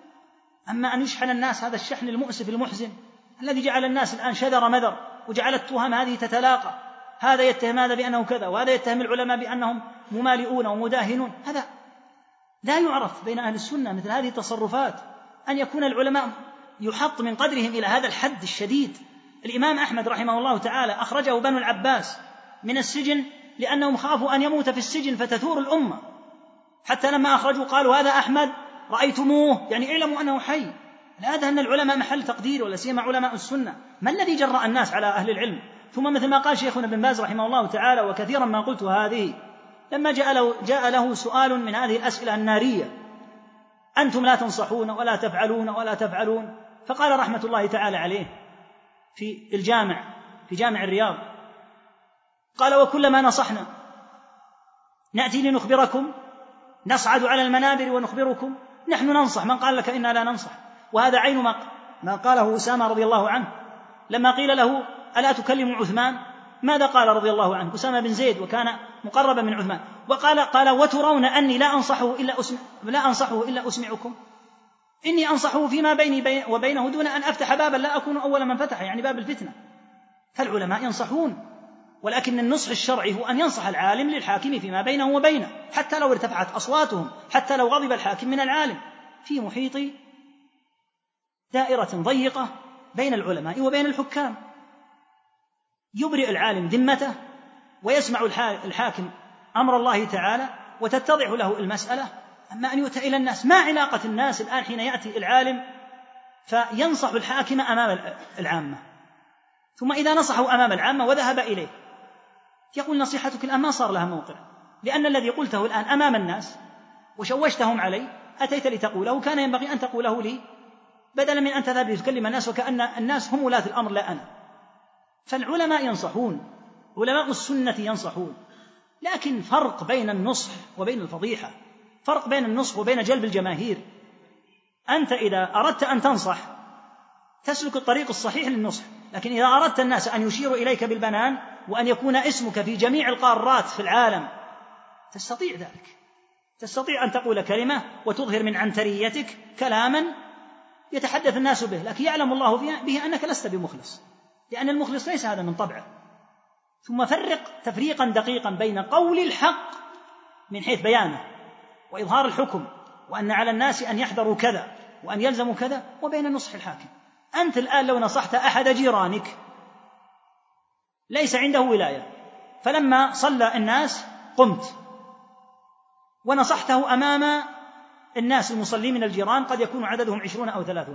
أما أن يشحن الناس هذا الشحن المؤسف المحزن الذي جعل الناس الآن شذر مذر، وجعل التهم هذه تتلاقى، هذا يتهم هذا بأنه كذا، وهذا يتهم العلماء بأنهم ممالئون ومداهنون، هذا لا يعرف بين أهل السنة. مثل هذه التصرفات أن يكون العلماء يحط من قدرهم إلى هذا الحد الشديد. الإمام أحمد رحمه الله تعالى أخرجه بنو العباس من السجن لأنهم خافوا أن يموت في السجن فتثور الأمة، حتى لما أخرجوا قالوا هذا أحمد رأيتموه، يعني اعلموا أنه حي. هذا أن العلماء محل تقدير، ولا سيما علماء السنة. ما الذي جرأ الناس على أهل العلم؟ ثم مثل ما قال شيخنا بن باز رحمه الله تعالى، وكثيرا ما قلت هذه، لما جاء له سؤال من هذه الأسئلة النارية: أنتم لا تنصحون ولا تفعلون ولا تفعلون، فقال رحمة الله تعالى عليه في جامع الرياض، قال: وكلما نصحنا نأتي لنخبركم، نصعد على المنابر ونخبركم، نحن ننصح، من قال لك إنا لا ننصح؟ وهذا عين ما قاله أسامة رضي الله عنه لما قيل له: ألا تكلم عثمان؟ ماذا قال رضي الله عنه أسامة بن زيد، وكان مقربا من عثمان، قال: وترون أني لا أنصحه إلا أسمعكم؟ إني أنصحه فيما بيني وبينه دون أن أفتح بابا لا أكون أول من فتح، يعني باب الفتنة. فالعلماء ينصحون، ولكن النصح الشرعي هو أن ينصح العالم للحاكم فيما بينه وبينه، حتى لو ارتفعت أصواتهم، حتى لو غضب الحاكم من العالم، في محيط دائرة ضيقة بين العلماء وبين الحكام. يبرئ العالم ذمته ويسمع الحاكم أمر الله تعالى وتتضح له المسألة. أما أن يؤتى إلى الناس، ما علاقة الناس الآن حين يأتي العالم فينصح الحاكم أمام العامة، ثم إذا نصحه أمام العامة وذهب إليه يقول: نصيحتك الآن ما صار لها موقع، لأن الذي قلته الآن أمام الناس وشوشتهم علي أتيت لتقوله، كان ينبغي أن تقوله لي، بدلا من أن تذهب لتكلم الناس وكأن الناس هم ولاة الأمر لا أنا. فالعلماء ينصحون، علماء السنة ينصحون، لكن فرق بين النصح وبين الفضيحة، فرق بين النصح وبين جلب الجماهير. أنت إذا أردت أن تنصح تسلك الطريق الصحيح للنصح، لكن إذا أردت الناس أن يشيروا إليك بالبنان وأن يكون اسمك في جميع القارات في العالم تستطيع ذلك، تستطيع أن تقول كلمة وتظهر من عنتريتك كلاما يتحدث الناس به، لكن يعلم الله به أنك لست بمخلص، لأن المخلص ليس هذا من طبعه. ثم فرق تفريقا دقيقا بين قول الحق من حيث بيانه وإظهار الحكم وأن على الناس أن يحذروا كذا وأن يلزموا كذا، وبين نصح الحاكم. أنت الآن لو نصحت أحد جيرانك ليس عنده ولاية، فلما صلى الناس قمت ونصحته أمام الناس المصلين من الجيران، قد يكون عددهم 20 أو 30،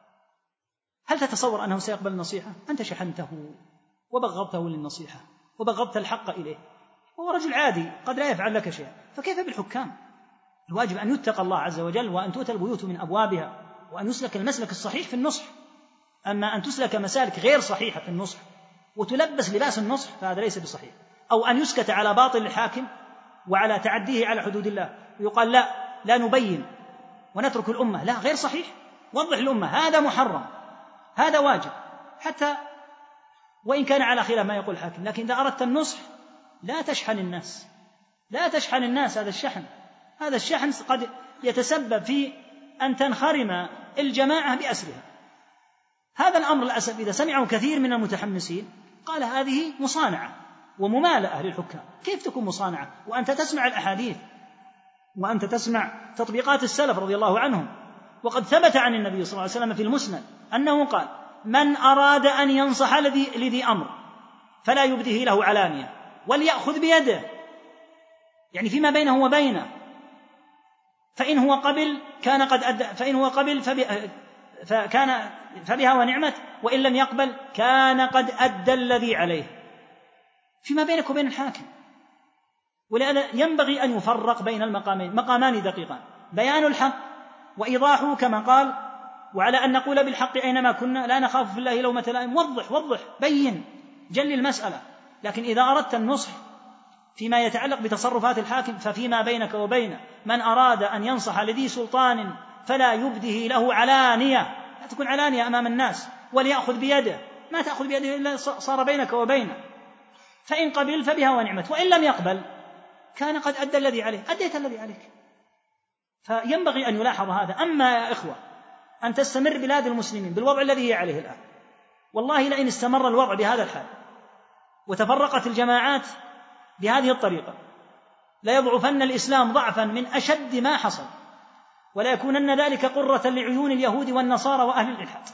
هل تتصور أنه سيقبل النصيحة؟ أنت شحنته وبغضته للنصيحة وبغضت الحق إليه، هو رجل عادي قد لا يفعل لك شيئا، فكيف بالحكام؟ الواجب أن يتقى الله عز وجل، وأن تؤتى البيوت من أبوابها، وأن يسلك المسلك الصحيح في النصح. أما أن تسلك مسالك غير صحيحة في النصح وتلبس لباس النصح فهذا ليس بصحيح. أو أن يسكت على باطل الحاكم وعلى تعديه على حدود الله ويقال لا نبين ونترك الأمة، لا، غير صحيح. وضح الأمة هذا محرم، هذا واجب، حتى وإن كان على خلاف ما يقول الحاكم. لكن إذا أردت النصح لا تشحن الناس، لا تشحن الناس. هذا الشحن قد يتسبب في أن تنخرم الجماعة بأسرها. هذا الأمر للأسف إذا سمعه كثير من المتحمسين قال هذه مصانعة وممالأة للحكام. كيف تكون مصانعة وأنت تسمع الأحاديث وأنت تسمع تطبيقات السلف رضي الله عنهم؟ وقد ثبت عن النبي صلى الله عليه وسلم في المسند أنه قال: من أراد أن ينصح لذي أمر فلا يبده له علانية وليأخذ بيده، يعني فيما بينه وبينه، فإن هو قبل كان قد أدى، فإن هو قبل فبها ونعمت، وإن لم يقبل كان قد أدى الذي عليه، فيما بينك وبين الحاكم. ولهذا ينبغي أن يفرق بين المقامين، مقامان دقيقان: بيان الحق وإيضاحه كما قال: وعلى أن نقول بالحق أينما كنا لا نخاف في الله لومة لائم. وضح بين جل المسألة. لكن إذا أردت النصح فيما يتعلق بتصرفات الحاكم ففيما بينك وبينه، من أراد أن ينصح لذي سلطان فلا يبده له علانية، لا تكون علانية أمام الناس، وليأخذ بيده، ما تأخذ بيده إلا صار بينك وبينه، فإن قبل فبها ونعمت، وإن لم يقبل كان قد أدى الذي عليه، أديت الذي عليك. فينبغي أن يلاحظ هذا. أما يا إخوة أن تستمر بلاد المسلمين بالوضع الذي هي عليه الآن. والله لئن استمر الوضع بهذا الحال وتفرقت الجماعات بهذه الطريقة ليضعفن الإسلام ضعفا من أشد ما حصل، ولا يكونن ذلك قرة لعيون اليهود والنصارى وأهل الإلحاد،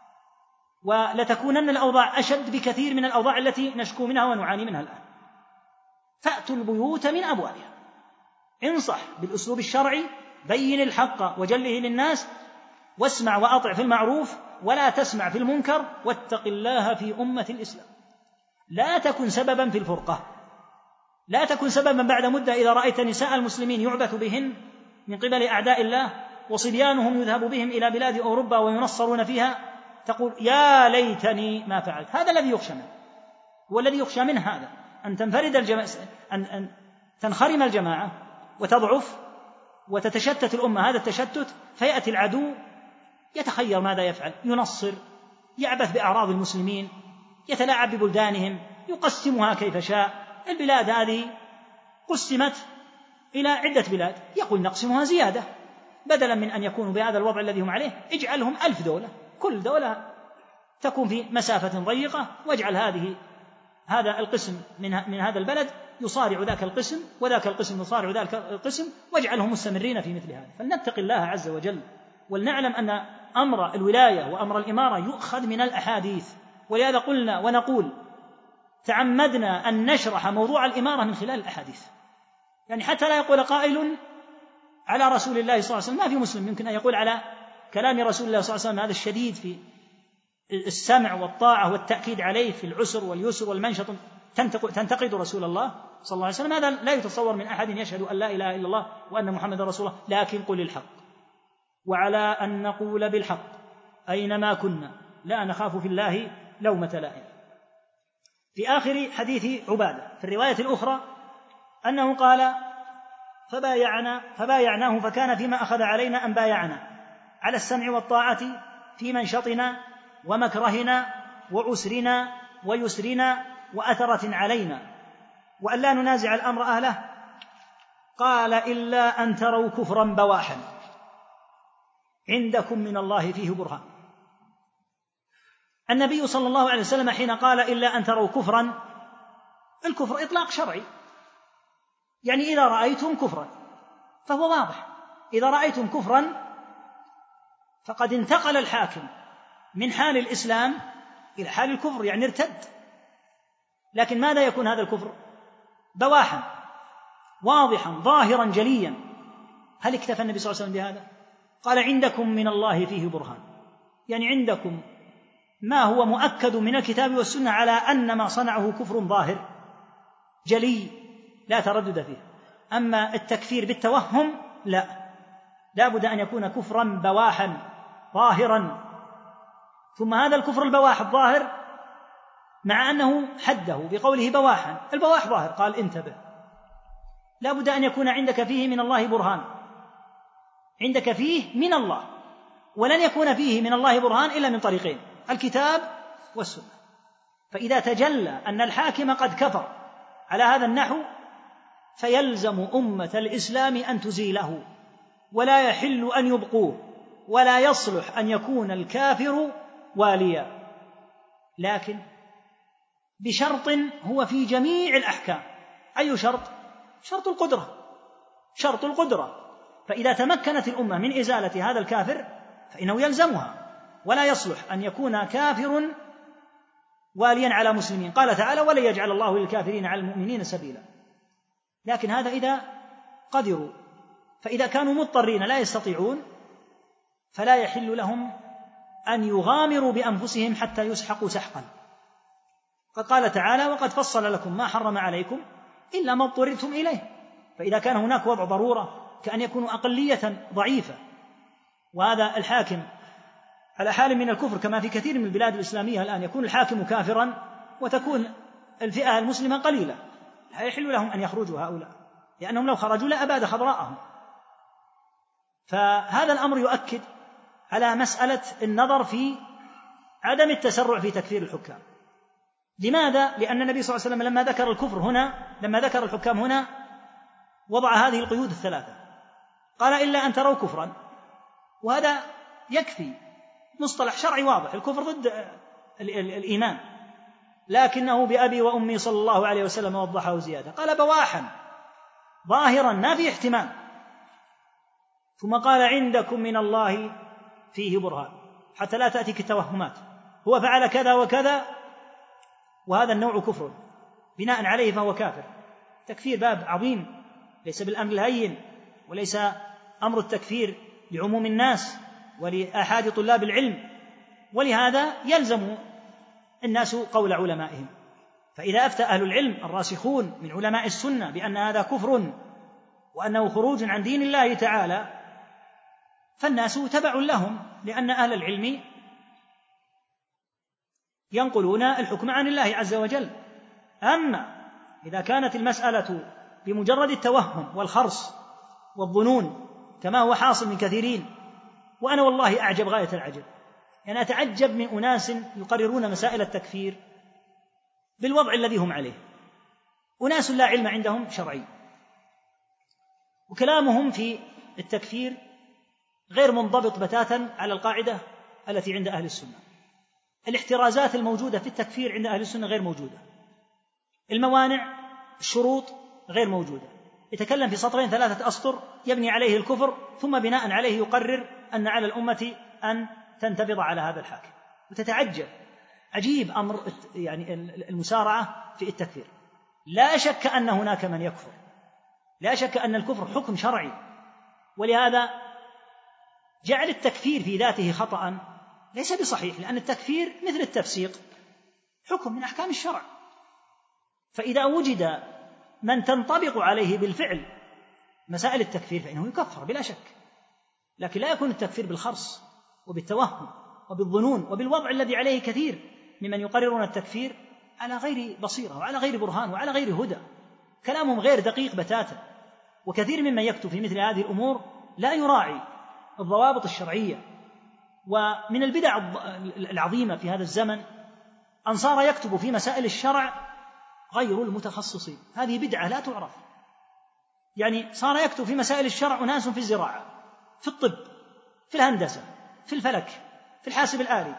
ولتكونن الأوضاع أشد بكثير من الأوضاع التي نشكو منها ونعاني منها الآن. فأتوا البيوت من أبوابها، انصح بالأسلوب الشرعي، بين الحق وجله للناس، واسمع وأطع في المعروف ولا تسمع في المنكر، واتق الله في أمة الإسلام. لا تكن سببا في الفرقة، لا تكن سببا بعد مدة إذا رأيت نساء المسلمين يعبث بهن من قبل أعداء الله وصبيانهم يذهب بهم إلى بلاد أوروبا وينصرون فيها، تقول يا ليتني ما فعلت. هذا الذي يخشى منه، هو الذي يخشى منه هذا، أن تنفرد أن تنخرم الجماعة وتضعف وتتشتت الأمة. هذا التشتت فيأتي العدو يتخير ماذا يفعل، ينصر، يعبث بأعراض المسلمين، يتلاعب ببلدانهم، يقسمها كيف شاء. البلاد هذه قسمت إلى عدة بلاد، يقول نقسمها زيادة، بدلا من أن يكونوا بهذا الوضع الذي هم عليه اجعلهم 1000 دولة، كل دولة تكون في مسافة ضيقة، واجعل هذا القسم من هذا البلد يصارع ذاك القسم، وذاك القسم يصارع ذاك القسم، واجعلهم مستمرين في مثل هذا. فلنتق الله عز وجل، ولنعلم أن أمر الولاية وأمر الإمارة يؤخذ من الأحاديث. ولهذا قلنا ونقول تعمدنا أن نشرح موضوع الإمارة من خلال الأحاديث، يعني حتى لا يقول قائل على رسول الله صلى الله عليه وسلم، ما في مسلم يمكن أن يقول على كلام رسول الله صلى الله عليه وسلم هذا الشديد في السمع والطاعة والتأكيد عليه في العسر واليسر والمنشط تنتقد رسول الله صلى الله عليه وسلم. هذا لا يتصور من أحد يشهد أن لا إله إلا الله وأن محمد رسول الله. لكن قل الحق، وعلى أن نقول بالحق أينما كنا، لا نخاف في الله لومة لائم. في آخر حديث عبادة في الرواية الأخرى أنه قال فبايعناه فكان فيما أخذ علينا أن بايعنا على السمع والطاعة في منشطنا ومكرهنا وعسرنا ويسرنا وأثرة علينا، وأن لا ننازع الأمر أهله. قال إلا أن تروا كفرا بواحا عندكم من الله فيه برهان. النبي صلى الله عليه وسلم حين قال إلا أن تروا كفرا، الكفر إطلاق شرعي، يعني إذا رأيتم كفرا فهو واضح. إذا رأيتم كفرا فقد انتقل الحاكم من حال الإسلام إلى حال الكفر، يعني ارتد. لكن ماذا يكون هذا الكفر؟ بواحا واضحا ظاهرا جليا. هل اكتفى النبي صلى الله عليه وسلم بهذا؟ قال عندكم من الله فيه برهان، يعني عندكم ما هو مؤكد من الكتاب والسنة على أن ما صنعه كفر ظاهر جلي لا تردد فيه. أما التكفير بالتوهم لا بد أن يكون كفرا بواحا ظاهرا. ثم هذا الكفر البواح الظاهر مع أنه حده بقوله بواحا، البواح ظاهر، قال انتبه، لا بد أن يكون عندك فيه من الله برهان، عندك فيه من الله، ولن يكون فيه من الله برهان إلا من طريقين: الكتاب والسنة. فإذا تجلى أن الحاكم قد كفر على هذا النحو فيلزم أمة الإسلام أن تزيله، ولا يحل أن يبقوه، ولا يصلح أن يكون الكافر واليا، لكن بشرط هو في جميع الأحكام. أي شرط؟ شرط القدرة، شرط القدرة. فإذا تمكنت الأمة من إزالة هذا الكافر فإنه يلزمها، ولا يصلح أن يكون كافر واليا على مسلمين. قال تعالى: ولن يجعل الله للكافرين على المؤمنين سبيلا. لكن هذا إذا قدروا، فإذا كانوا مضطرين لا يستطيعون فلا يحل لهم أن يغامروا بأنفسهم حتى يسحقوا سحقا. قد قال تعالى: وقد فصل لكم ما حرم عليكم إلا ما اضطررتم إليه. فإذا كان هناك وضع ضرورة كأن يكونوا أقلية ضعيفة وهذا الحاكم على حال من الكفر، كما في كثير من البلاد الإسلامية الآن يكون الحاكم كافرا وتكون الفئة المسلمة قليلة، لا يحل لهم أن يخرجوا هؤلاء، لأنهم لو خرجوا لأباد خضراءهم. فهذا الأمر يؤكد على مسألة النظر في عدم التسرع في تكفير الحكام. لماذا؟ لأن النبي صلى الله عليه وسلم لما ذكر الحكام هنا وضع هذه القيود الثلاثة، قال إلا أن تروا كفرا، وهذا يكفي، مصطلح شرعي واضح، الكفر ضد الإيمان، لكنه بأبي وأمي صلى الله عليه وسلم وضحه زيادة، قال بواحا ظاهرا ما في احتمال، ثم قال عندكم من الله فيه برهان، حتى لا تأتيك التوهمات، هو فعل كذا وكذا وهذا النوع كفر بناء عليه فهو كافر. تكفير باب عظيم ليس بالأمر الهين، وليس أمر التكفير لعموم الناس ولآحاد طلاب العلم، ولهذا يلزم الناس قول علمائهم. فإذا أفتى أهل العلم الراسخون من علماء السنة بأن هذا كفر وأنه خروج عن دين الله تعالى فالناس تبع لهم، لأن أهل العلم ينقلون الحكم عن الله عز وجل. أما إذا كانت المسألة بمجرد التوهم والخرص والظنون كما هو حاصل من كثيرين، وأنا والله أعجب غاية العجب، يعني أتعجب من أناس يقررون مسائل التكفير بالوضع الذي هم عليه، أناس لا علم عندهم شرعي، وكلامهم في التكفير غير منضبط بتاتا على القاعدة التي عند أهل السنة. الاحترازات الموجودة في التكفير عند أهل السنة غير موجودة، الموانع الشروط غير موجودة، يتكلم في سطرين 3 أسطر يبني عليه الكفر، ثم بناء عليه يقرر أن على الأمة أن تنتبض على هذا الحاكم، وتتعجب. عجيب أمر يعني المسارعة في التكفير. لا شك أن هناك من يكفر، لا شك أن الكفر حكم شرعي، ولهذا جعل التكفير في ذاته خطأ ليس بصحيح، لأن التكفير مثل التفسيق حكم من أحكام الشرع، فإذا وجد من تنطبق عليه بالفعل مسائل التكفير فإنه يكفر بلا شك، لكن لا يكون التكفير بالخرص وبالتوهم وبالظنون وبالوضع الذي عليه كثير ممن يقررون التكفير على غير بصيرة وعلى غير برهان وعلى غير هدى، كلامهم غير دقيق بتاتا. وكثير ممن يكتب في مثل هذه الأمور لا يراعي الضوابط الشرعية. ومن البدع العظيمة في هذا الزمن أن صار يكتب في مسائل الشرع غير المتخصصين، هذه بدعة لا تعرف. يعني صار يكتب في مسائل الشرع أناس في الزراعة، في الطب، في الهندسة، في الفلك، في الحاسب الآلي،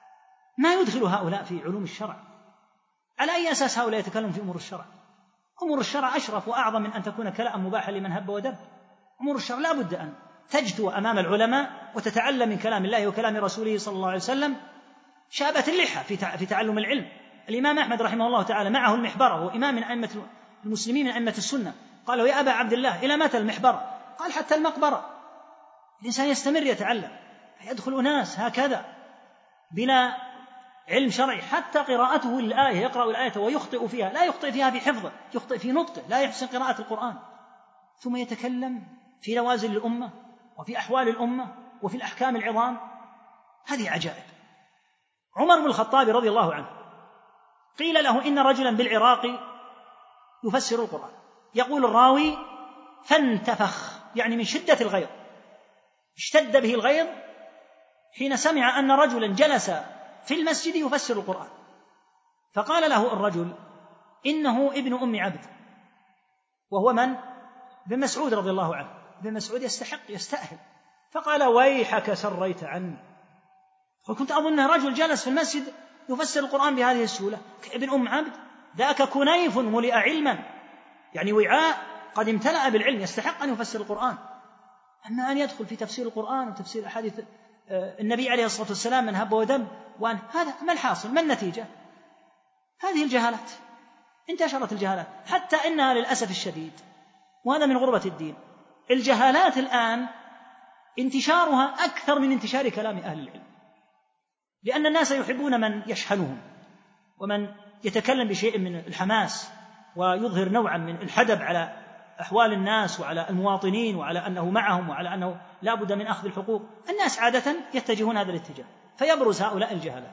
ما يدخل هؤلاء في علوم الشرع. على أي أساس هؤلاء يتكلمون في أمور الشرع؟ أمور الشرع أشرف وأعظم من أن تكون كلاء مباحا لمن هب ودب. أمور الشرع لا بد أن تجتو أمام العلماء وتتعلم من كلام الله وكلام رسوله صلى الله عليه وسلم شابة اللحى في تعلم العلم. الإمام أحمد رحمه الله تعالى معه المحبرة، وإمام من أئمة المسلمين من أئمة السنة، قال له يا أبا عبد الله إلى متى المحبرة؟ قال حتى المقبرة. الإنسان يستمر يتعلم، فيدخل أناس هكذا بلا علم شرعي، حتى قراءته للآية يقرأ الآية ويخطئ فيها، لا يخطئ فيها في حفظه، يخطئ في نطقه، لا يحسن قراءة القرآن، ثم يتكلم في نوازل الأمة وفي أحوال الأمة وفي الأحكام العظام. هذه عجائب. عمر بن الخطاب رضي الله عنه قيل له إن رجلا بالعراق يفسر القرآن، يقول الراوي فانتفخ، يعني من شدة الغيظ، اشتد به الغيظ حين سمع أن رجلا جلس في المسجد يفسر القرآن، فقال له الرجل إنه ابن أم عبد، وهو من؟ ابن مسعود رضي الله عنه. ابن مسعود يستأهل، فقال ويحك سريت عني، وكنت أظن رجل جلس في المسجد يفسر القرآن بهذه السهولة. ابن أم عبد ذاك كنيف ملئ علما، يعني وعاء قد امتلأ بالعلم، يستحق أن يفسر القرآن. أما أن يدخل في تفسير القرآن وتفسير أحاديث النبي عليه الصلاة والسلام من هب ودم، وأن هذا ما الحاصل؟ ما النتيجة؟ هذه الجهالات، انتشرت الجهالات، حتى إنها للأسف الشديد، وهذا من غربة الدين، الجهالات الآن انتشارها أكثر من انتشار كلام أهل العلم، لأن الناس يحبون من يشحنهم ومن يتكلم بشيء من الحماس ويظهر نوعا من الحدب على أحوال الناس وعلى المواطنين، وعلى أنه معهم، وعلى أنه لا بد من أخذ الحقوق. الناس عادة يتجهون هذا الاتجاه، فيبرز هؤلاء الجهلة.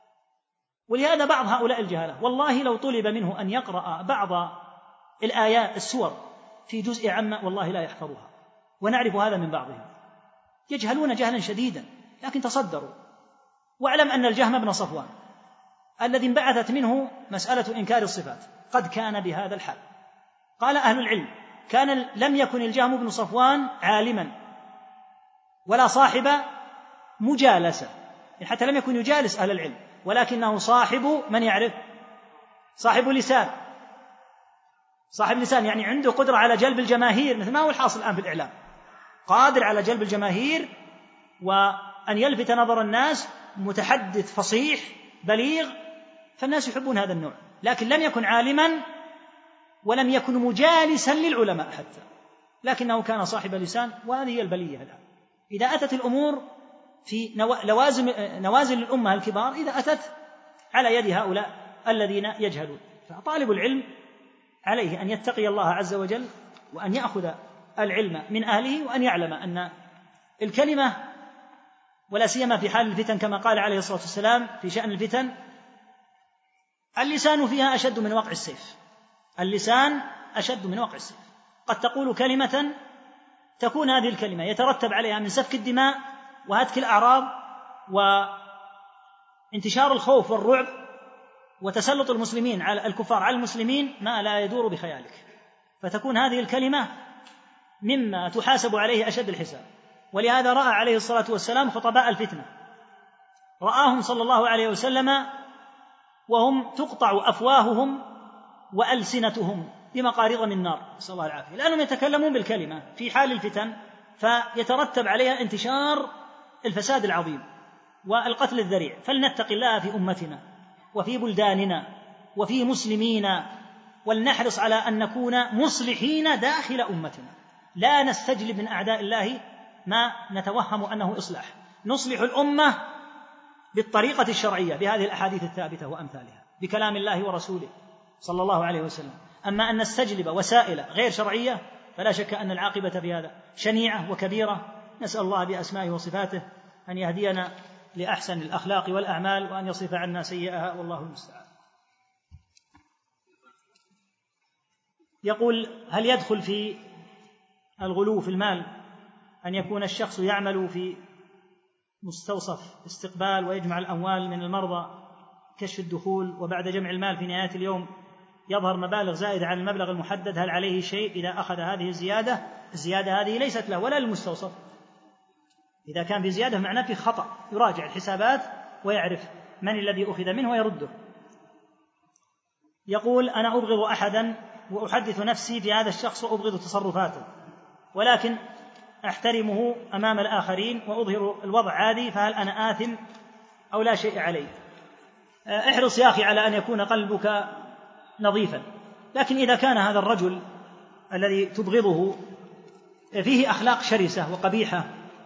ولهذا بعض هؤلاء الجهلة والله لو طلب منه أن يقرأ بعض الآيات السور في جزء عامة والله لا يحفظها، ونعرف هذا من بعضهم، يجهلون جهلا شديدا، لكن تصدروا. واعلم أن الجهم بن صفوان الذي انبعثت منه مسألة إنكار الصفات قد كان بهذا الحال. قال أهل العلم لم يكن الجهم بن صفوان عالما ولا صاحب مجالسة، يعني حتى لم يكن يجالس أهل العلم، ولكنه صاحب من يعرف، صاحب لسان، صاحب لسان، يعني عنده قدرة على جلب الجماهير، مثل ما هو الحاصل الآن في الإعلام، قادر على جلب الجماهير وأن يلفت نظر الناس، متحدث فصيح بليغ، فالناس يحبون هذا النوع. لكن لم يكن عالما ولم يكن مجالسا للعلماء حتى، لكنه كان صاحب لسان. وهذه هي البلية الآن، إذا أتت الأمور في نوازل الأمة الكبار، إذا أتت على يد هؤلاء الذين يجهلون. فطالب العلم عليه أن يتقي الله عز وجل، وأن يأخذ العلم من أهله، وأن يعلم أن الكلمة، ولا سيما في حال الفتن كما قال عليه الصلاة والسلام في شأن الفتن، اللسان فيها أشد من وقع السيف، اللسان أشد من وقع السيف. قد تقول كلمة تكون هذه الكلمة يترتب عليها من سفك الدماء وهتك الأعراض وانتشار الخوف والرعب وتسلط المسلمين على الكفار على المسلمين ما لا يدور بخيالك، فتكون هذه الكلمة مما تحاسب عليه أشد الحساب. ولهذا رأى عليه الصلاة والسلام خطباء الفتنة، رآهم صلى الله عليه وسلم وهم تقطع أفواههم وألسنتهم بمقارض من نار، نسأل الله العافية، لأنهم يتكلمون بالكلمة في حال الفتن، فيترتب عليها انتشار الفساد العظيم والقتل الذريع. فلنتق الله في أمتنا وفي بلداننا وفي مسلمين، ولنحرص على أن نكون مصلحين داخل أمتنا، لا نستجلب من أعداء الله ما نتوهم أنه إصلاح، نصلح الأمة بالطريقة الشرعية بهذه الأحاديث الثابتة وأمثالها، بكلام الله ورسوله صلى الله عليه وسلم. أما أن نستجلب وسائل غير شرعية فلا شك أن العاقبة في هذا شنيعة وكبيرة. نسأل الله بأسمائه وصفاته أن يهدينا لأحسن الأخلاق والأعمال، وأن يصرف عنا سيئها، والله المستعان. يقول: هل يدخل في الغلو في المال أن يكون الشخص يعمل في مستوصف استقبال ويجمع الأموال من المرضى كشف الدخول، وبعد جمع المال في نهاية اليوم يظهر مبالغ زائدة عن المبلغ المحدد، هل عليه شيء إذا أخذ هذه الزيادة؟ الزيادة هذه ليست له ولا للمستوصف، إذا كان في زيادة معناه في خطأ، يراجع الحسابات ويعرف من الذي أخذ منه ويرده. يقول: أنا أبغض أحدا وأحدث نفسي في هذا الشخص وأبغض تصرفاته، ولكن أحترمه أمام الآخرين وأظهر الوضع عادي، فهل أنا آثم أو لا شيء علي؟ احرص يا أخي على أن يكون قلبك نظيفا، لكن إذا كان هذا الرجل الذي تبغضه فيه أخلاق شرسة وقبيحة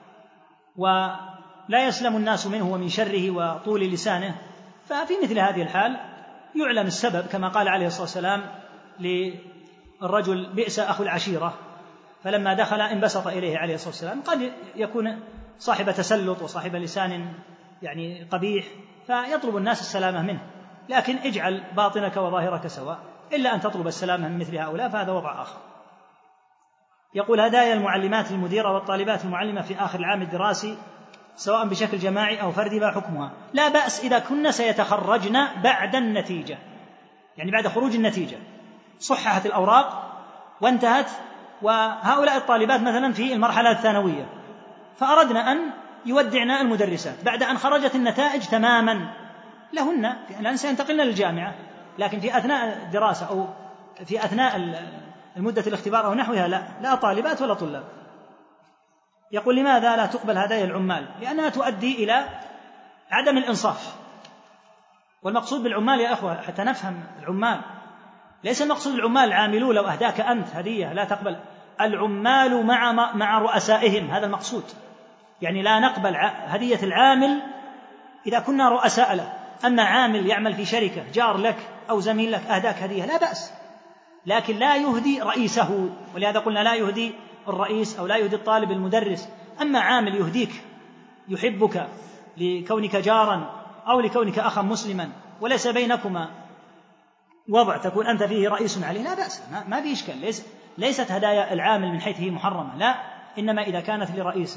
ولا يسلم الناس منه ومن شره وطول لسانه، ففي مثل هذه الحال يعلم السبب، كما قال عليه الصلاة والسلام للرجل: بئس أخو العشيرة، فلما دخل انبسط إليه عليه الصلاة والسلام. قد يكون صاحب تسلط وصاحب لسان يعني قبيح، فيطلب الناس السلامة منه، لكن اجعل باطنك وظاهرك سواء، إلا أن تطلب السلامة من مثل هؤلاء فهذا وضع آخر. يقول: هدايا المعلمات للمديرة والطالبات المعلمة في آخر العام الدراسي سواء بشكل جماعي أو فردي، ما حكمها؟ لا بأس إذا كنا سيتخرجن بعد النتيجة، يعني بعد خروج النتيجة صححت الأوراق وانتهت، وهؤلاء الطالبات مثلا في المرحلة الثانوية فأردنا أن يودعنا المدرسات بعد أن خرجت النتائج تماما لهن، لأن سينتقلن للجامعة، لكن في أثناء الدراسة أو في أثناء المدة الاختبار أو نحوها لا طالبات ولا طلاب. يقول: لماذا لا تقبل هدايا العمال؟ لأنها تؤدي إلى عدم الإنصاف، والمقصود بالعمال يا أخوة حتى نفهم العمال، ليس المقصود العمال العاملون لو أهداك أنت هدية لا تقبل، العمال مع رؤسائهم، هذا المقصود، يعني لا نقبل هدية العامل إذا كنا رؤساء له. أما عامل يعمل في شركة جار لك أو زميل لك أهداك هدية لا بأس، لكن لا يهدي رئيسه، ولهذا قلنا لا يهدي الرئيس أو لا يهدي الطالب المدرس. أما عامل يهديك يحبك لكونك جارا أو لكونك أخا مسلما وليس بينكما وضع تكون أنت فيه رئيس عليه لا بأس، ما في إشكال، ليست هدايا العامل من حيث هي محرمة، لا، إنما إذا كانت لرئيسه.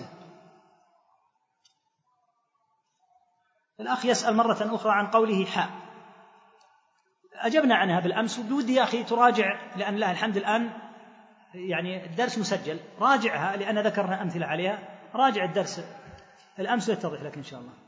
الأخ يسأل مرة أخرى عن قوله حاء، أجبنا عنها بالأمس، وبودي يا أخي تراجع، لأن لا الحمد الآن يعني الدرس مسجل، راجعها لأن ذكرنا أمثلة عليها، راجع الدرس الأمس يتضح لك إن شاء الله.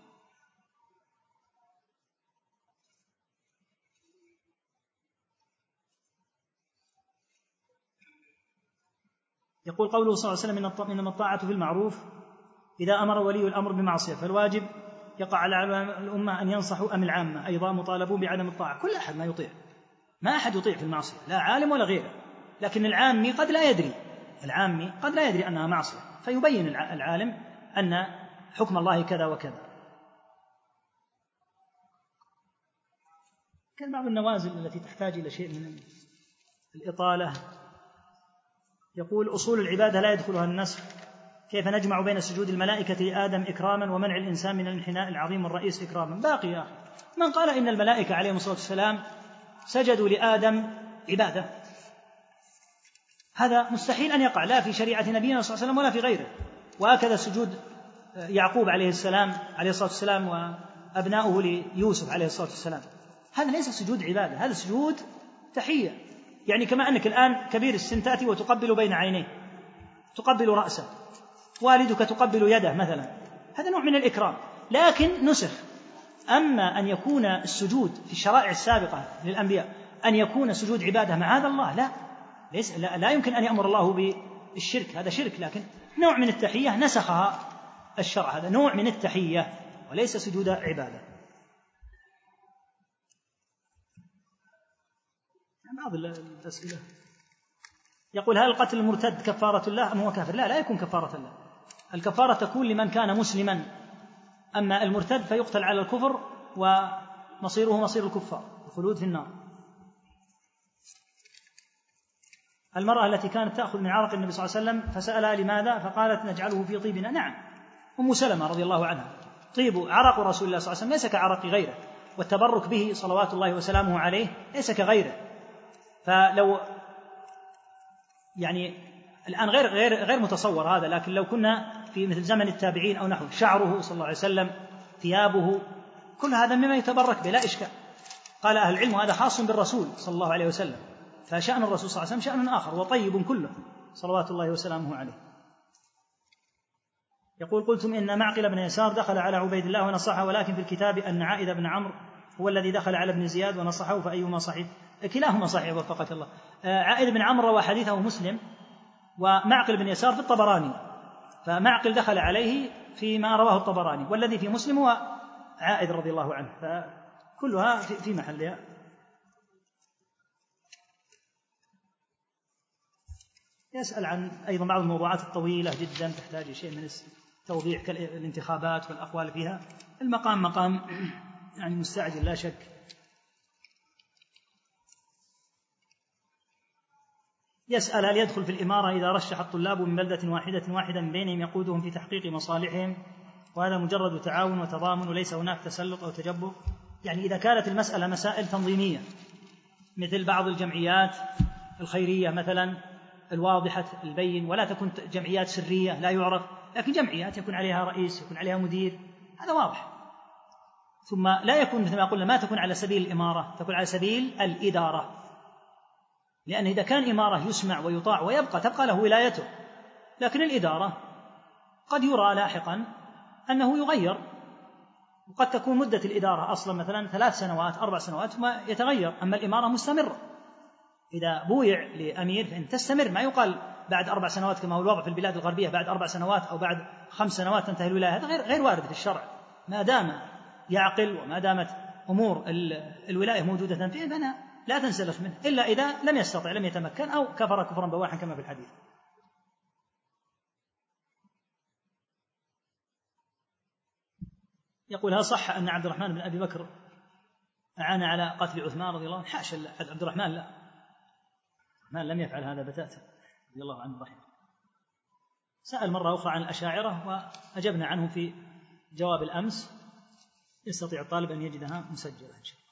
يقول قوله صلى الله عليه وسلم إنما الطاعة في المعروف إذا أمر ولي الأمر بمعصية، فالواجب يقع على الأمة أن ينصحوا أم العامة أيضا مطالبون بعدم الطاعة؟ كل أحد ما يطيع، ما أحد يطيع في المعصية، لا عالم ولا غيره، لكن العامي قد لا يدري أنها معصية، فيبين العالم أن حكم الله كذا وكذا. كان بعض النوازل التي تحتاج إلى شيء من الإطالة. يقول أصول العبادة لا يدخلها النسخ، كيف نجمع بين سجود الملائكة لآدم إكراما ومنع الإنسان من الانحناء العظيم الرئيس إكراما؟ باقي يا أخي، من قال إن الملائكة عليهم الصلاة والسلام سجدوا لآدم عبادة؟ هذا مستحيل أن يقع، لا في شريعة نبينا صلى الله عليه وسلم ولا في غيره. وهكذا سجود يعقوب عليه الصلاة والسلام وأبناؤه ليوسف عليه الصلاة والسلام، هذا ليس سجود عبادة، هذا سجود تحية. يعني كما أنك الآن كبير السن تأتي وتقبل بين عينيه، تقبل رأسه، والدك تقبل يده مثلا، هذا نوع من الإكرام، لكن نسخ. أما أن يكون السجود في الشرائع السابقة للأنبياء أن يكون سجود عبادة معاذ الله، لا يمكن أن يأمر الله بالشرك، هذا شرك، لكن نوع من التحية نسخها الشرع، هذا نوع من التحية وليس سجود عبادة. بعض الأسئلة يقول هل القتل المرتد كفارة الله أم هو كافر؟ لا يكون كفارة الله، الكفارة تكون لمن كان مسلما، أما المرتد فيقتل على الكفر ومصيره مصير الكفار، الخلود في النار. المرأة التي كانت تأخذ من عرق النبي صلى الله عليه وسلم فسألها لماذا فقالت نجعله في طيبنا. نعم، أم سلمة رضي الله عنها، طيب عرق رسول الله صلى الله عليه وسلم ليس كعرق غيره، والتبرك به صلوات الله وسلامه عليه ليس كغيره. فلو يعني الآن غير متصور هذا، لكن لو كنا في مثل زمن التابعين أو نحو، شعره صلى الله عليه وسلم، ثيابه، كل هذا مما يتبرك بلا إشكال. قال أهل العلم هذا خاص بالرسول صلى الله عليه وسلم، فشأن الرسول صلى الله عليه وسلم شأن آخر وطيب كله صلوات الله وسلامه عليه. يقول قلتم إن معقل بن يسار دخل على عبيد الله ونصحه، ولكن في الكتاب أن عائذ بن عمرو هو الذي دخل على ابن زياد ونصحه، فأيهما صحيح؟ كلاهما صحيح وفقك الله. عائذ بن عمرو روى حديثه مسلم، ومعقل بن يسار في الطبراني، فمعقل دخل عليه فيما رواه الطبراني، والذي في مسلم هو عائذ رضي الله عنه، فكلها في محلها. يسأل عن أيضا بعض الموضوعات الطويلة جدا تحتاج شيء من التوضيح كالانتخابات والأقوال فيها، المقام مقام يعني مستعجل لا شك. يسأل هل يدخل في الإمارة إذا رشح الطلاب من بلدة واحدة من بينهم يقودهم في تحقيق مصالحهم، وهذا مجرد تعاون وتضامن وليس هناك تسلط أو تجبر؟ يعني إذا كانت المسألة مسائل تنظيمية مثل بعض الجمعيات الخيرية مثلا الواضحة البين، ولا تكون جمعيات سرية لا يعرف، لكن جمعيات يكون عليها رئيس يكون عليها مدير، هذا واضح. ثم لا يكون مثل ما قلنا ما تكون على سبيل الإمارة، تكون على سبيل الإدارة، لأن إذا كان إمارة يسمع ويطاع تبقى له ولايته، لكن الإدارة قد يرى لاحقا أنه يغير، وقد تكون مدة الإدارة أصلا مثلا 3 سنوات 4 سنوات ثم يتغير، أما الإمارة مستمرة، إذا بويع لأمير فإن تستمر، ما يقال بعد 4 سنوات كما هو الوضع في البلاد الغربية، بعد 4 سنوات أو بعد 5 سنوات تنتهي الولاية، هذا غير وارد في الشرع، ما دام يعقل وما دامت أمور الولاية موجودة فيه فأنا لا تنسلخ منه، إلا إذا لم يستطع لم يتمكن أو كفر كفرا بواحا كما في الحديث. يقول هل صح أن عبد الرحمن بن أبي بكر أعان على قتل عثمان رضي الله عنه؟ حاشا، عبد الرحمن لا، ما لم يفعل هذا بتاتا رضي الله عنه رحمه. سأل مرة أخرى عن الأشاعرة وأجبنا عنه في جواب الأمس، يستطيع الطالب أن يجدها مسجلة إن شاء الله.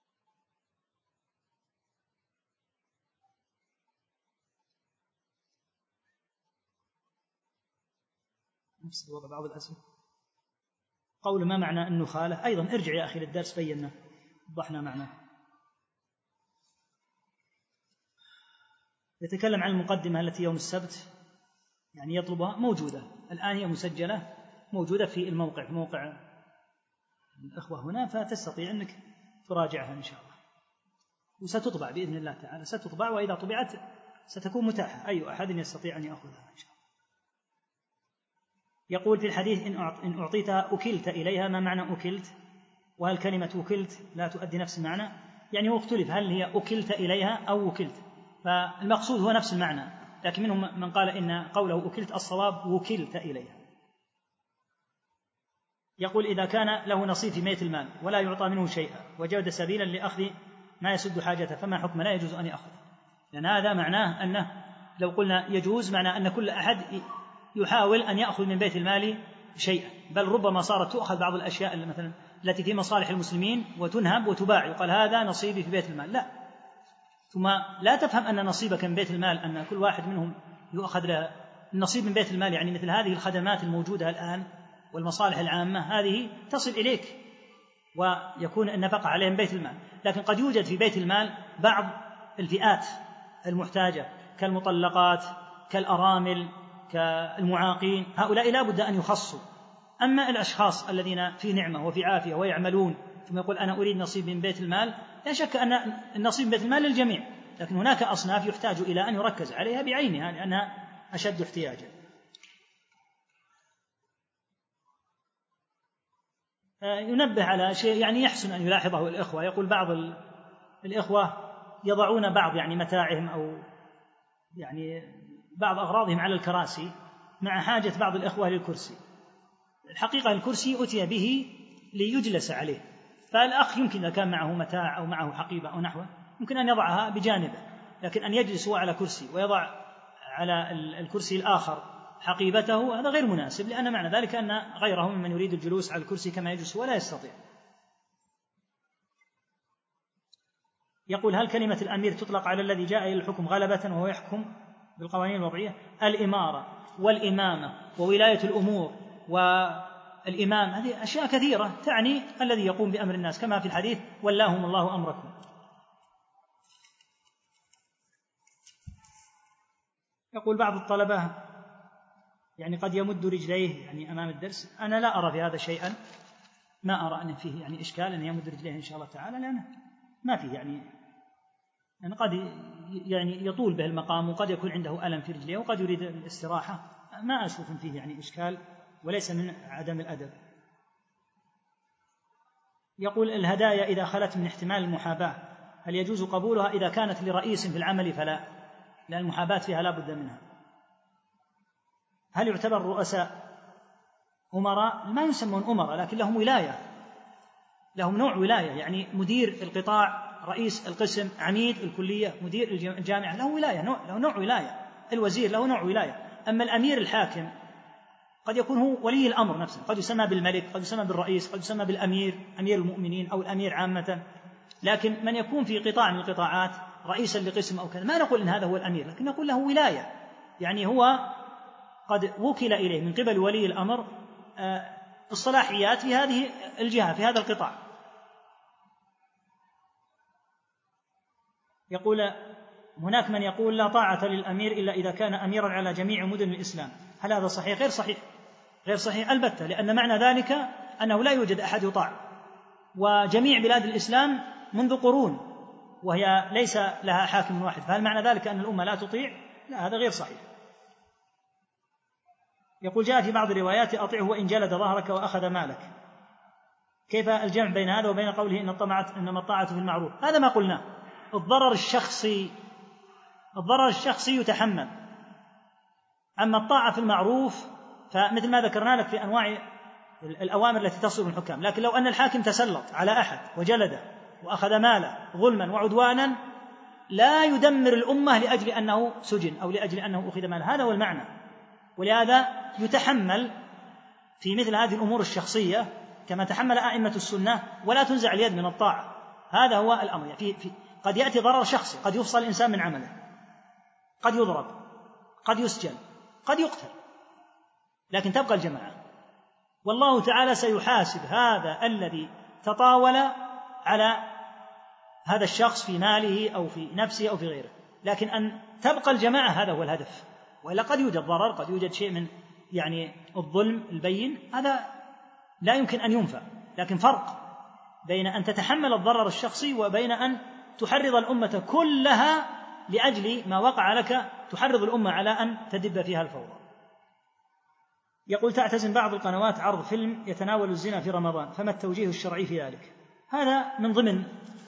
نفس الوضع بعض الأسئلة. قول ما معنى النخالة؟ أيضا ارجع يا أخي للدرس بينا وضحنا معناه. يتكلم عن المقدمة التي يوم السبت يعني يطلبها، موجودة الآن هي مسجلة موجودة في الموقع، في موقع الأخوة هنا، فتستطيع أنك تراجعها إن شاء الله، وستطبع بإذن الله تعالى، ستطبع، وإذا طبعت ستكون متاحة، أي أحد يستطيع أن يأخذها إن شاء الله. يقول في الحديث: إن أعطيتها أكلت إليها. ما معنى أكلت؟ وهل كلمة أكلت لا تؤدي نفس المعنى؟ يعني هو اختلف هل هي أكلت إليها أو وكلت، فالمقصود هو نفس المعنى، لكن منهم من قال إن قوله أكلت الصواب وكلت إليها. يقول: إذا كان له نصيب في ميت المال ولا يعطى منه شيئا وجد سبيلا لأخذ ما يسد حاجته، فما حكم لا يجوز أن يأخذ؟ لأن هذا معناه أنه لو قلنا يجوز معناه أن كل أحد يحاول أن يأخذ من بيت المال شيئا، بل ربما صارت تؤخذ بعض الأشياء مثلا التي في مصالح المسلمين وتنهب وتباع، يقال هذا نصيبي في بيت المال. لا، ثم لا تفهم أن نصيبك من بيت المال أن كل واحد منهم يؤخذ له النصيب من بيت المال، يعني مثل هذه الخدمات الموجودة الآن والمصالح العامة هذه تصل إليك ويكون النفقة عليها من بيت المال، لكن قد يوجد في بيت المال بعض الفئات المحتاجة كالمطلقات كالأرامل كالمعاقين، هؤلاء لا بد أن يخصوا. أما الأشخاص الذين في نعمة وفي عافية ويعملون ثم يقول أنا أريد نصيب من بيت المال، لا شك أن النصيب من بيت المال للجميع، لكن هناك أصناف يحتاج إلى أن يركز عليها بعينها لأنها أشد احتياجا. ينبه على شيء يعني يحسن أن يلاحظه الإخوة. يقول بعض الإخوة يضعون بعض يعني متاعهم أو يعني بعض أغراضهم على الكراسي مع حاجة بعض الإخوة للكرسي. الحقيقة الكرسي أتي به ليجلس عليه، فالأخ يمكن إذا كان معه متاع أو معه حقيبة أو نحوه يمكن أن يضعها بجانبه، لكن أن يجلس هو على كرسي ويضع على الكرسي الآخر حقيبته هذا غير مناسب، لأن معنى ذلك أن غيره ممن يريد الجلوس على الكرسي كما يجلس ولا يستطيع. يقول: هل كلمة الأمير تطلق على الذي جاء إلى الحكم غلبة وهو يحكم بالقوانين الوضعية؟ الإمارة والإمامة وولاية الأمور والإمام هذه أشياء كثيرة تعني الذي يقوم بأمر الناس، كما في الحديث: ولاهم الله أمركم. يقول بعض الطلبة يعني قد يمد رجليه يعني أمام الدرس، أنا لا أرى في هذا شيئا، ما أرى أن فيه يعني إشكال أن يمد رجليه إن شاء الله تعالى، لأنه ما فيه يعني قد يعني يطول به المقام وقد يكون عنده ألم في رجليه وقد يريد الاستراحة، ما أشوف فيه يعني إشكال وليس من عدم الأدب. يقول: الهدايا إذا خلت من احتمال المحاباة هل يجوز قبولها؟ إذا كانت لرئيس في العمل فلا، لأن المحاباة فيها لا بد منها. هل يعتبر الرؤساء أمراء؟ ما يسمون أمراء لكن لهم ولاية، لهم نوع ولاية، يعني مدير القطاع، رئيس القسم، عميد الكلية، مدير الجامعة له ولاية، له نوع ولاية، الوزير له نوع ولاية. أما الأمير الحاكم قد يكون هو ولي الأمر نفسه، قد يسمى بالملك، قد يسمى بالرئيس، قد يسمى بالأمير، أمير المؤمنين أو الأمير عامة. لكن من يكون في قطاع من القطاعات رئيسا لقسم أو كذا ما نقول إن هذا هو الأمير، لكن نقول له ولاية، يعني هو قد وكل إليه من قبل ولي الأمر الصلاحيات في هذه الجهة في هذا القطاع. يقول: هناك من يقول لا طاعة للأمير إلا إذا كان أميرا على جميع مدن الإسلام، هل هذا صحيح؟ غير صحيح، غير صحيح البتة، لأن معنى ذلك أنه لا يوجد أحد يطاع، وجميع بلاد الإسلام منذ قرون وهي ليس لها حاكم واحد، فهل معنى ذلك أن الأمة لا تطيع؟ لا، هذا غير صحيح. يقول: جاء في بعض الروايات: أطيعه وإن جلد ظهرك وأخذ مالك، كيف الجمع بين هذا وبين قوله إنما الطاعة في المعروف؟ هذا ما قلناه، الضرر الشخصي يتحمل، أما الطاعة في المعروف فمثل ما ذكرنا لك في أنواع الأوامر التي تصدر من الحكام، لكن لو أن الحاكم تسلط على أحد وجلده وأخذ ماله ظلما وعدوانا لا يدمر الأمة لأجل أنه سجن أو لأجل أنه أخذ ماله، هذا هو المعنى. ولهذا يتحمل في مثل هذه الأمور الشخصية كما تحمل أئمة السنة، ولا تنزع اليد من الطاعة، هذا هو الأمر. يعني قد يأتي ضرر شخصي، قد يفصل الإنسان من عمله، قد يضرب، قد يسجن، قد يقتل، لكن تبقى الجماعة، والله تعالى سيحاسب هذا الذي تطاول على هذا الشخص في ماله أو في نفسه أو في غيره، لكن أن تبقى الجماعة هذا هو الهدف، وإلا قد يوجد ضرر، قد يوجد شيء من يعني الظلم البين، هذا لا يمكن أن ينفى، لكن فرق بين أن تتحمل الضرر الشخصي وبين أن تحرض الأمة كلها لأجل ما وقع لك، تحرض الأمة على أن تدب فيها الفوضى. يقول: تعتزم بعض القنوات عرض فيلم يتناول الزنا في رمضان، فما التوجيه الشرعي في ذلك؟ هذا من ضمن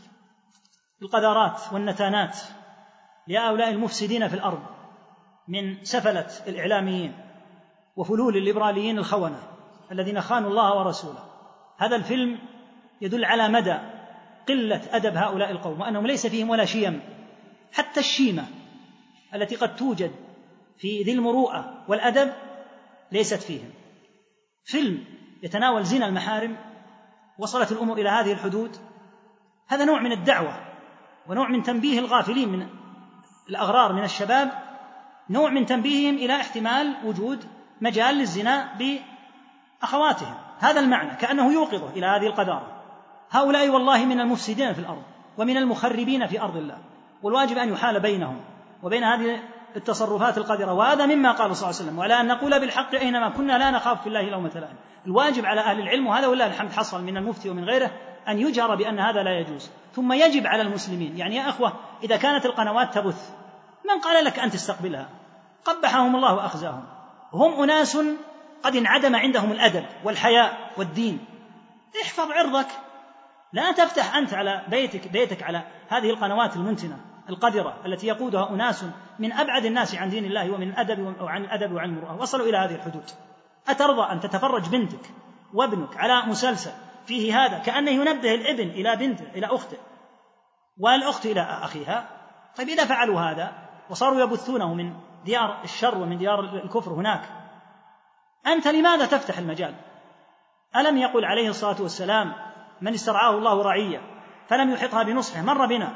القذارات والنتانات لهؤلاء المفسدين في الأرض من سفلة الإعلاميين وفلول الليبراليين الخونة الذين خانوا الله ورسوله. هذا الفيلم يدل على مدى قلة أدب هؤلاء القوم، وأنهم ليس فيهم ولا شيم، حتى الشيمة التي قد توجد في ذي المروءة والأدب ليست فيهم. فيلم يتناول زنا المحارم، وصلت الأمور إلى هذه الحدود، هذا نوع من الدعوة ونوع من تنبيه الغافلين من الأغرار من الشباب، نوع من تنبيههم إلى احتمال وجود مجال للزنا بأخواتهم. هذا المعنى، كأنه يوقظه إلى هذه القذارة. هؤلاء والله من المفسدين في الأرض ومن المخربين في أرض الله، والواجب أن يحال بينهم وبين هذه التصرفات القذرة. وهذا مما قال صلى الله عليه وسلم: ولا أن نقول بالحق أينما كنا لا نخاف في الله لومة لائم. الواجب على أهل العلم، وهذا ولله الحمد حصل من المفتي ومن غيره، أن يجهر بأن هذا لا يجوز. ثم يجب على المسلمين، يعني يا أخوة، إذا كانت القنوات تبث، من قال لك أن تستقبلها؟ قبحهم الله وأخزاهم. هم أناس قد انعدم عندهم الأدب والحياء والدين. احفظ عرضك، لا تفتح أنت على بيتك على هذه القنوات المنتنة القذرة التي يقودها أناس من أبعد الناس عن دين الله ومن الأدب وعن الأدب وعن المروءة، وصلوا إلى هذه الحدود. أترضى أن تتفرج بنتك وابنك على مسلسل فيه هذا، كأنه ينبه الابن إلى بنته إلى أخته والأخت إلى أخيها؟ طيب إذا فعلوا هذا وصاروا يبثونه من ديار الشر ومن ديار الكفر هناك، أنت لماذا تفتح المجال؟ ألم يقل عليه الصلاة والسلام: من استرعاه الله رعية فلم يحطها بنصحه مر بنا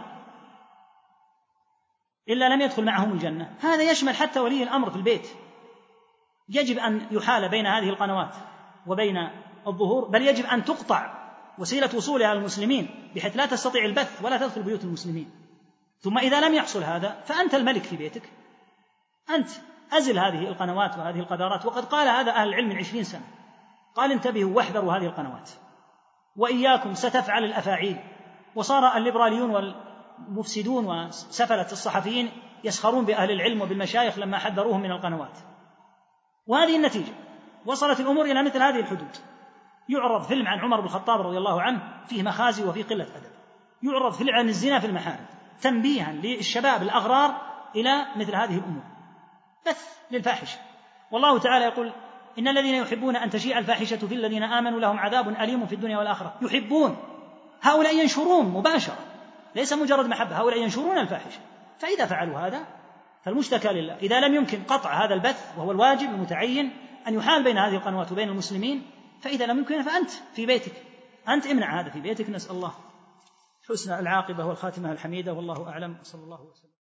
إلا لم يدخل معهم الجنة. هذا يشمل حتى ولي الأمر في البيت. يجب أن يحال بين هذه القنوات وبين الظهور، بل يجب أن تقطع وسيلة وصولها للمسلمين بحيث لا تستطيع البث ولا تدخل بيوت المسلمين. ثم إذا لم يحصل هذا فأنت الملك في بيتك، أنت أزل هذه القنوات وهذه القذارات. وقد قال هذا أهل العلم من 20 سنة، قال: انتبهوا واحذروا هذه القنوات، وإياكم ستفعل الأفاعيل. وصار الليبراليون والمفسدون وسفلة الصحفيين يسخرون بأهل العلم وبالمشايخ لما حذروهم من القنوات، وهذه النتيجة. وصلت الأمور إلى مثل هذه الحدود. يعرض فيلم عن عمر بن الخطاب رضي الله عنه فيه مخازي وفيه قلة أدب، يعرض فيلم عن الزنا في المحارم تنبيها للشباب الأغرار إلى مثل هذه الأمور، بث للفاحشة. والله تعالى يقول: إن الذين يحبون أن تشيع الفاحشة في الذين آمنوا لهم عذاب أليم في الدنيا والآخرة. يحبون، هؤلاء ينشرون مباشرة، ليس مجرد محبة، هؤلاء ينشرون الفاحشة. فإذا فعلوا هذا فالمشتكى لله. إذا لم يمكن قطع هذا البث، وهو الواجب المتعين أن يحال بين هذه القنوات وبين المسلمين، فإذا لم يمكن فأنت في بيتك، أنت امنع هذا في بيتك. نسأل الله حسن العاقبة والخاتمة الحميدة، والله أعلم. صلى الله وسلم.